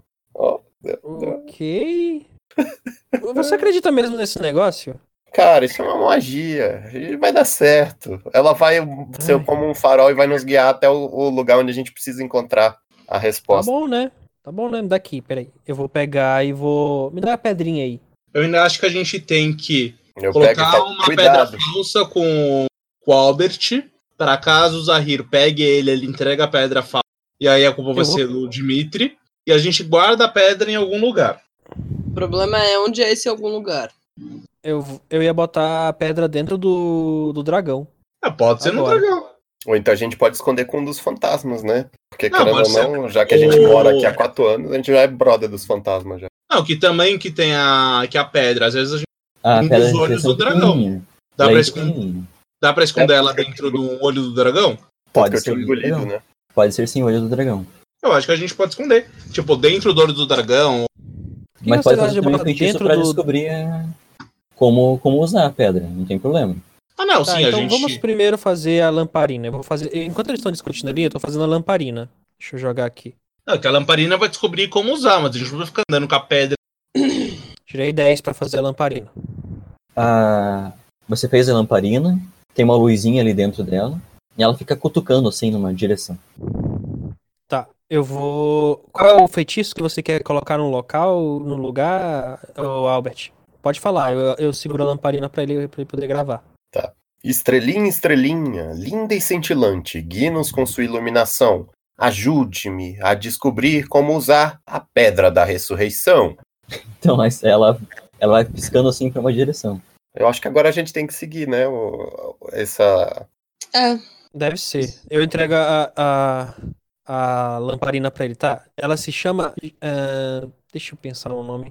Ok. Você acredita mesmo nesse negócio? Cara, isso é uma magia. Vai dar certo. Ela vai ser como um farol e vai nos guiar até o lugar onde a gente precisa encontrar a resposta. Tá bom, né? Daqui, peraí. Eu vou pegar e vou... Me dá a pedrinha aí. Eu ainda acho que a gente tem que Eu colocar uma pedra falsa com o Albert, para caso o Zahir pegue ele entrega a pedra falsa, e aí a culpa vai ser do Dimitri, e a gente guarda a pedra em algum lugar. O problema é onde é esse algum lugar. Eu ia botar a pedra dentro do dragão. Pode ser no dragão. Ou então a gente pode esconder com um dos fantasmas, né? Porque, querendo ou não, já que a gente mora aqui há 4 anos, a gente já é brother dos fantasmas já. Não, que também que tem a pedra. Às vezes a gente tem dos olhos do dragão. Dá pra esconder ela dentro do olho do dragão? Pode ser engolido, né? Pode ser sim o olho do dragão. Eu acho que a gente pode esconder. Tipo, dentro do olho do dragão. Mas pode fazer também um feitiço pra descobrir como usar a pedra. Não tem problema. Não, sim, então a gente... vamos primeiro fazer a lamparina. Eu vou fazer... Enquanto eles estão discutindo ali, eu tô fazendo a lamparina. Deixa eu jogar aqui. Não, que a lamparina vai descobrir como usar, mas a gente não vai ficar andando com a pedra. Tirei 10 pra fazer a lamparina. Você fez a lamparina, tem uma luzinha ali dentro dela, e ela fica cutucando assim numa direção. Tá, eu vou... Qual é o feitiço que você quer colocar no lugar, Albert? Pode falar, eu seguro a lamparina pra ele poder gravar. Tá. Estrelinha, estrelinha, linda e cintilante, guie-nos com sua iluminação. Ajude-me a descobrir como usar a pedra da ressurreição. Então ela vai piscando assim pra uma direção. Eu acho que agora a gente tem que seguir, né? Essa. Deve ser. Eu entrego a lamparina pra ele, tá? Ela se chama. Deixa eu pensar no nome.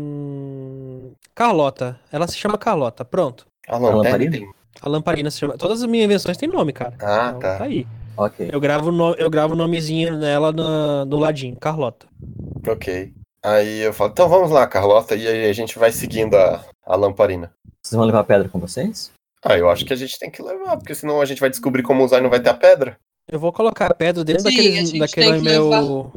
Carlota. Ela se chama Carlota. Pronto. A lamparina? A lamparina se chama. Todas as minhas invenções têm nome, cara. Ah, então, tá. Tá aí. Ok. Eu gravo o nomezinho nela do ladinho, Carlota. Ok. Aí eu falo, então vamos lá, Carlota, e aí a gente vai seguindo a lamparina. Vocês vão levar a pedra com vocês? Eu acho que a gente tem que levar, porque senão a gente vai descobrir como usar e não vai ter a pedra. Eu vou colocar a pedra dentro daquele meu.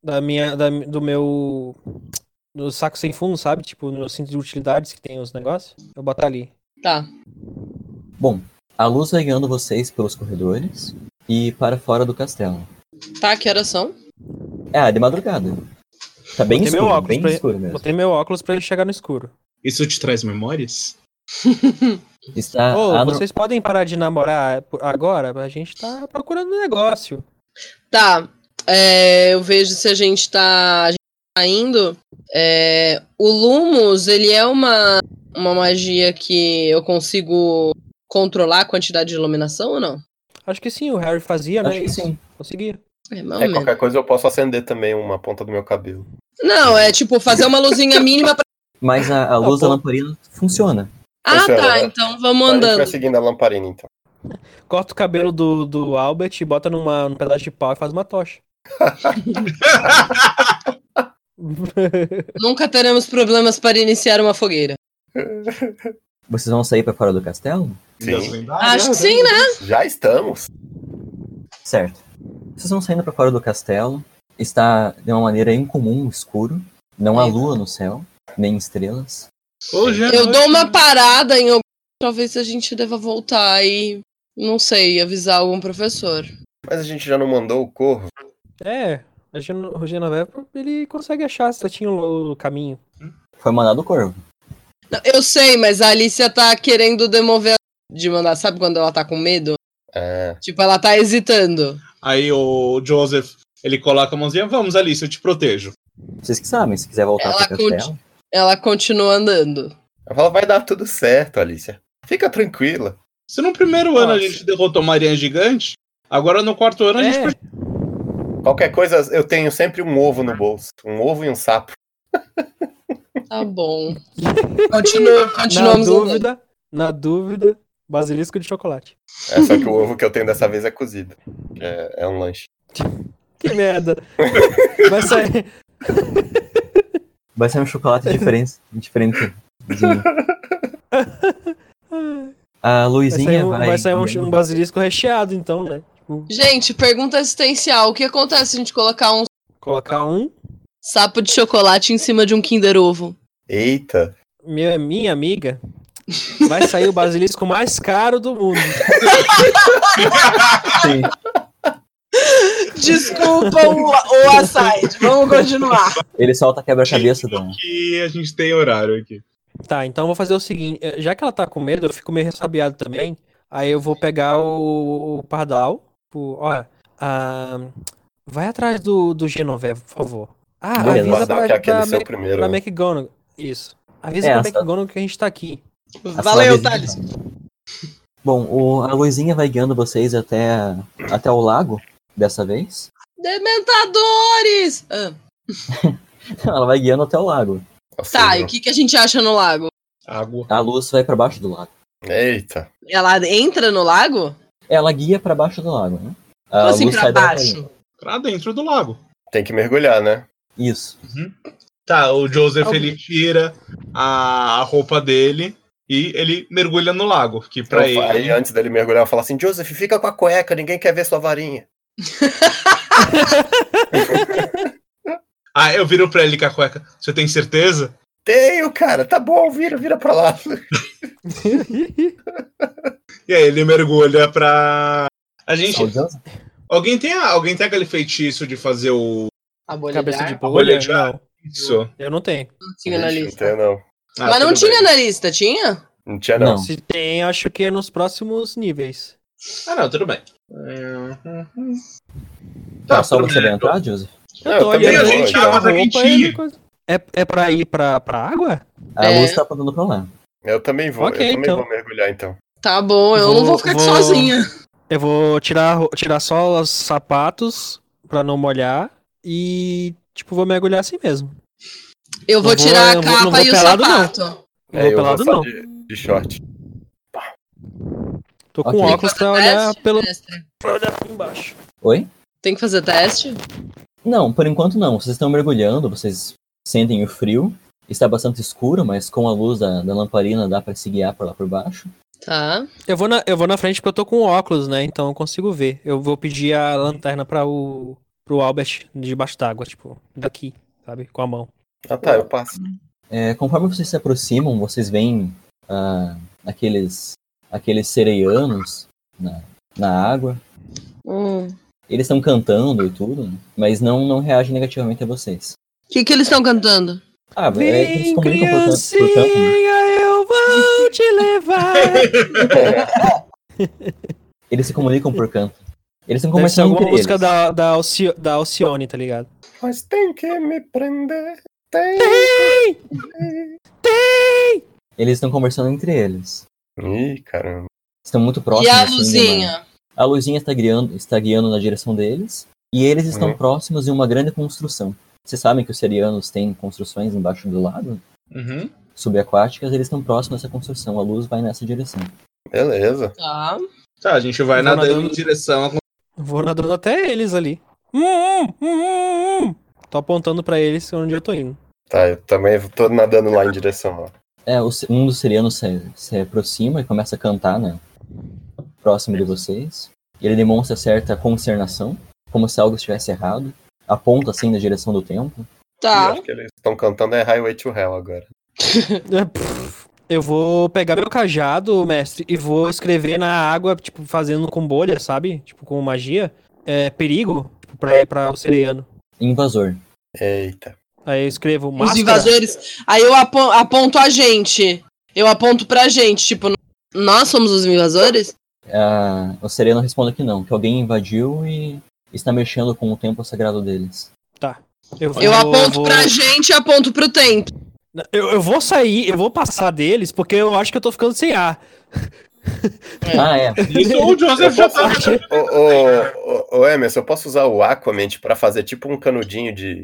Do saco sem fundo, sabe? Tipo, no cinto de utilidades que tem os negócios. Eu botar ali. Tá. Bom, a luz vai guiando vocês pelos corredores e para fora do castelo. Tá, que horas são? De madrugada. Tá bem escuro, bem escuro mesmo. Botei meu óculos pra ele chegar no escuro. Isso te traz memórias? Vocês podem parar de namorar agora? A gente tá procurando um negócio. Tá. Eu vejo se a gente tá indo. O Lumos, ele é uma magia que eu consigo controlar a quantidade de iluminação ou não? Acho que sim, o Harry fazia, né? Acho que sim. Conseguia. Qualquer coisa eu posso acender também uma ponta do meu cabelo. Não, é tipo fazer uma luzinha mínima pra... Mas a luz da lamparina funciona. Funciona, tá, né? então vamos A gente andando. vai seguindo a lamparina, então. Corta o cabelo do Albert e bota num pedaço de pau e faz uma tocha. Nunca teremos problemas para iniciar uma fogueira. Vocês vão sair pra fora do castelo? Sim. Acho que sim, né? Já estamos. Certo. Vocês vão saindo pra fora do castelo. Está de uma maneira incomum, escuro. Não há lua no céu, nem estrelas. Eu dou uma parada em algum... Talvez a gente deva voltar e... Não sei, avisar algum professor. Mas a gente já não mandou o corvo? O Genoveva, ele consegue achar certinho o caminho. Foi mandado o corvo. Não, eu sei, mas a Alicia tá querendo demover de mandar. Sabe quando ela tá com medo? Tipo, ela tá hesitando. Aí o Joseph, ele coloca a mãozinha, vamos, Alice, eu te protejo. Vocês que sabem, se quiser voltar pro castelo. Ela continua andando. Ela fala, vai dar tudo certo, Alicia. Fica tranquila. Se no primeiro ano a gente derrotou Marinha Gigante, agora no quarto ano a gente... Qualquer coisa, eu tenho sempre um ovo no bolso. Um ovo e um sapo. Tá bom. Continuamos andando. Na dúvida, basilisco de chocolate. Só que o ovo que eu tenho dessa vez é cozido. É um lanche. Que merda. Vai ser um chocolate diferente. A luzinha vai sair um basilisco recheado, então, né? Gente, pergunta existencial. O que acontece se a gente colocar um sapo de chocolate em cima de um Kinder Ovo? Eita. Minha amiga, vai sair o basilisco mais caro do mundo. Sim. Desculpa o aside. Vamos continuar. Ele solta a quebra-cabeça do... Que a gente tem horário aqui. Tá, então eu vou fazer o seguinte. Já que ela tá com medo, eu fico meio ressabiado também. Aí eu vou pegar o Pardal. Olha, vai atrás do Genoveva, por favor. Avisa pra McGonagall. Isso. Avisa pra McGonagall que a gente tá aqui. Valeu, Thales. Bom, a luzinha vai guiando vocês até o lago, dessa vez. Dementadores! Ela vai guiando até o lago. Tá, e o que a gente acha no lago? Água. A luz vai pra baixo do lago. Eita. Ela entra no lago? Ela guia pra baixo do lago, né? Como assim pra baixo? Pra dentro do lago. Tem que mergulhar, né? Isso. Uhum. Tá, o Joseph, ele tira a roupa dele e ele mergulha no lago. Que pra ele... Aí antes dele mergulhar, eu falo assim, Joseph, fica com a cueca, ninguém quer ver sua varinha. Eu viro pra ele com a cueca. Você tem certeza? Tenho, cara. Tá bom, vira pra lá. E aí ele mergulha pra... A gente... Alguém tem aquele feitiço de fazer o... A bolha cabeça de de bolha? Não. Isso. Eu não tenho. Não tinha na lista. Não. Mas não tinha na lista, tinha? Não tinha, não. Não. Se tem, acho que é nos próximos níveis. Ah, não, tudo bem. Tá, só tudo você vai bem. entrar, Joseph? Eu tô também olhando vou, ali, então. tirar a Água tá roupa quentinha. e coisa. É pra ir pra água? A É. luz tá apontando pra lá. Eu também vou, Ok, eu também então. vou mergulhar, então. Tá bom, eu não vou ficar aqui sozinha. Eu vou tirar só os sapatos pra não molhar e, tipo, vou mergulhar assim mesmo. Eu vou Não vou- tirar a eu vou- não capa vou e o pelado, não. sapato. Não É, vou eu pelado, vou só não. de short. Tô com Ok. óculos pra olhar Teste, pelo mestre? pra olhar aqui embaixo. Oi? Tem que fazer teste? Não, por enquanto não. Vocês estão mergulhando, vocês sentem o frio. Está bastante escuro, mas com a luz da lamparina dá pra se guiar por lá por baixo. Tá. Eu vou na frente porque eu tô com óculos, né? Então eu consigo ver. Eu vou pedir a lanterna pro Albert debaixo d'água, tipo, daqui, sabe? Com a mão. Ah, tá, eu passo. Conforme vocês se aproximam, vocês veem aqueles sereianos na água. Eles estão cantando e tudo, né? Mas não reagem negativamente a vocês. O que eles estão cantando? Eles se Vem, comunicam por canto, criancinha, eu vou te levar. Eles se comunicam por canto. Eles estão Deve ser conversando alguma entre música eles. da Alcione, tá ligado? Mas tem que me prender. Tem! Eles estão conversando entre eles. Ih, caramba. Estão muito E próximos. a assim, luzinha? A luzinha está guiando na direção deles. E eles estão próximos de uma grande construção. Vocês sabem que os serianos têm construções embaixo do lago? Uhum. Subaquáticas, eles estão próximos dessa construção. A luz vai nessa direção. Beleza. Tá. Tá, a gente vai Vou nadando nadando. em direção a... Vou nadando até eles ali. Tô apontando pra eles onde eu tô indo. Tá, eu também tô nadando lá em direção, ó. Um dos serianos se aproxima e começa a cantar, né? Próximo de vocês. E ele demonstra certa consternação, como se algo estivesse errado. Aponta assim na direção do templo. Eu Tá. acho que eles estão cantando Highway to Hell agora. Eu vou pegar meu cajado, mestre, e vou escrever na água, tipo, fazendo com bolha, sabe? Tipo, com magia. Perigo, tipo, pra o sereiano. Invasor. Eita. Aí eu escrevo Os máscara. invasores. Aí eu aponto a gente. Eu aponto pra gente. Tipo, nós somos os invasores? O seriano responde que não, que alguém invadiu e está mexendo com o templo sagrado deles. Tá. Eu aponto pra gente e aponto pro templo. Eu vou sair, eu vou passar deles, porque eu acho que eu tô ficando sem ar. Isso o Joseph já tá... Ô, Emerson, eu posso usar o Aquament pra fazer tipo um canudinho de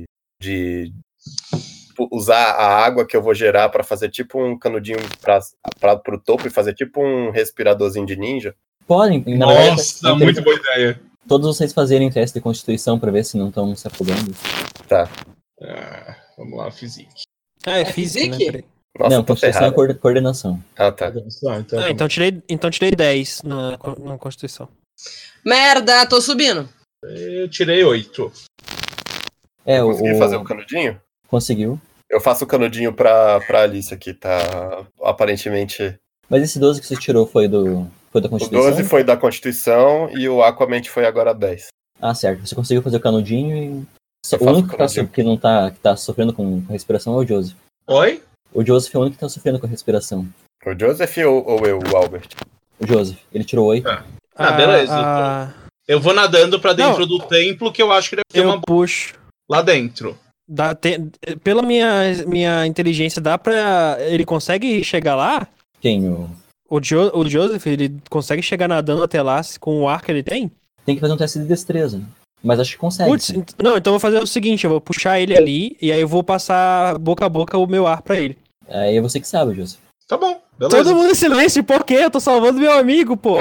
usar a água que eu vou gerar pra fazer tipo um canudinho pro topo e fazer tipo um respiradorzinho de ninja? Podem, na Nossa, verdade, muito boa ideia. todos vocês fazerem teste de constituição pra ver se não estão se afogando. Tá. Vamos lá, Physique. É física, né? Peraí. Nossa, não, eu tô constituição é ferrado. coordenação. Ah, tá. Então tirei 10 na Constituição. Merda, tô subindo. Eu tirei 8. Consegui fazer o canudinho? Conseguiu. Eu faço o canudinho pra Alice aqui, tá? Aparentemente. Mas esse 12 que você tirou foi da O Constituição? 12 foi da Constituição e o Aquament foi agora 10. Ah, certo. Você conseguiu fazer o canudinho e... Eu O faço único o canudinho. que tá sofrendo com respiração é o Joseph. Oi? O Joseph é o único que tá sofrendo com respiração. O Joseph ou eu, o Albert? O Joseph. Ele tirou 8. Beleza. Eu vou nadando pra dentro do templo, que eu acho que deve ter uma puxo lá dentro. Pela minha inteligência, dá pra... Ele consegue chegar lá? Quem? O Joseph, ele consegue chegar nadando até lá com o ar que ele tem? Tem que fazer um teste de destreza. Mas acho que consegue. Putz, não, então eu vou fazer o seguinte, eu vou puxar ele ali e aí eu vou passar boca a boca o meu ar pra ele. Aí é você que sabe, Joseph. Tá bom, beleza. Todo mundo em silêncio, por quê? Eu tô salvando meu amigo, pô.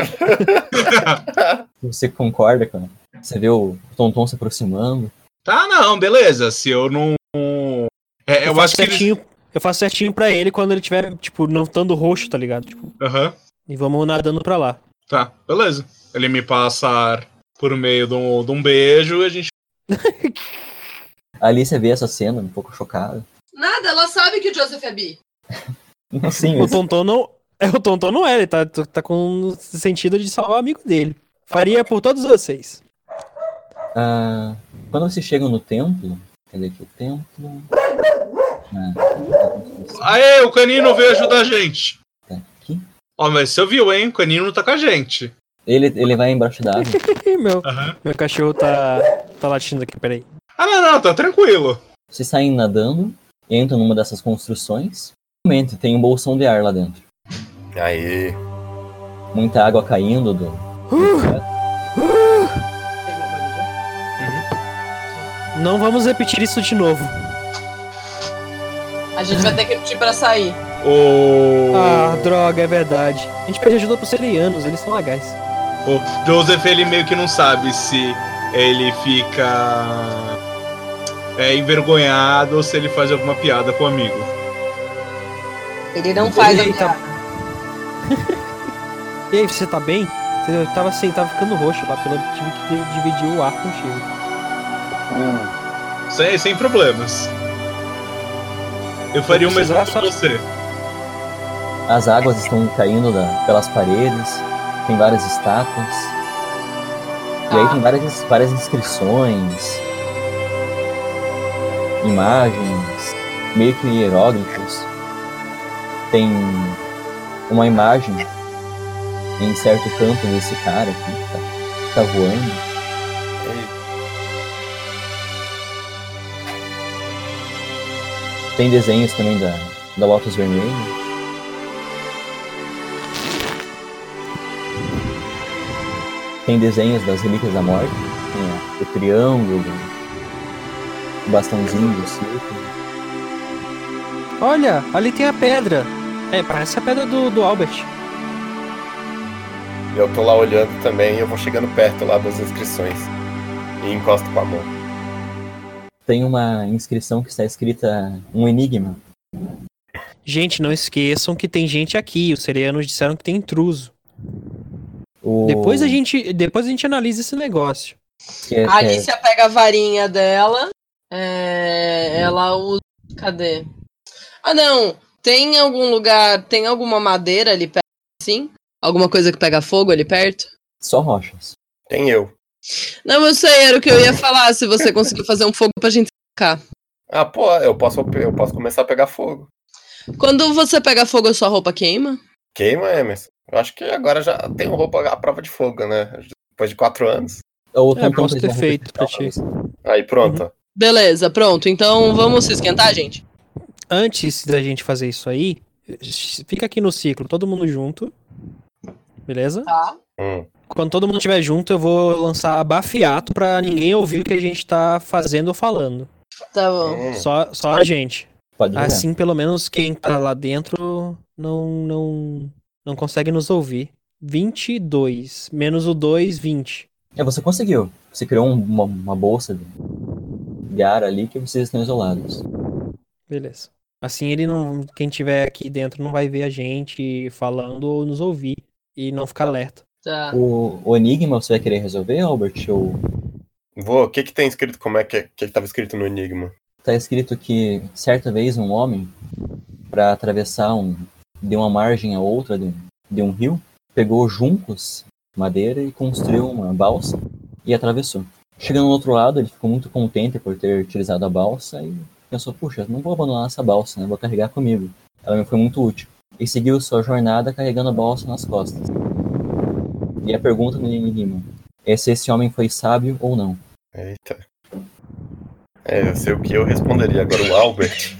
Você concorda, cara? Você vê o Tonton se aproximando. Tá, não, beleza. Se eu não... eu acho que eles... Eu faço certinho pra ele quando ele tiver, tipo, não estando roxo, tá ligado? Tipo, E vamos nadando pra lá. Tá, beleza. Ele me passa ar por meio de um beijo e a gente... A Alicia vê essa cena um pouco chocada. Nada, ela sabe que o Joseph é bi. Assim, O Tonton não... O Tonton não é, ele tá com o sentido de salvar o amigo dele. Faria por todos vocês. Quando vocês chegam no templo... Cadê aqui o templo? Aê, o canino veio ajudar a gente. Tá aqui. Ó, mas você ouviu, hein? O Canino não tá com a gente. Ele vai embaixo d'água. Meu cachorro tá latindo aqui, peraí. Não, tá tranquilo. Vocês saem nadando, entram numa dessas construções. Realmente, tem um bolsão de ar lá dentro. Aí. Muita água caindo do Não vamos repetir isso de novo. A gente vai ter que repetir pra sair. Ah, droga, é verdade. A gente pede ajuda pros serianos, eles são legais. O Joseph, ele meio que não sabe se ele fica envergonhado ou se ele faz alguma piada com o amigo. Ele não faz a piada. E aí, você tá bem? Você tava ficando roxo lá, tive que dividir o ar contigo. Sem problemas. Eu faria o mesmo com você. As águas estão caindo pelas paredes, tem várias estátuas. E aí tem várias inscrições, imagens, meio que hieróglifos. Tem uma imagem em certo canto desse cara aqui que tá voando. Tem desenhos também da Lotus Vermelha. Tem desenhos das Relíquias da Morte. Tem o triângulo, o bastãozinho do círculo. Olha, ali tem a pedra. Parece a pedra do Albert. Eu tô lá olhando também e eu vou chegando perto lá das inscrições. E encosto com a mão. Tem uma inscrição que está escrita um enigma. Gente, não esqueçam que tem gente aqui. Os serianos disseram que tem intruso. Depois a gente analisa esse negócio. A Alicia pega a varinha dela. Ela usa... Cadê? Ah, não. Tem algum lugar... Tem alguma madeira ali perto, sim? Alguma coisa que pega fogo ali perto? Só rochas. Tem eu. Não, eu sei, era o que eu ia falar. Se você conseguir fazer um fogo pra gente ficar. Ah, pô, eu posso começar a pegar fogo. Quando você pega fogo, a sua roupa queima? Queima, Emerson. Eu acho que agora já tenho roupa à prova de fogo, né? Depois de 4 anos. Eu posso ter feito pra ti. Aí, pronto. Uhum. Beleza, pronto. Então vamos se esquentar, gente? Antes da gente fazer isso aí, fica aqui no ciclo, todo mundo junto. Beleza? Tá. Quando todo mundo estiver junto, eu vou lançar abafiato pra ninguém ouvir o que a gente tá fazendo ou falando. Tá bom. Só a gente. Pode assim, pelo menos quem tá lá dentro não consegue nos ouvir. 22. Menos o 2, 20. Você conseguiu. Você criou uma bolsa de ar ali que vocês estão isolados. Beleza. Assim quem tiver aqui dentro não vai ver a gente falando ou nos ouvir e não ficar alerta. Tá. O enigma você vai querer resolver, Albert? Ou... O que tem escrito? Como é que tava escrito no enigma? Tá escrito que certa vez um homem, para atravessar de uma margem a outra de um rio, pegou juncos, madeira e construiu uma balsa e atravessou. Chegando no outro lado, ele ficou muito contente por ter utilizado a balsa e pensou, puxa, não vou abandonar essa balsa, né? Vou carregar comigo. Ela me foi muito útil. E seguiu sua jornada carregando a balsa nas costas. E a pergunta do enigma é se esse homem foi sábio ou não. Eita. Eu sei o que eu responderia. Agora o Albert.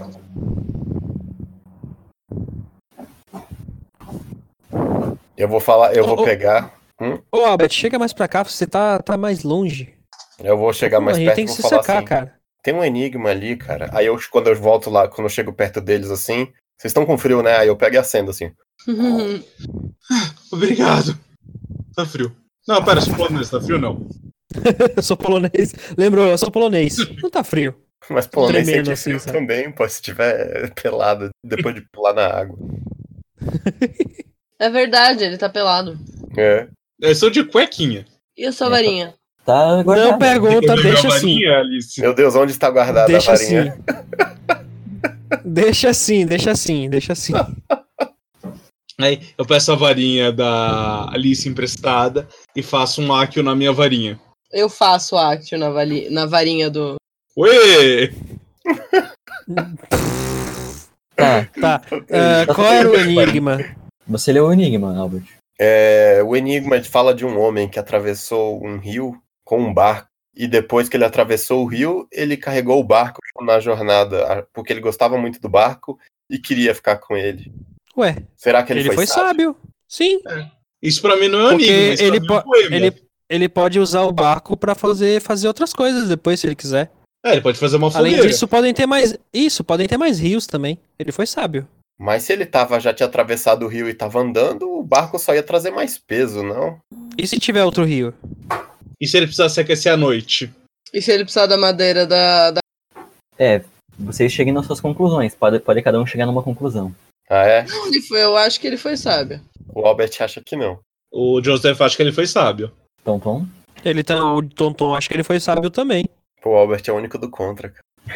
Eu vou pegar... Ô, Albert, chega mais pra cá, você tá mais longe. Eu vou chegar mais perto e vou falar secar, assim, cara. Tem um enigma ali, cara. Aí quando eu volto lá, quando eu chego perto deles assim, vocês estão com frio, né? Aí eu pego e acendo assim. Obrigado. Tá frio. Não, pera, sou polonês, tá frio não? Eu sou polonês. Lembrou, eu sou polonês. Não tá frio. Mas polonês sente assim, frio sabe? também, pô, se tiver pelado depois de pular na água. É verdade, ele tá pelado. Eu sou de cuequinha. E a sua varinha? Tá guardado. Não pergunta, deixa assim. Alice. Meu Deus, onde está guardada Deixa a varinha? Assim. deixa assim. Aí eu peço a varinha da Alice emprestada e faço um Accio na minha varinha. Eu faço Accio na varinha do... Uê! Tá. Qual era o enigma? Você leu o Enigma, Albert. O Enigma fala de um homem que atravessou um rio com um barco. E depois que ele atravessou o rio, ele carregou o barco na jornada, porque ele gostava muito do barco e queria ficar com ele. Ué, Será que ele foi sábio? Sim. Isso pra mim não é um Porque enigma, isso pra mim é um poema. ele pode usar o barco pra fazer outras coisas depois, se ele quiser. Ele pode fazer uma fogueira. Além disso, podem ter mais rios também. Ele foi sábio. Mas se ele já tinha atravessado o rio e tava andando, o barco só ia trazer mais peso, não? E se tiver outro rio? E se ele precisasse aquecer à noite? E se ele precisar da madeira da... Vocês cheguem nas suas conclusões. Pode cada um chegar numa conclusão. Ah, é? Não, eu acho que ele foi sábio. O Albert acha que não. O Joseph acha que ele foi sábio. Tonton? O Tonton acha que ele foi sábio também. O Albert é o único do contra,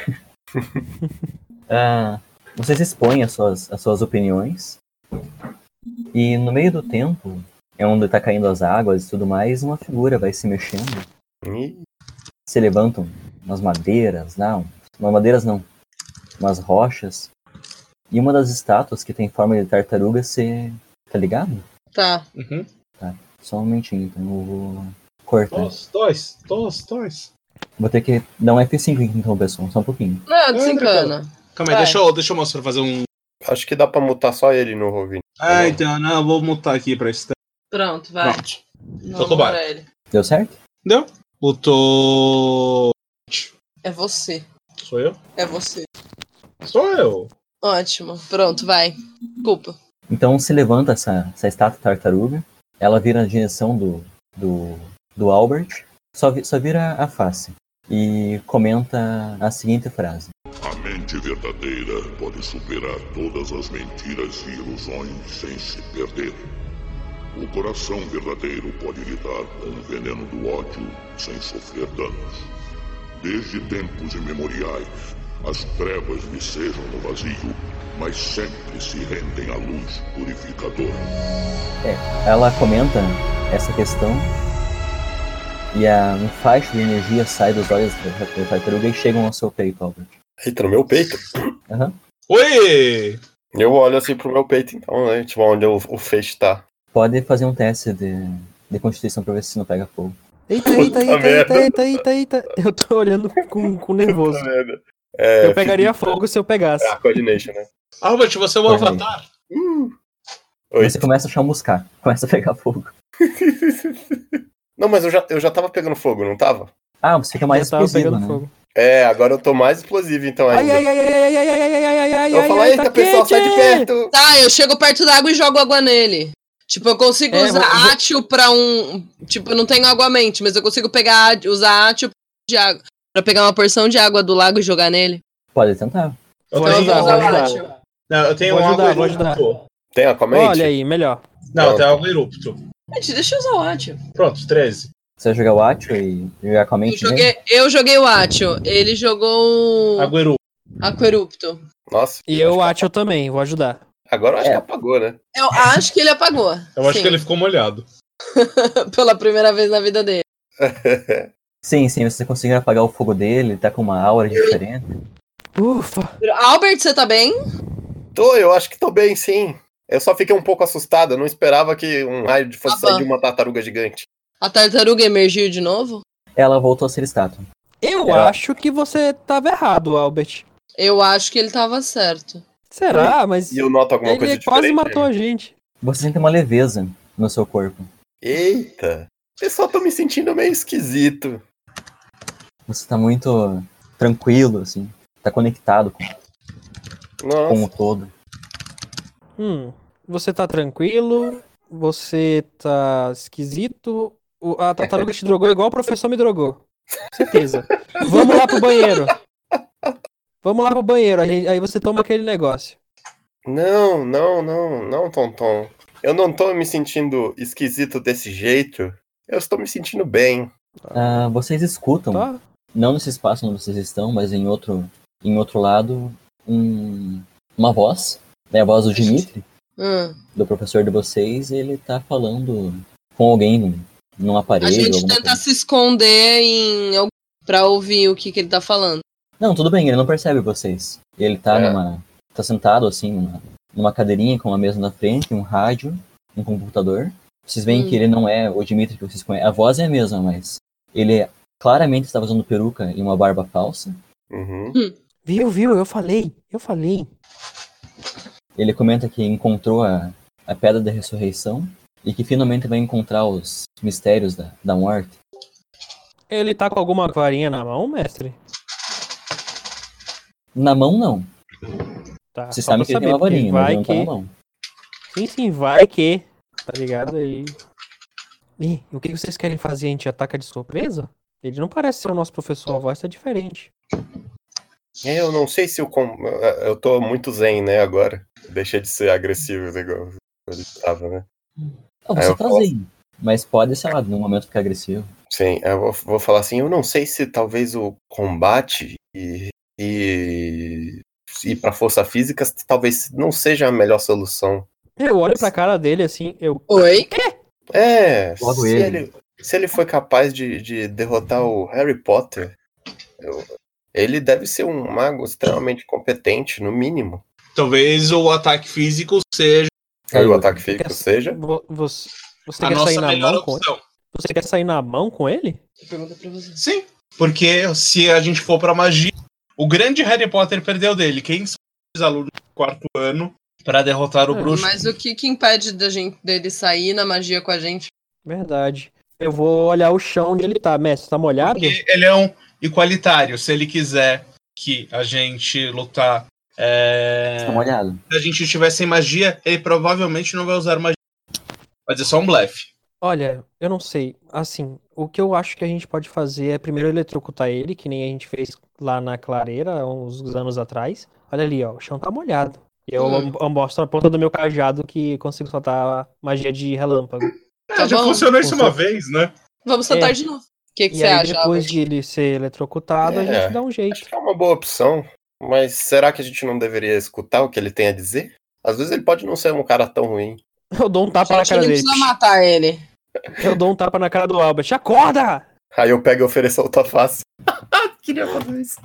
cara. Vocês expõem as suas opiniões. E no meio do tempo, onde tá caindo as águas e tudo mais, uma figura vai se mexendo. Se levantam umas madeiras, umas rochas. E uma das estátuas que tem forma de tartaruga tá ligado? Tá. Uhum. Tá, só um momentinho, então eu vou cortar. Dois. Vou ter que dar um F5 aqui então, pessoal, só um pouquinho. Não, desencana. Calma aí, deixa eu mostrar, fazer um... Acho que dá pra mutar só ele no Rovini. Então, eu vou mutar aqui pra isso. Pronto, vai. Tocou barra. Deu certo? Deu. Botou... É você. Sou eu? É você. Sou eu. Ótimo. Pronto, vai. Desculpa. Então se levanta essa estátua tartaruga, ela vira na direção do Albert, só vira a face e comenta a seguinte frase. A mente verdadeira pode superar todas as mentiras e ilusões sem se perder. O coração verdadeiro pode lidar com o veneno do ódio sem sofrer danos. Desde tempos imemoriais, as trevas vicejam no vazio, mas sempre se rendem à luz purificadora. Ela comenta essa questão e um faixo de energia sai dos olhos da tartaruga e chegam ao seu peito, Albert. Eita, no meu peito? Aham. Oi! Eu olho assim pro meu peito, então, né? Tipo, onde o feixe tá. Pode fazer um teste de constituição pra ver se não pega fogo. Eita. Eu tô olhando com nervoso. Eu pegaria fogo se eu pegasse. Coordination, né? Albert, você é o Avatar. Você começa a chamuscar, começa a pegar fogo. Não, mas eu já tava pegando fogo, não tava? Ah, você fica mais explosivo, né? Fogo. Agora eu tô mais explosivo, então, ainda. Ai, Eu vou falar, eita, pessoal, sai de perto! Tá, eu chego perto da água e jogo água nele. Tipo, eu consigo usar Átio pra um... Tipo, eu não tenho água mente, mas eu consigo usar Átio de água. Pra pegar uma porção de água do lago e jogar nele. Pode tentar. Eu tenho vou água ajudar. Tem aquamente? Olha aí, melhor. Não, tem água erupto. Gente, deixa eu usar o Átio. Pronto, 13. Você vai jogar o Átio e jogar com a mente Eu joguei o Átio. Ele jogou o... Aquerupto. Nossa. E eu, o Átio, também, vou ajudar. Agora eu acho que apagou, né? Eu acho que ele apagou. Eu acho que ele ficou molhado. Pela primeira vez na vida dele. Sim, você conseguiu apagar o fogo dele, tá com uma aura diferente. Ufa. Albert, você tá bem? Eu acho que tô bem, sim. Eu só fiquei um pouco assustado, eu não esperava que um raio fosse sair de uma tartaruga gigante. A tartaruga emergiu de novo? Ela voltou a ser estátua. Eu acho que você tava errado, Albert. Eu acho que ele tava certo. Será? Mas e eu noto alguma coisa diferente. Ele quase matou a gente. Você sente uma leveza no seu corpo. Eita. Pessoal, tô me sentindo meio esquisito. Você tá muito tranquilo, assim. Tá conectado com o todo. Você tá tranquilo, você tá esquisito. A tartaruga te drogou igual o professor me drogou. Certeza. Vamos lá pro banheiro. Aí você toma aquele negócio. Não, Tonton. Eu não tô me sentindo esquisito desse jeito. Eu estou me sentindo bem. Vocês escutam, não nesse espaço onde vocês estão, mas em outro lado, uma voz. É a voz do Dimitri, do professor de vocês, e ele tá falando com alguém num aparelho. A gente tenta se esconder pra ouvir o que ele tá falando. Não, tudo bem, ele não percebe vocês. Ele tá tá sentado assim, numa cadeirinha com uma mesa na frente, um rádio, um computador. Vocês veem que ele não é o Dimitri que vocês conhecem. A voz é a mesma, mas ele claramente estava usando peruca e uma barba falsa. Viu? Eu falei. Ele comenta que encontrou a Pedra da Ressurreição e que finalmente vai encontrar os mistérios da morte. Ele tá com alguma varinha na mão, mestre? Na mão, não. Tá, Você sabe que ele tem uma varinha, mas não tá na mão. Sim, vai que... Tá ligado aí? Ih, o que vocês querem fazer? A gente ataca de surpresa? Ele não parece ser o nosso professor, a voz tá diferente. Eu não sei se eu tô muito zen, né, agora. Deixei de ser agressivo, igual ele tava, né? Não, você tá zen, mas pode, sei lá, num momento ficar agressivo. Sim, eu vou falar assim, eu não sei se talvez o combate e pra força física talvez não seja a melhor solução. Eu olho pra cara dele assim, Oi? Logo se ele foi capaz de derrotar o Harry Potter, ele deve ser um mago extremamente competente, no mínimo. Talvez o ataque físico seja... O ataque físico seja... Você a quer nossa sair na melhor mão com ele? opção. Você quer sair na mão com ele? Pergunta pra você. Sim, porque se a gente for pra magia, o grande Harry Potter perdeu dele. Quem são os alunos do 4º ano pra derrotar o bruxo? Mas o que impede dele sair na magia com a gente? Verdade. Eu vou olhar o chão onde ele tá. Mestre, tá molhado? Porque ele é um igualitário. Se ele quiser que a gente lutar... Tá molhado. Se a gente estiver sem magia, ele provavelmente não vai usar magia. Vai ser só um blefe. Olha, eu não sei. Assim, o que eu acho que a gente pode fazer é primeiro eletrocutar ele, que nem a gente fez lá na clareira, uns anos atrás. Olha ali, ó, o chão tá molhado. E eu mostro a ponta do meu cajado que consigo soltar magia de relâmpago. Já funcionou isso uma vez, né? Vamos tentar de novo. O que você aí, acha, depois Albert? de ele ser eletrocutado, a gente dá um jeito. Acho que é uma boa opção, mas será que a gente não deveria escutar o que ele tem a dizer? Às vezes ele pode não ser um cara tão ruim. Eu dou um tapa na cara não dele. precisa matar ele. Eu dou um tapa na cara do Albert. Acorda! Aí eu pego e ofereço a outra face. Queria fazer isso.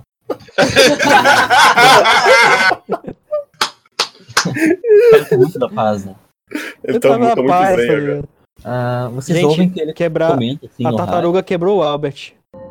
Tá muito da paz, né? Eu tô muito zen agora. Vocês Gente, ouvem que ele comenta assim, a no tartaruga quebrou o Albert.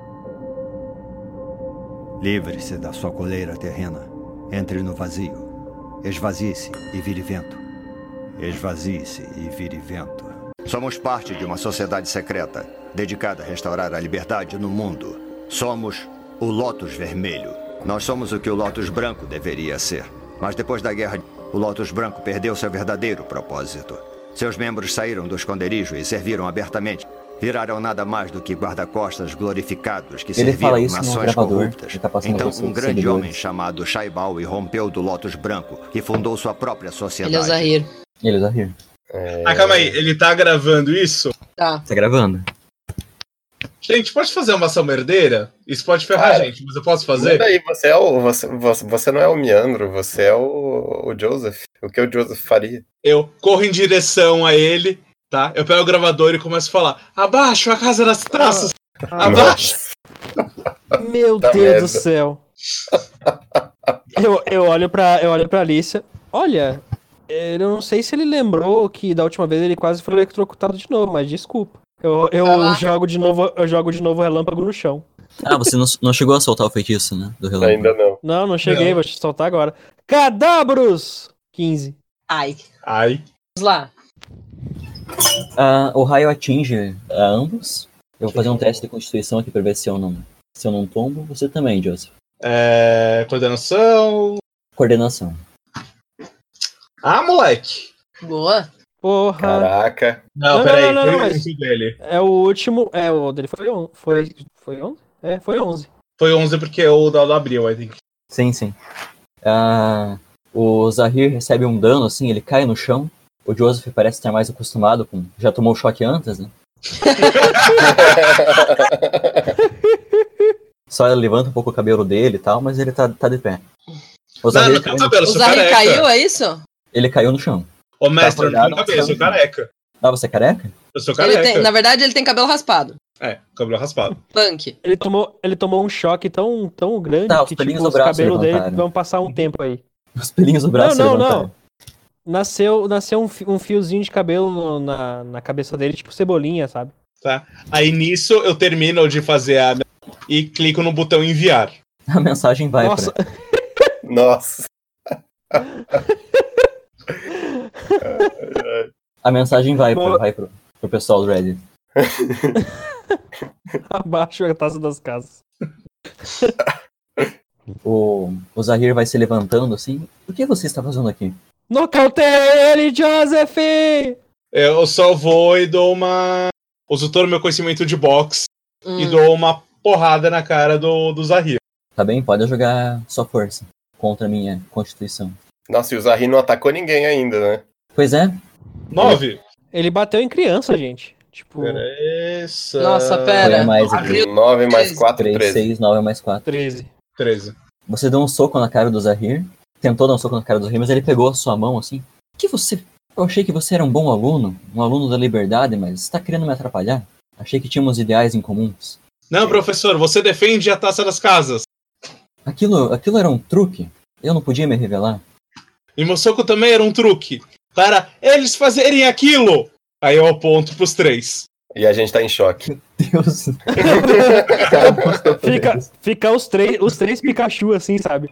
Livre-se da sua coleira terrena. Entre no vazio. Esvazie-se e vire vento. Esvazie-se e vire vento. Somos parte de uma sociedade secreta, dedicada a restaurar a liberdade no mundo. Somos o Lotus Vermelho. Nós somos o que o Lotus Branco deveria ser. Mas depois da guerra, o Lotus Branco perdeu seu verdadeiro propósito. Seus membros saíram do esconderijo e serviram abertamente. Viraram nada mais do que guarda-costas glorificados que Ele fala serviram isso no nações gravador. corruptas. Ele tá passando Então, para um os grande seguidores. homem chamado Shaibal rompeu do Lotus Branco e fundou sua própria sociedade. Ele é o Zahir. Ele tá rindo. Calma aí, ele tá gravando isso? Tá. Tá gravando? Gente, pode fazer uma ação merdeira? Isso pode ferrar a gente, mas eu posso fazer? Daí, você não é o Meandro, você é o Joseph. O que o Joseph faria? Eu corro em direção a ele, tá? Eu pego o gravador e começo a falar: abaixo, a casa das traças! Abaixo! Meu Tá Deus merda. do céu. Eu olho pra Alicia. Olha, eu não sei se ele lembrou que da última vez ele quase foi eletrocutado de novo, mas desculpa. Eu jogo de novo relâmpago no chão. Você não chegou a soltar o feitiço, né? Do relâmpago. Ainda não. Não cheguei, vou te soltar agora. Cadabros! 15. Ai. Ai. Vamos lá. O raio atinge a ambos. Eu vou fazer um teste de constituição aqui pra ver se eu não tombo. Você também, Joseph. Coordenação. Coordenação. Moleque! Boa. Porra. Caraca. Não, peraí, não, foi o mas- último dele. É o último. O dele foi 11. Foi 11? Foi 11. Foi 11 porque o da abriu, I think. Sim. O Zahir recebe um dano, assim, ele cai no chão. O Joseph parece estar mais acostumado com... Já tomou o choque antes, né? Só ele levanta um pouco o cabelo dele e tal, mas ele tá de pé. O Zahir, Não tem cabelo, O sou Zahir careca. caiu, é isso? ele caiu no chão. Ô, mestre, eu não tenho acordado, cabelo, eu sou careca. Você é careca? Eu sou Ele careca. na verdade, ele tem cabelo raspado. Cabelo raspado. Punk. Ele tomou um choque tão grande Tá, os que pelinhos tipo, do os braço cabelos dele levantaram. vão passar um tempo aí. Os pelinhos do braço Não. levantaram. Nasceu um fiozinho de cabelo na cabeça dele, tipo cebolinha, sabe? Tá. Aí nisso eu termino de fazer e clico no botão enviar. A mensagem vai Nossa. pra... Nossa. A mensagem vai pro pessoal do Reddit. Abaixo a taça das casas. O Zahir vai se levantando assim. O que você está fazendo aqui? Nocauteia ele, Joseph! Eu só vou e dou uma... Uso todo o meu conhecimento de boxe e dou uma porrada na cara do Zahir. Tá bem? Pode jogar sua força contra a minha constituição. Nossa, e o Zahir não atacou ninguém ainda, né? Pois é. 9. Ele bateu em criança, gente. Tipo... Nossa, pera. Foi mais aqui. 9 mais 4, 3, 13. 6, 9 mais 4. 13. Você deu um soco na cara do Zahir. Tentou dar um soco na cara do Zahir, mas ele pegou a sua mão assim. Que você... Eu achei que você era um bom aluno, um aluno da liberdade, mas você tá querendo me atrapalhar? Achei que tínhamos ideais em comuns. Não, professor, você defende a taça das casas. Aquilo era um truque. Eu não podia me revelar. E meu soco também era um truque. Para eles fazerem aquilo. Aí eu aponto pros 3. E a gente tá em choque. Deus. Fica os três Pikachu assim, sabe?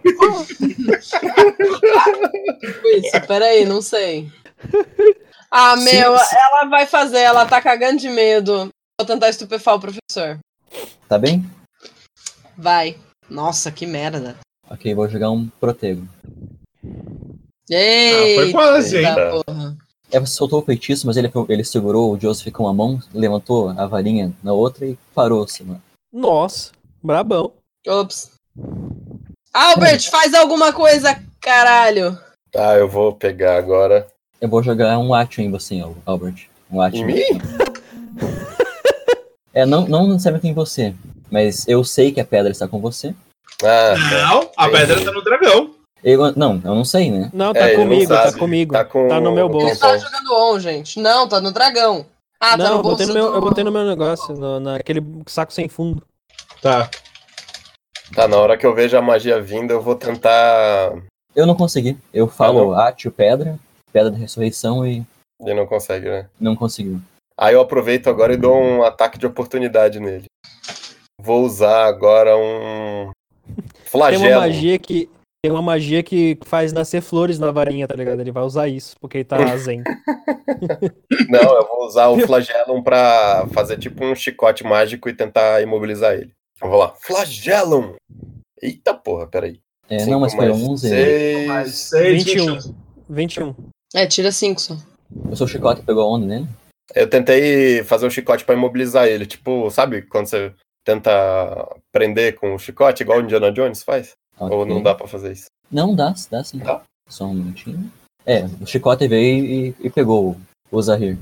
Isso, peraí, não sei. Ah, meu, ela vai fazer, ela tá cagando de medo. Vou tentar estupefar o professor. Tá bem? Vai. Nossa, que merda. Ok, vou jogar um protego. Eita, foi quase, hein? porra. Você soltou o feitiço, mas ele segurou o Joseph com uma mão, levantou a varinha na outra e parou-se, mano. Nossa, brabão. Ops. Albert, faz alguma coisa, caralho. Tá, eu vou pegar agora. Eu vou jogar um Action em você, Albert. Um Action. Em mim? Não necessariamente em você, mas eu sei que a pedra está com você. Ah, Não, a pedra tá no dragão. Eu não sei, né? Não, tá comigo, tá comigo. Tá no meu bolso. Ele tá jogando on, gente. Não, tá no dragão. Ah, não, tá no bolso. eu botei no meu negócio, naquele saco sem fundo. Tá. Tá, na hora que eu vejo a magia vindo, eu vou tentar... Eu não consegui. Eu falo Atio, pedra da ressurreição e... E não consegue, né? Não conseguiu. Aí eu aproveito agora e dou um ataque de oportunidade nele. Vou usar agora um... Flagelo. Tem uma magia que faz nascer flores na varinha, tá ligado? Ele vai usar isso, porque ele tá zen. Não, eu vou usar o Flagellum pra fazer tipo um chicote mágico e tentar imobilizar ele. Eu vou lá. Flagellum! Eita porra, peraí. Não, mas foi 11. 6, 21. Tira 5 só. O seu chicote pegou onde nele? Eu tentei fazer um chicote pra imobilizar ele. Tipo, sabe quando você tenta prender com o chicote, igual o Indiana Jones faz? Okay. Ou não dá pra fazer isso? Não, dá sim. Tá. Só um minutinho. O chicote veio e pegou o Zahir.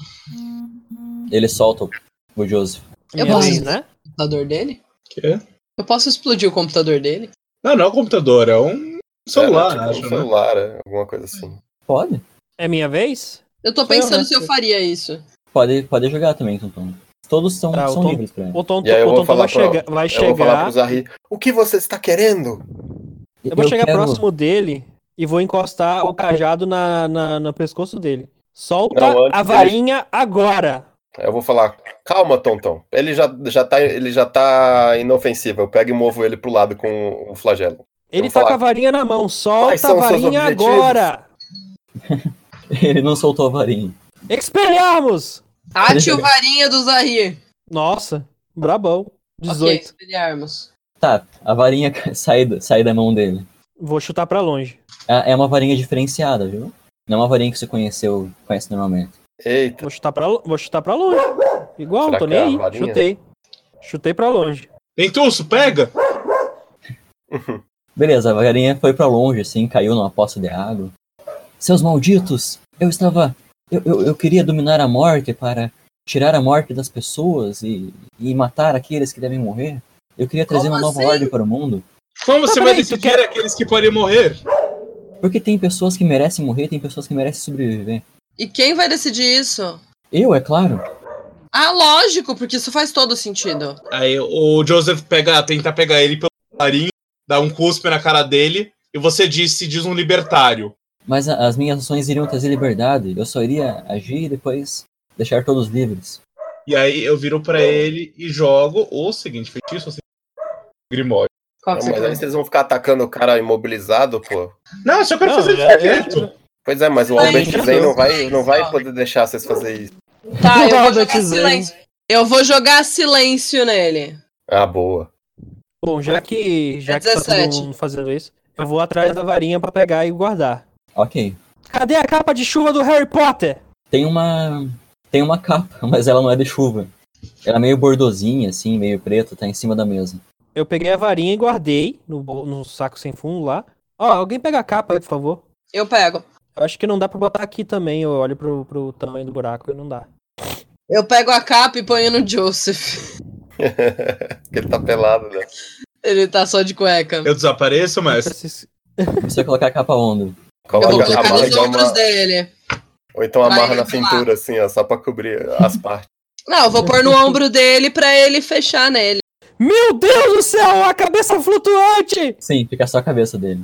Ele solta o Joseph. Eu posso explodir o computador dele? Quê? Eu posso explodir o computador dele? Não é um computador, é um celular, tipo, acho, um celular, alguma coisa assim. Pode? É minha vez? Eu tô pensando se eu faria isso. Pode jogar também, Tonton. Todos são livres pra ele. O Tonton vai chegar. Eu vou falar pro Zahir, o que você está querendo? Eu vou chegar próximo dele e vou encostar o cajado no pescoço dele. Solta a varinha agora! Eu vou falar, calma, Tonton. Ele já tá inofensivo. Eu pego e movo ele pro lado com o flagelo. Ele tá com a varinha na mão. Solta a varinha agora! Ele não soltou a varinha. Expelharmos! Atio varinha do Zahir. Nossa, brabão. 18. Ok, expelharmos. Tá, a varinha sai da mão dele. Vou chutar pra longe. É uma varinha diferenciada, viu? Não é uma varinha que você conhece normalmente. Eita. Vou chutar pra longe. Igual, não tô nem aí. Chutei pra longe. Dentuço, pega! Beleza, a varinha foi pra longe, assim, caiu numa poça de água. Seus malditos! Eu queria dominar a morte para tirar a morte das pessoas e matar aqueles que devem morrer. Eu queria trazer uma nova ordem para o mundo. Como você vai decidir aqueles que podem morrer? Porque tem pessoas que merecem morrer, tem pessoas que merecem sobreviver. E quem vai decidir isso? Eu, é claro. Ah, lógico, porque isso faz todo sentido. Aí o Joseph tenta pegar ele pelo nariz, dá um cuspe na cara dele, e você se diz um libertário. Mas as minhas ações iriam trazer liberdade. Eu só iria agir e depois deixar todos livres. E aí eu viro pra ele e jogo o seguinte feitiço, Grimório. Mas aí vocês vão ficar atacando o cara imobilizado, pô. Não, eu só quero fazer isso quieto. Pois é, mas o Albert Zen não vai poder deixar vocês fazerem isso. Tá, eu vou jogar silêncio. Eu vou jogar silêncio nele. Ah, boa. Bom, já que tá todo mundo fazendo isso, eu vou atrás da varinha pra pegar e guardar. Ok. Cadê a capa de chuva do Harry Potter? Tem uma capa, mas ela não é de chuva. Ela é meio bordozinha, assim, meio preta, tá em cima da mesa. Eu peguei a varinha e guardei no saco sem fundo lá. Ó, alguém pega a capa aí, por favor. Eu pego. Eu acho que não dá pra botar aqui também. Eu olho pro tamanho do buraco e não dá. Eu pego a capa e ponho no Joseph. Ele tá pelado, né? Ele tá só de cueca. Eu desapareço, mestre? Você vai colocar a capa onde? Eu vou colocar nos ombros dele. Ou então amarra Vai, na cintura, assim, ó, só pra cobrir as partes. Não, eu vou pôr no ombro dele pra ele fechar nele. Meu Deus do céu, a cabeça flutuante! Sim, fica só a cabeça dele.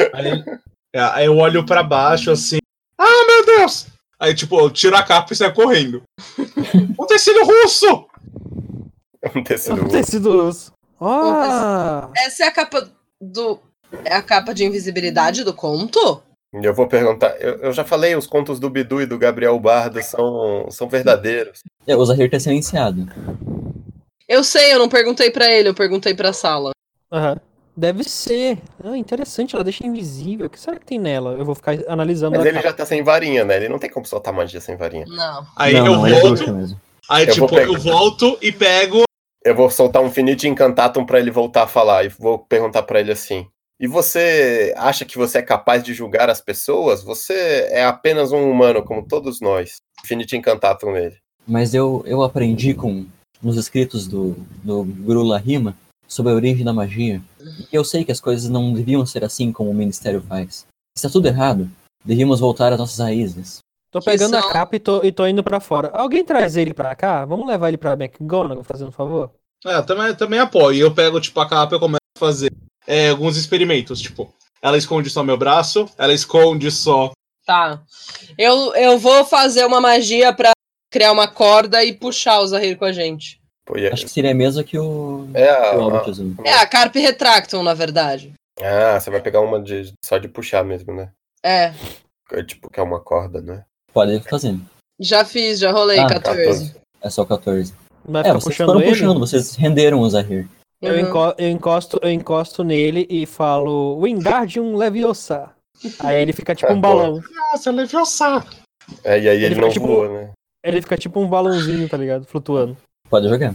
Aí eu olho pra baixo assim. Ah, meu Deus! Aí, tipo, eu tiro a capa e saio correndo. Um tecido russo! Um tecido russo. Ah! Essa é a capa do... É a capa de invisibilidade do conto? Eu vou perguntar, eu já falei, os contos do Bidu e do Gabriel Barda são verdadeiros. O Zahir tá silenciado. Eu sei, eu não perguntei pra ele, eu perguntei pra sala. Aham. Deve ser. Ah, interessante, ela deixa invisível. O que será que tem nela? Eu vou ficar analisando. Mas ele já tá sem varinha, né? Ele não tem como soltar magia sem varinha. Não. Aí eu volto. Aí, eu volto e pego. Eu vou soltar um Finite Incantatum pra ele voltar a falar. E vou perguntar pra ele assim. E você acha que você é capaz de julgar as pessoas? Você é apenas um humano, como todos nós. Finite Incantatum nele. Mas eu aprendi nos escritos do Guru Lahima sobre a origem da magia. E eu sei que as coisas não deviam ser assim como o Ministério faz. Está tudo errado. Devíamos voltar às nossas raízes. Tô pegando a capa e tô indo pra fora. Alguém traz ele pra cá? Vamos levar ele pra McGonagall, fazendo um favor? Também apoio. Eu pego, tipo, a capa e eu começo a fazer alguns experimentos, tipo. Ela esconde só meu braço, ela esconde só... Tá. Eu vou fazer uma magia pra criar uma corda e puxar o Zahir com a gente. Acho que seria a mesma que o Albert usou. É a Carpe Retractum, na verdade. Ah, você vai pegar uma só de puxar mesmo, né? É. Tipo, que é uma corda, né? Pode fazer. Já fiz, já rolei 14. É só 14. Vocês foram puxando, vocês renderam o Zahir. Eu encosto nele e falo Wingardium Leviosa. Aí ele fica tipo um balão. Nossa, Leviosa! E aí ele não voa, né? Ele fica tipo um balãozinho, tá ligado? Flutuando. Pode jogar.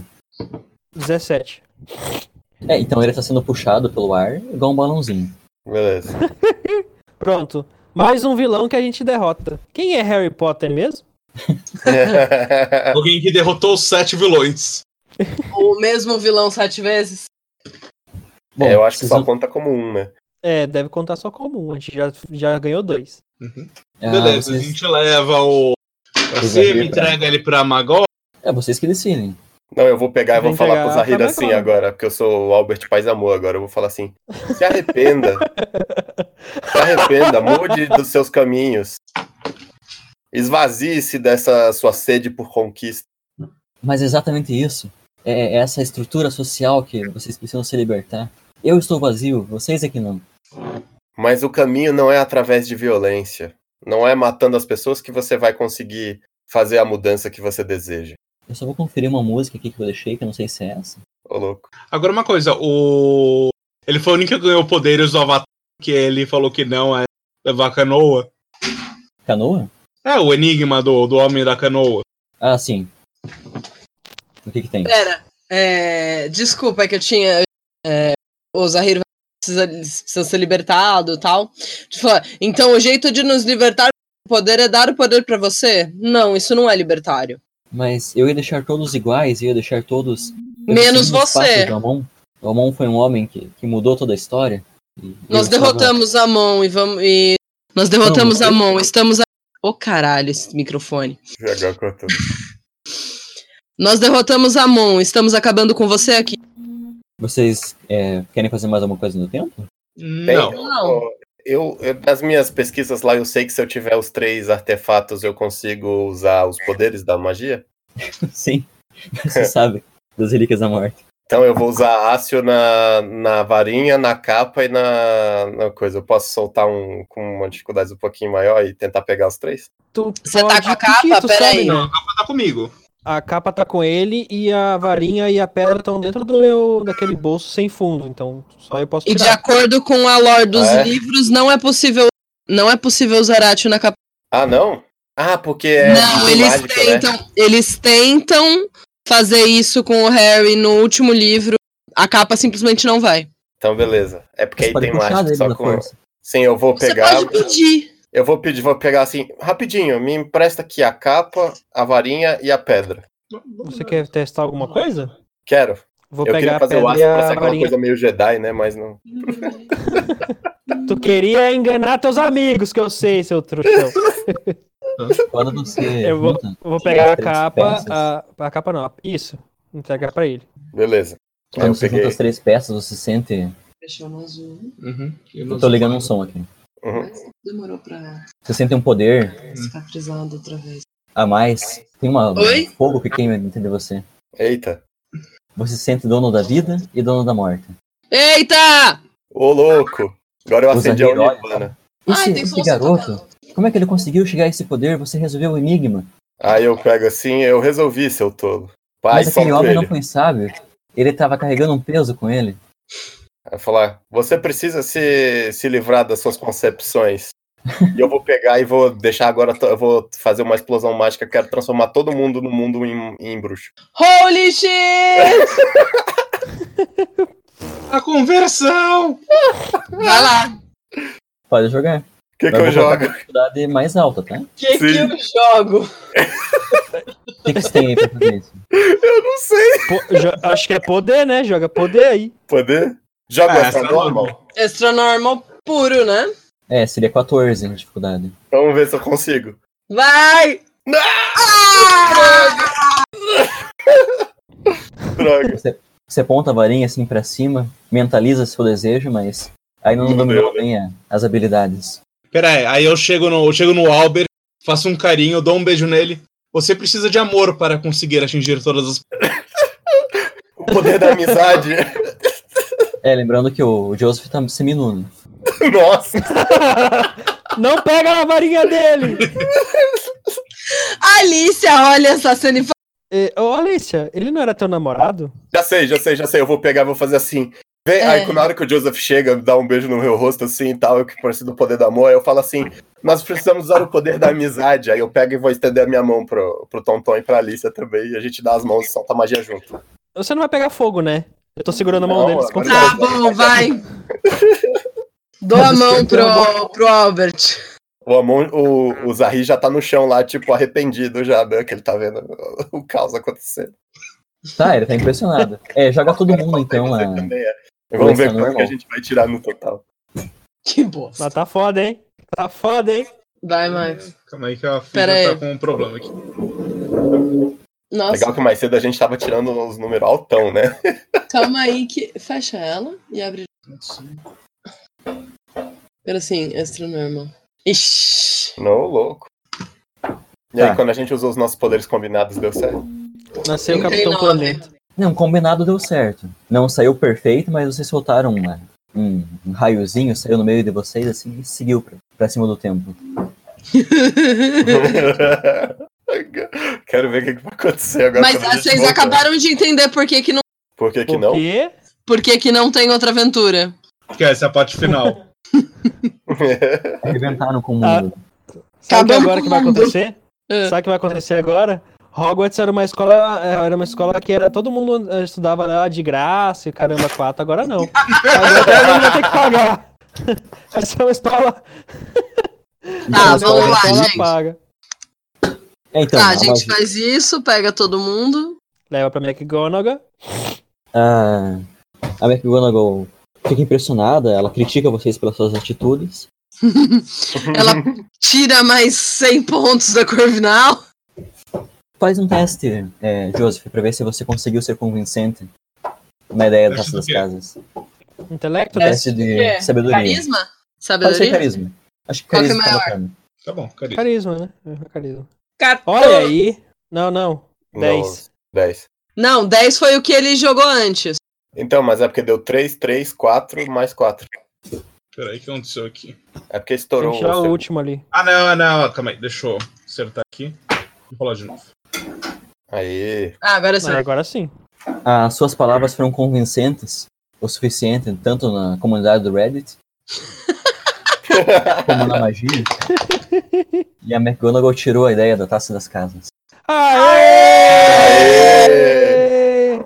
17. Então ele tá sendo puxado pelo ar igual um balãozinho. Beleza. Pronto. Mais um vilão que a gente derrota. Quem é Harry Potter mesmo? Alguém que derrotou os 7 vilões. O mesmo vilão 7 vezes? Bom, eu acho que só conta como um, né? Deve contar só como um. A gente já ganhou 2. Uhum. Beleza, a gente leva o... Você me entrega ele pra Magó? Vocês que decidem. Não, eu vou pegar e vou falar pro Zahir assim agora, porque eu sou o Albert Paz Amor agora. Eu vou falar assim, se arrependa. Se arrependa, mude dos seus caminhos. Esvazie-se dessa sua sede por conquista. Mas é exatamente isso. É essa estrutura social que vocês precisam se libertar. Eu estou vazio, vocês é que não. Mas o caminho não é através de violência. Não é matando as pessoas que você vai conseguir fazer a mudança que você deseja. Eu só vou conferir uma música aqui que eu deixei, que eu não sei se é essa. Ô, louco. Agora uma coisa, ele foi o único que ganhou poderes do Avatar, que ele falou que não é levar a canoa. Canoa? O enigma do Homem da Canoa. Ah, sim. O que tem? Pera, desculpa, é que eu tinha... o Zahir precisa ser libertado e tal. Então o jeito de nos libertar do poder é dar o poder pra você? Não, isso não é libertário. Mas eu ia deixar todos iguais, eu ia deixar todos... Menos você. O Amon foi um homem que mudou toda a história. Nós derrotamos a Amon nós derrotamos a Amon, estamos... caralho, esse microfone. Nós derrotamos a Amon, estamos acabando com você aqui. Vocês querem fazer mais alguma coisa no tempo? Não. Nas minhas pesquisas lá, eu sei que se eu tiver os 3 artefatos, eu consigo usar os poderes da magia? Sim, você sabe, das Relíquias da Morte. Então eu vou usar ácio na varinha, na capa e na coisa. Eu posso soltar com uma dificuldade um pouquinho maior e tentar pegar os 3? Você tá com a capa? Peraí. Não, a capa tá comigo. A capa tá com ele e a varinha e a pedra estão dentro daquele bolso sem fundo, então só eu posso E tirar. de acordo com a lore dos livros, não é possível usar ácio na capa. Ah, não? Ah, porque é não, eles tentam fazer isso com o Harry no último livro, a capa simplesmente não vai. Então, beleza. É porque Você aí tem puxar mágica só com... força. Sim, eu vou pegar... Você pode pedir. Eu vou pegar assim, rapidinho, me empresta aqui a capa, a varinha e a pedra. Você quer testar alguma coisa? Quero. Vou eu queria queria fazer o a ácido pra ser varinha. aquela coisa meio Jedi, né, mas não... Tu queria enganar teus amigos, que eu sei, seu trouxão. Quando você Eu vou pegar a capa, a capa não, isso, entregar pra ele. Beleza. Quando você junta as 3 peças, você sente... Fechou no azul. Eu tô ligando um som aqui. Demorou pra... Você sente um poder cicatrizado outra vez. a mais. Tem um fogo que queima dentro de você. Eita. Você se sente dono da vida e dono da morte. Eita! Ô, louco. Agora eu O acendi a Zahir olha, Univana. Esse garoto, como é que ele conseguiu chegar a esse poder? Você resolveu o enigma. Aí eu pego assim, eu resolvi, seu tolo. Pai, Mas aquele solta homem ele. não foi sábio. Ele tava carregando um peso com ele. Vai falar, você precisa se livrar das suas concepções. E eu vou pegar e vou deixar agora, eu vou fazer uma explosão mágica, quero transformar todo mundo no mundo em bruxo. Holy shit! A conversão! Vai lá. Pode jogar. O que Mas eu vou colocar jogo? uma dificuldade mais alta, tá? Que eu jogo? O que você tem aí pra fazer isso? Eu não sei. Acho que é poder, né? Joga poder aí. Poder? Joga essa normal? Extra normal puro, né? É, seria 14 a dificuldade. Vamos ver se eu consigo. Vai! Droga. Você aponta a varinha assim pra cima, mentaliza seu desejo, mas aí não dominou bem as habilidades. Pera aí eu chego no Albert, faço um carinho, dou um beijo nele. Você precisa de amor para conseguir atingir todas as... O poder da amizade. É, lembrando que o Joseph tá seminuno. Nossa! Não pega na varinha dele! Alicia, olha essa cena e fala... Ô, Alicia, ele não era teu namorado? Já sei. Eu vou pegar, vou fazer assim. Vem, aí na hora que o Joseph chega, dá um beijo no meu rosto assim e tal, que parece do poder do amor, aí eu falo assim, nós precisamos usar o poder da amizade. Aí eu pego e vou estender a minha mão pro Tonton e pra Alicia também, e a gente dá as mãos e solta a magia junto. Você não vai pegar fogo, né? Eu tô segurando a mão dele. Tá bom, vai. Dou a mão pro Albert. O Zahir já tá no chão lá, tipo, arrependido já, né? Que ele tá vendo o caos acontecendo. Tá, ele tá impressionado. Joga todo mundo então lá. Vamos ver quanto que a gente vai tirar no total. Que bosta. Mas tá foda, hein? Tá foda, hein? Vai, Max. Calma aí que a filha tá com um problema aqui. Nossa. Legal que mais cedo a gente tava tirando os números altão, né? Calma aí que... Fecha ela e abre... Pera assim, extra normal. Ixi. Não, louco. E aí, quando a gente usou os nossos poderes combinados, deu certo? Nasceu o Capitão Planeta. Não, combinado deu certo. Não saiu perfeito, mas vocês soltaram um raiozinho, saiu no meio de vocês assim e seguiu pra cima do templo. Quero ver o que vai acontecer agora. Mas vocês acabaram de entender por que não... Por que não? Por que não tem outra aventura? Porque essa é a parte final. Arrebentaram com o mundo. Sabe o que agora que vai acontecer? Sabe o que vai acontecer agora? Hogwarts era uma escola que era todo mundo estudava lá de graça e caramba, 4, agora não. Agora todo mundo vai ter que pagar. Essa é uma escola. Tá, vamos lá, gente. Paga. Então, tá, a gente faz isso, pega todo mundo. Leva pra McGonagall. A McGonagall fica impressionada, ela critica vocês pelas suas atitudes. Ela tira mais 100 pontos da Corvinal. Faz um teste, Joseph, pra ver se você conseguiu ser convincente na ideia das casas. Intelecto? Teste de sabedoria. Carisma? Pode ser Sabedoria? carisma. Acho que Qual que é carisma tá maior? bacana. Tá bom, carisma. Carisma, né? Carisma. 14. Olha aí. Não. 10. 10. Não, 10 foi o que ele jogou antes. Então, mas é porque deu 3, 3, 4, mais 4. Peraí, o que aconteceu aqui? É porque Tem estourou que tirar o seu. último ali. Não, calma aí, deixa eu acertar aqui. Vou rolar de novo. Aí. Ah, agora sim. Agora sim. As suas palavras foram convincentes o suficiente, tanto na comunidade do Reddit, como na magia. E a McGonagall tirou a ideia da Taça das Casas. Aê!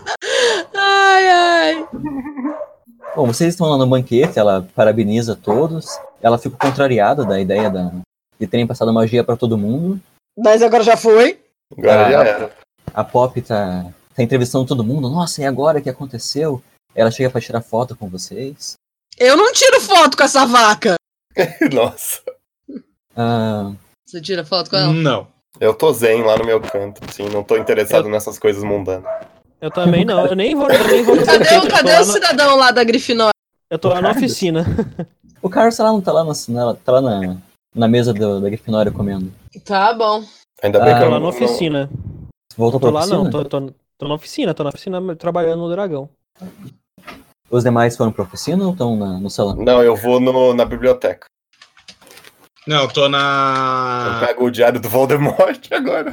Ai. Bom, vocês estão lá no banquete, ela parabeniza todos. Ela fica contrariada da ideia de terem passado magia pra todo mundo. Mas agora já foi. Agora já era. A Pop tá entrevistando todo mundo. Nossa, e agora o que aconteceu? Ela chega pra tirar foto com vocês. Eu não tiro foto com essa vaca. Nossa. Você tira foto com ela? Não. Eu tô zen lá no meu canto, assim, não tô interessado nessas coisas mundanas. Eu também não. Eu nem vou. Cadê o cidadão lá da Grifinória? Eu tô lá na oficina. O Carlos tá lá na mesa da Grifinória comendo. Tá bom. Ainda bem que Tô eu lá na oficina. Voltou Tô pra lá oficina? não, tô na oficina trabalhando no dragão. Os demais foram pra oficina ou estão no salão? Não, eu vou na biblioteca. Não, eu tô na. Eu pego o diário do Voldemort agora.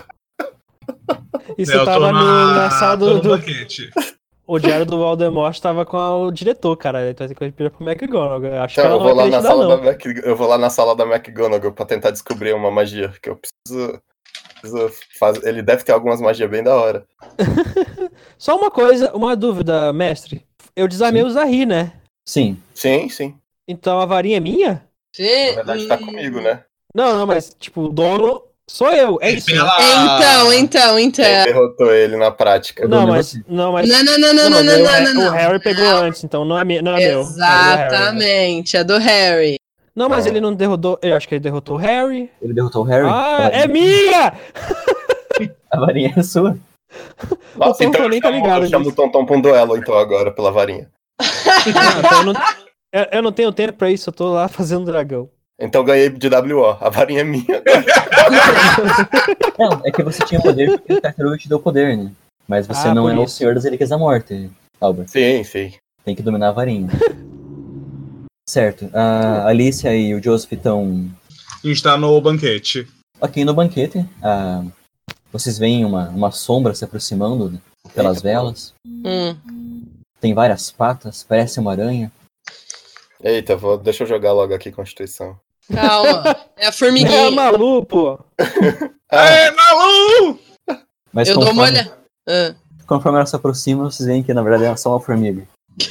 E você tava na sala tô no do banquete. O diário do Voldemort tava com o diretor, cara. Então tem que pedir pro McGonagall. Acho que Então, ela não vai querer te dar, não. eu vou lá na sala da McGonagall pra tentar descobrir uma magia que eu preciso fazer. Ele deve ter algumas magias bem da hora. Só uma coisa, uma dúvida, mestre. Eu desarmei o Zahri, né? Sim. Sim. Então a varinha é minha? Na verdade tá comigo, né? Não, mas, tipo, o dono sou eu. É isso. Né? Então. Quem derrotou ele na prática? Não, mas. Não. O Harry pegou antes, então não é meu. Exatamente, é do Harry. Não, mas ele não derrotou. Eu acho que ele derrotou o Harry. Ele derrotou o Harry? Ah, é minha! A varinha é sua. Nossa, então nem tá ligado. Eu chamo o Tonton pra um duelo, então, agora, pela varinha. Eu não tenho tempo pra isso, eu tô lá fazendo dragão. Então ganhei de WO, a varinha é minha. Não, é que você tinha poder porque o Tartaruga te deu poder, né? Mas você não é o Senhor das Relíquias da Morte, Albert. Sim. Tem que dominar a varinha. Certo, a Alicia e o Joseph estão... A gente tá no banquete. Aqui no banquete, vocês veem uma sombra se aproximando, né, pelas velas. Tem várias patas, parece uma aranha. Eita, deixa eu jogar logo aqui Constituição. Calma, é a formiguinha. É Malu, pô. É Malu! Mas eu dou uma olhada. Conforme ela se aproxima, vocês veem que na verdade ela é só uma formiga.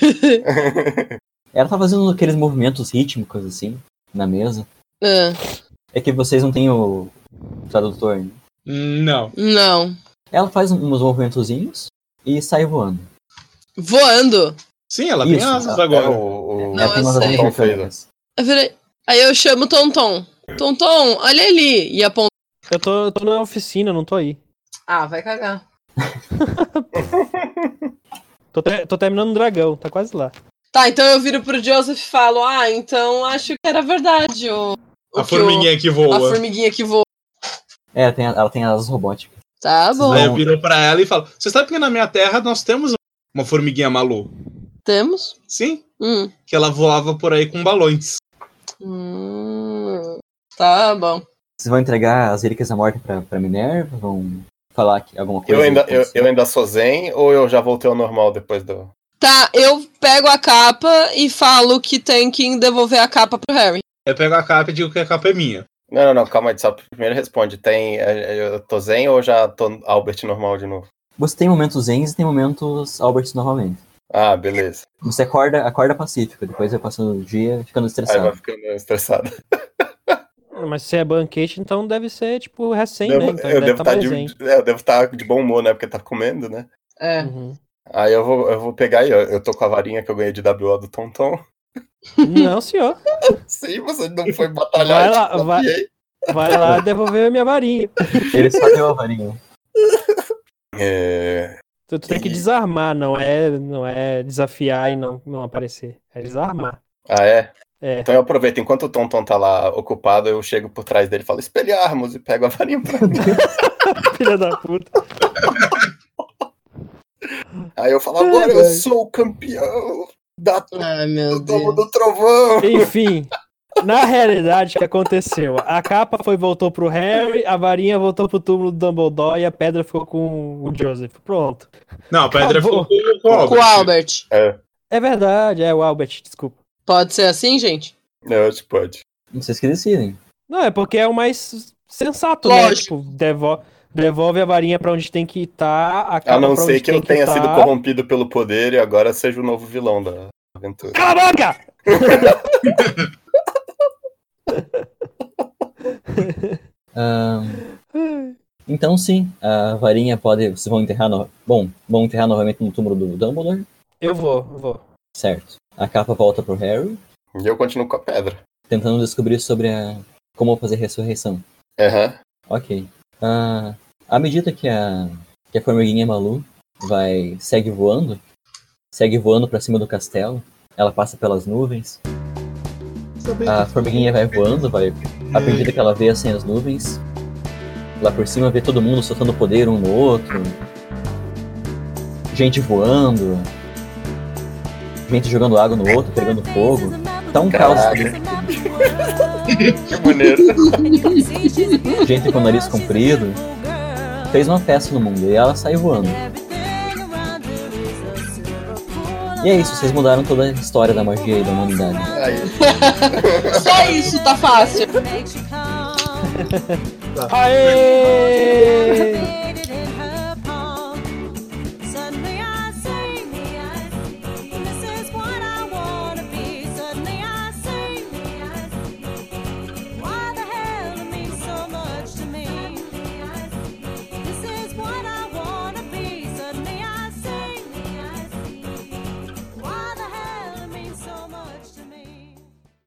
Ela tá fazendo aqueles movimentos rítmicos assim, na mesa. É que vocês não têm o tradutor, né? Não. Ela faz uns movimentozinhos e sai voando. Voando? Sim, ela tem asas agora. Ela tem umas asas mecânicas. Aí eu chamo o Tonton. Tonton, olha ali. E aponta. Eu tô na oficina, não tô aí. Ah, vai cagar. Tô terminando o dragão, tá quase lá. Tá, então eu viro pro Joseph e falo, então acho que era verdade. A formiguinha que voa. A formiguinha que voa. Ela tem asas robóticas. Tá bom. Aí eu viro pra ela e falo, você sabe que na minha terra nós temos uma formiguinha Malu? Temos? Sim. Que ela voava por aí com balões. Tá bom. Vocês vão entregar as Relíquias da Morte pra Minerva? Vão falar alguma coisa? Eu ainda sou zen ou eu já voltei ao normal depois do... Tá, eu pego a capa e falo que tem que devolver a capa pro Harry. Eu pego a capa e digo que a capa é minha. Não, calma aí, só primeiro responde. Eu tô zen ou já tô Albert normal de novo? Você tem momentos zens e tem momentos Albert normalmente. Ah, beleza. Você acorda pacífico, depois vai passando o dia ficando estressado. Aí vai ficando estressado. Mas se é banquete, então deve ser, tipo, recém, né? Então eu devo estar de bom humor, né? Porque tá comendo, né? Aí eu vou pegar aí, eu tô com a varinha que eu ganhei de WO do Tonton. Não, senhor. Sim, você não foi batalhar. Vai lá devolver a minha varinha. Ele só deu a varinha. Tu tem que desarmar, não é desafiar e não aparecer. É desarmar. Ah, é? É. Então eu aproveito, enquanto o Tonton tá lá ocupado, eu chego por trás dele e falo, espelharmos, e pego a varinha pra mim. Filha da puta. Aí eu falo, agora eu sou o campeão meu do Domo Deus. do Trovão. Enfim, na realidade, o que aconteceu? A capa voltou pro Harry, a varinha voltou pro túmulo do Dumbledore e a pedra ficou com o Joseph. Pronto. Não, a pedra Acabou. ficou com o Albert. Com o Albert. É verdade, é o Albert, desculpa. Pode ser assim, gente? Não, acho que pode. Vocês que decidem. Não, é porque é o mais sensato, Lógico. né? Tipo, devolve a varinha pra onde tem que estar, a A capa não pra ser onde que tem eu tenha tá. sido corrompido pelo poder e agora seja o novo vilão da aventura. Cala a boca! Então sim, a varinha pode... Vocês vão enterrar... vão enterrar novamente no túmulo do Dumbledore. Eu vou. Certo. A capa volta pro Harry, E eu continuo com a pedra. tentando descobrir sobre como fazer a ressurreição. Aham. Ok. À medida que a formiguinha Malu segue voando pra cima do castelo, ela passa pelas nuvens. A formiguinha vai voando, à medida que ela vê assim as nuvens. Lá por cima vê todo mundo soltando poder um no outro. Gente voando. Gente jogando água no outro, pegando fogo. Tá um caos. Que maneiro. Gente com o nariz comprido. Fez uma festa no mundo e ela sai voando. E é isso, vocês mudaram toda a história da magia e da humanidade. Só isso, tá fácil. Aê!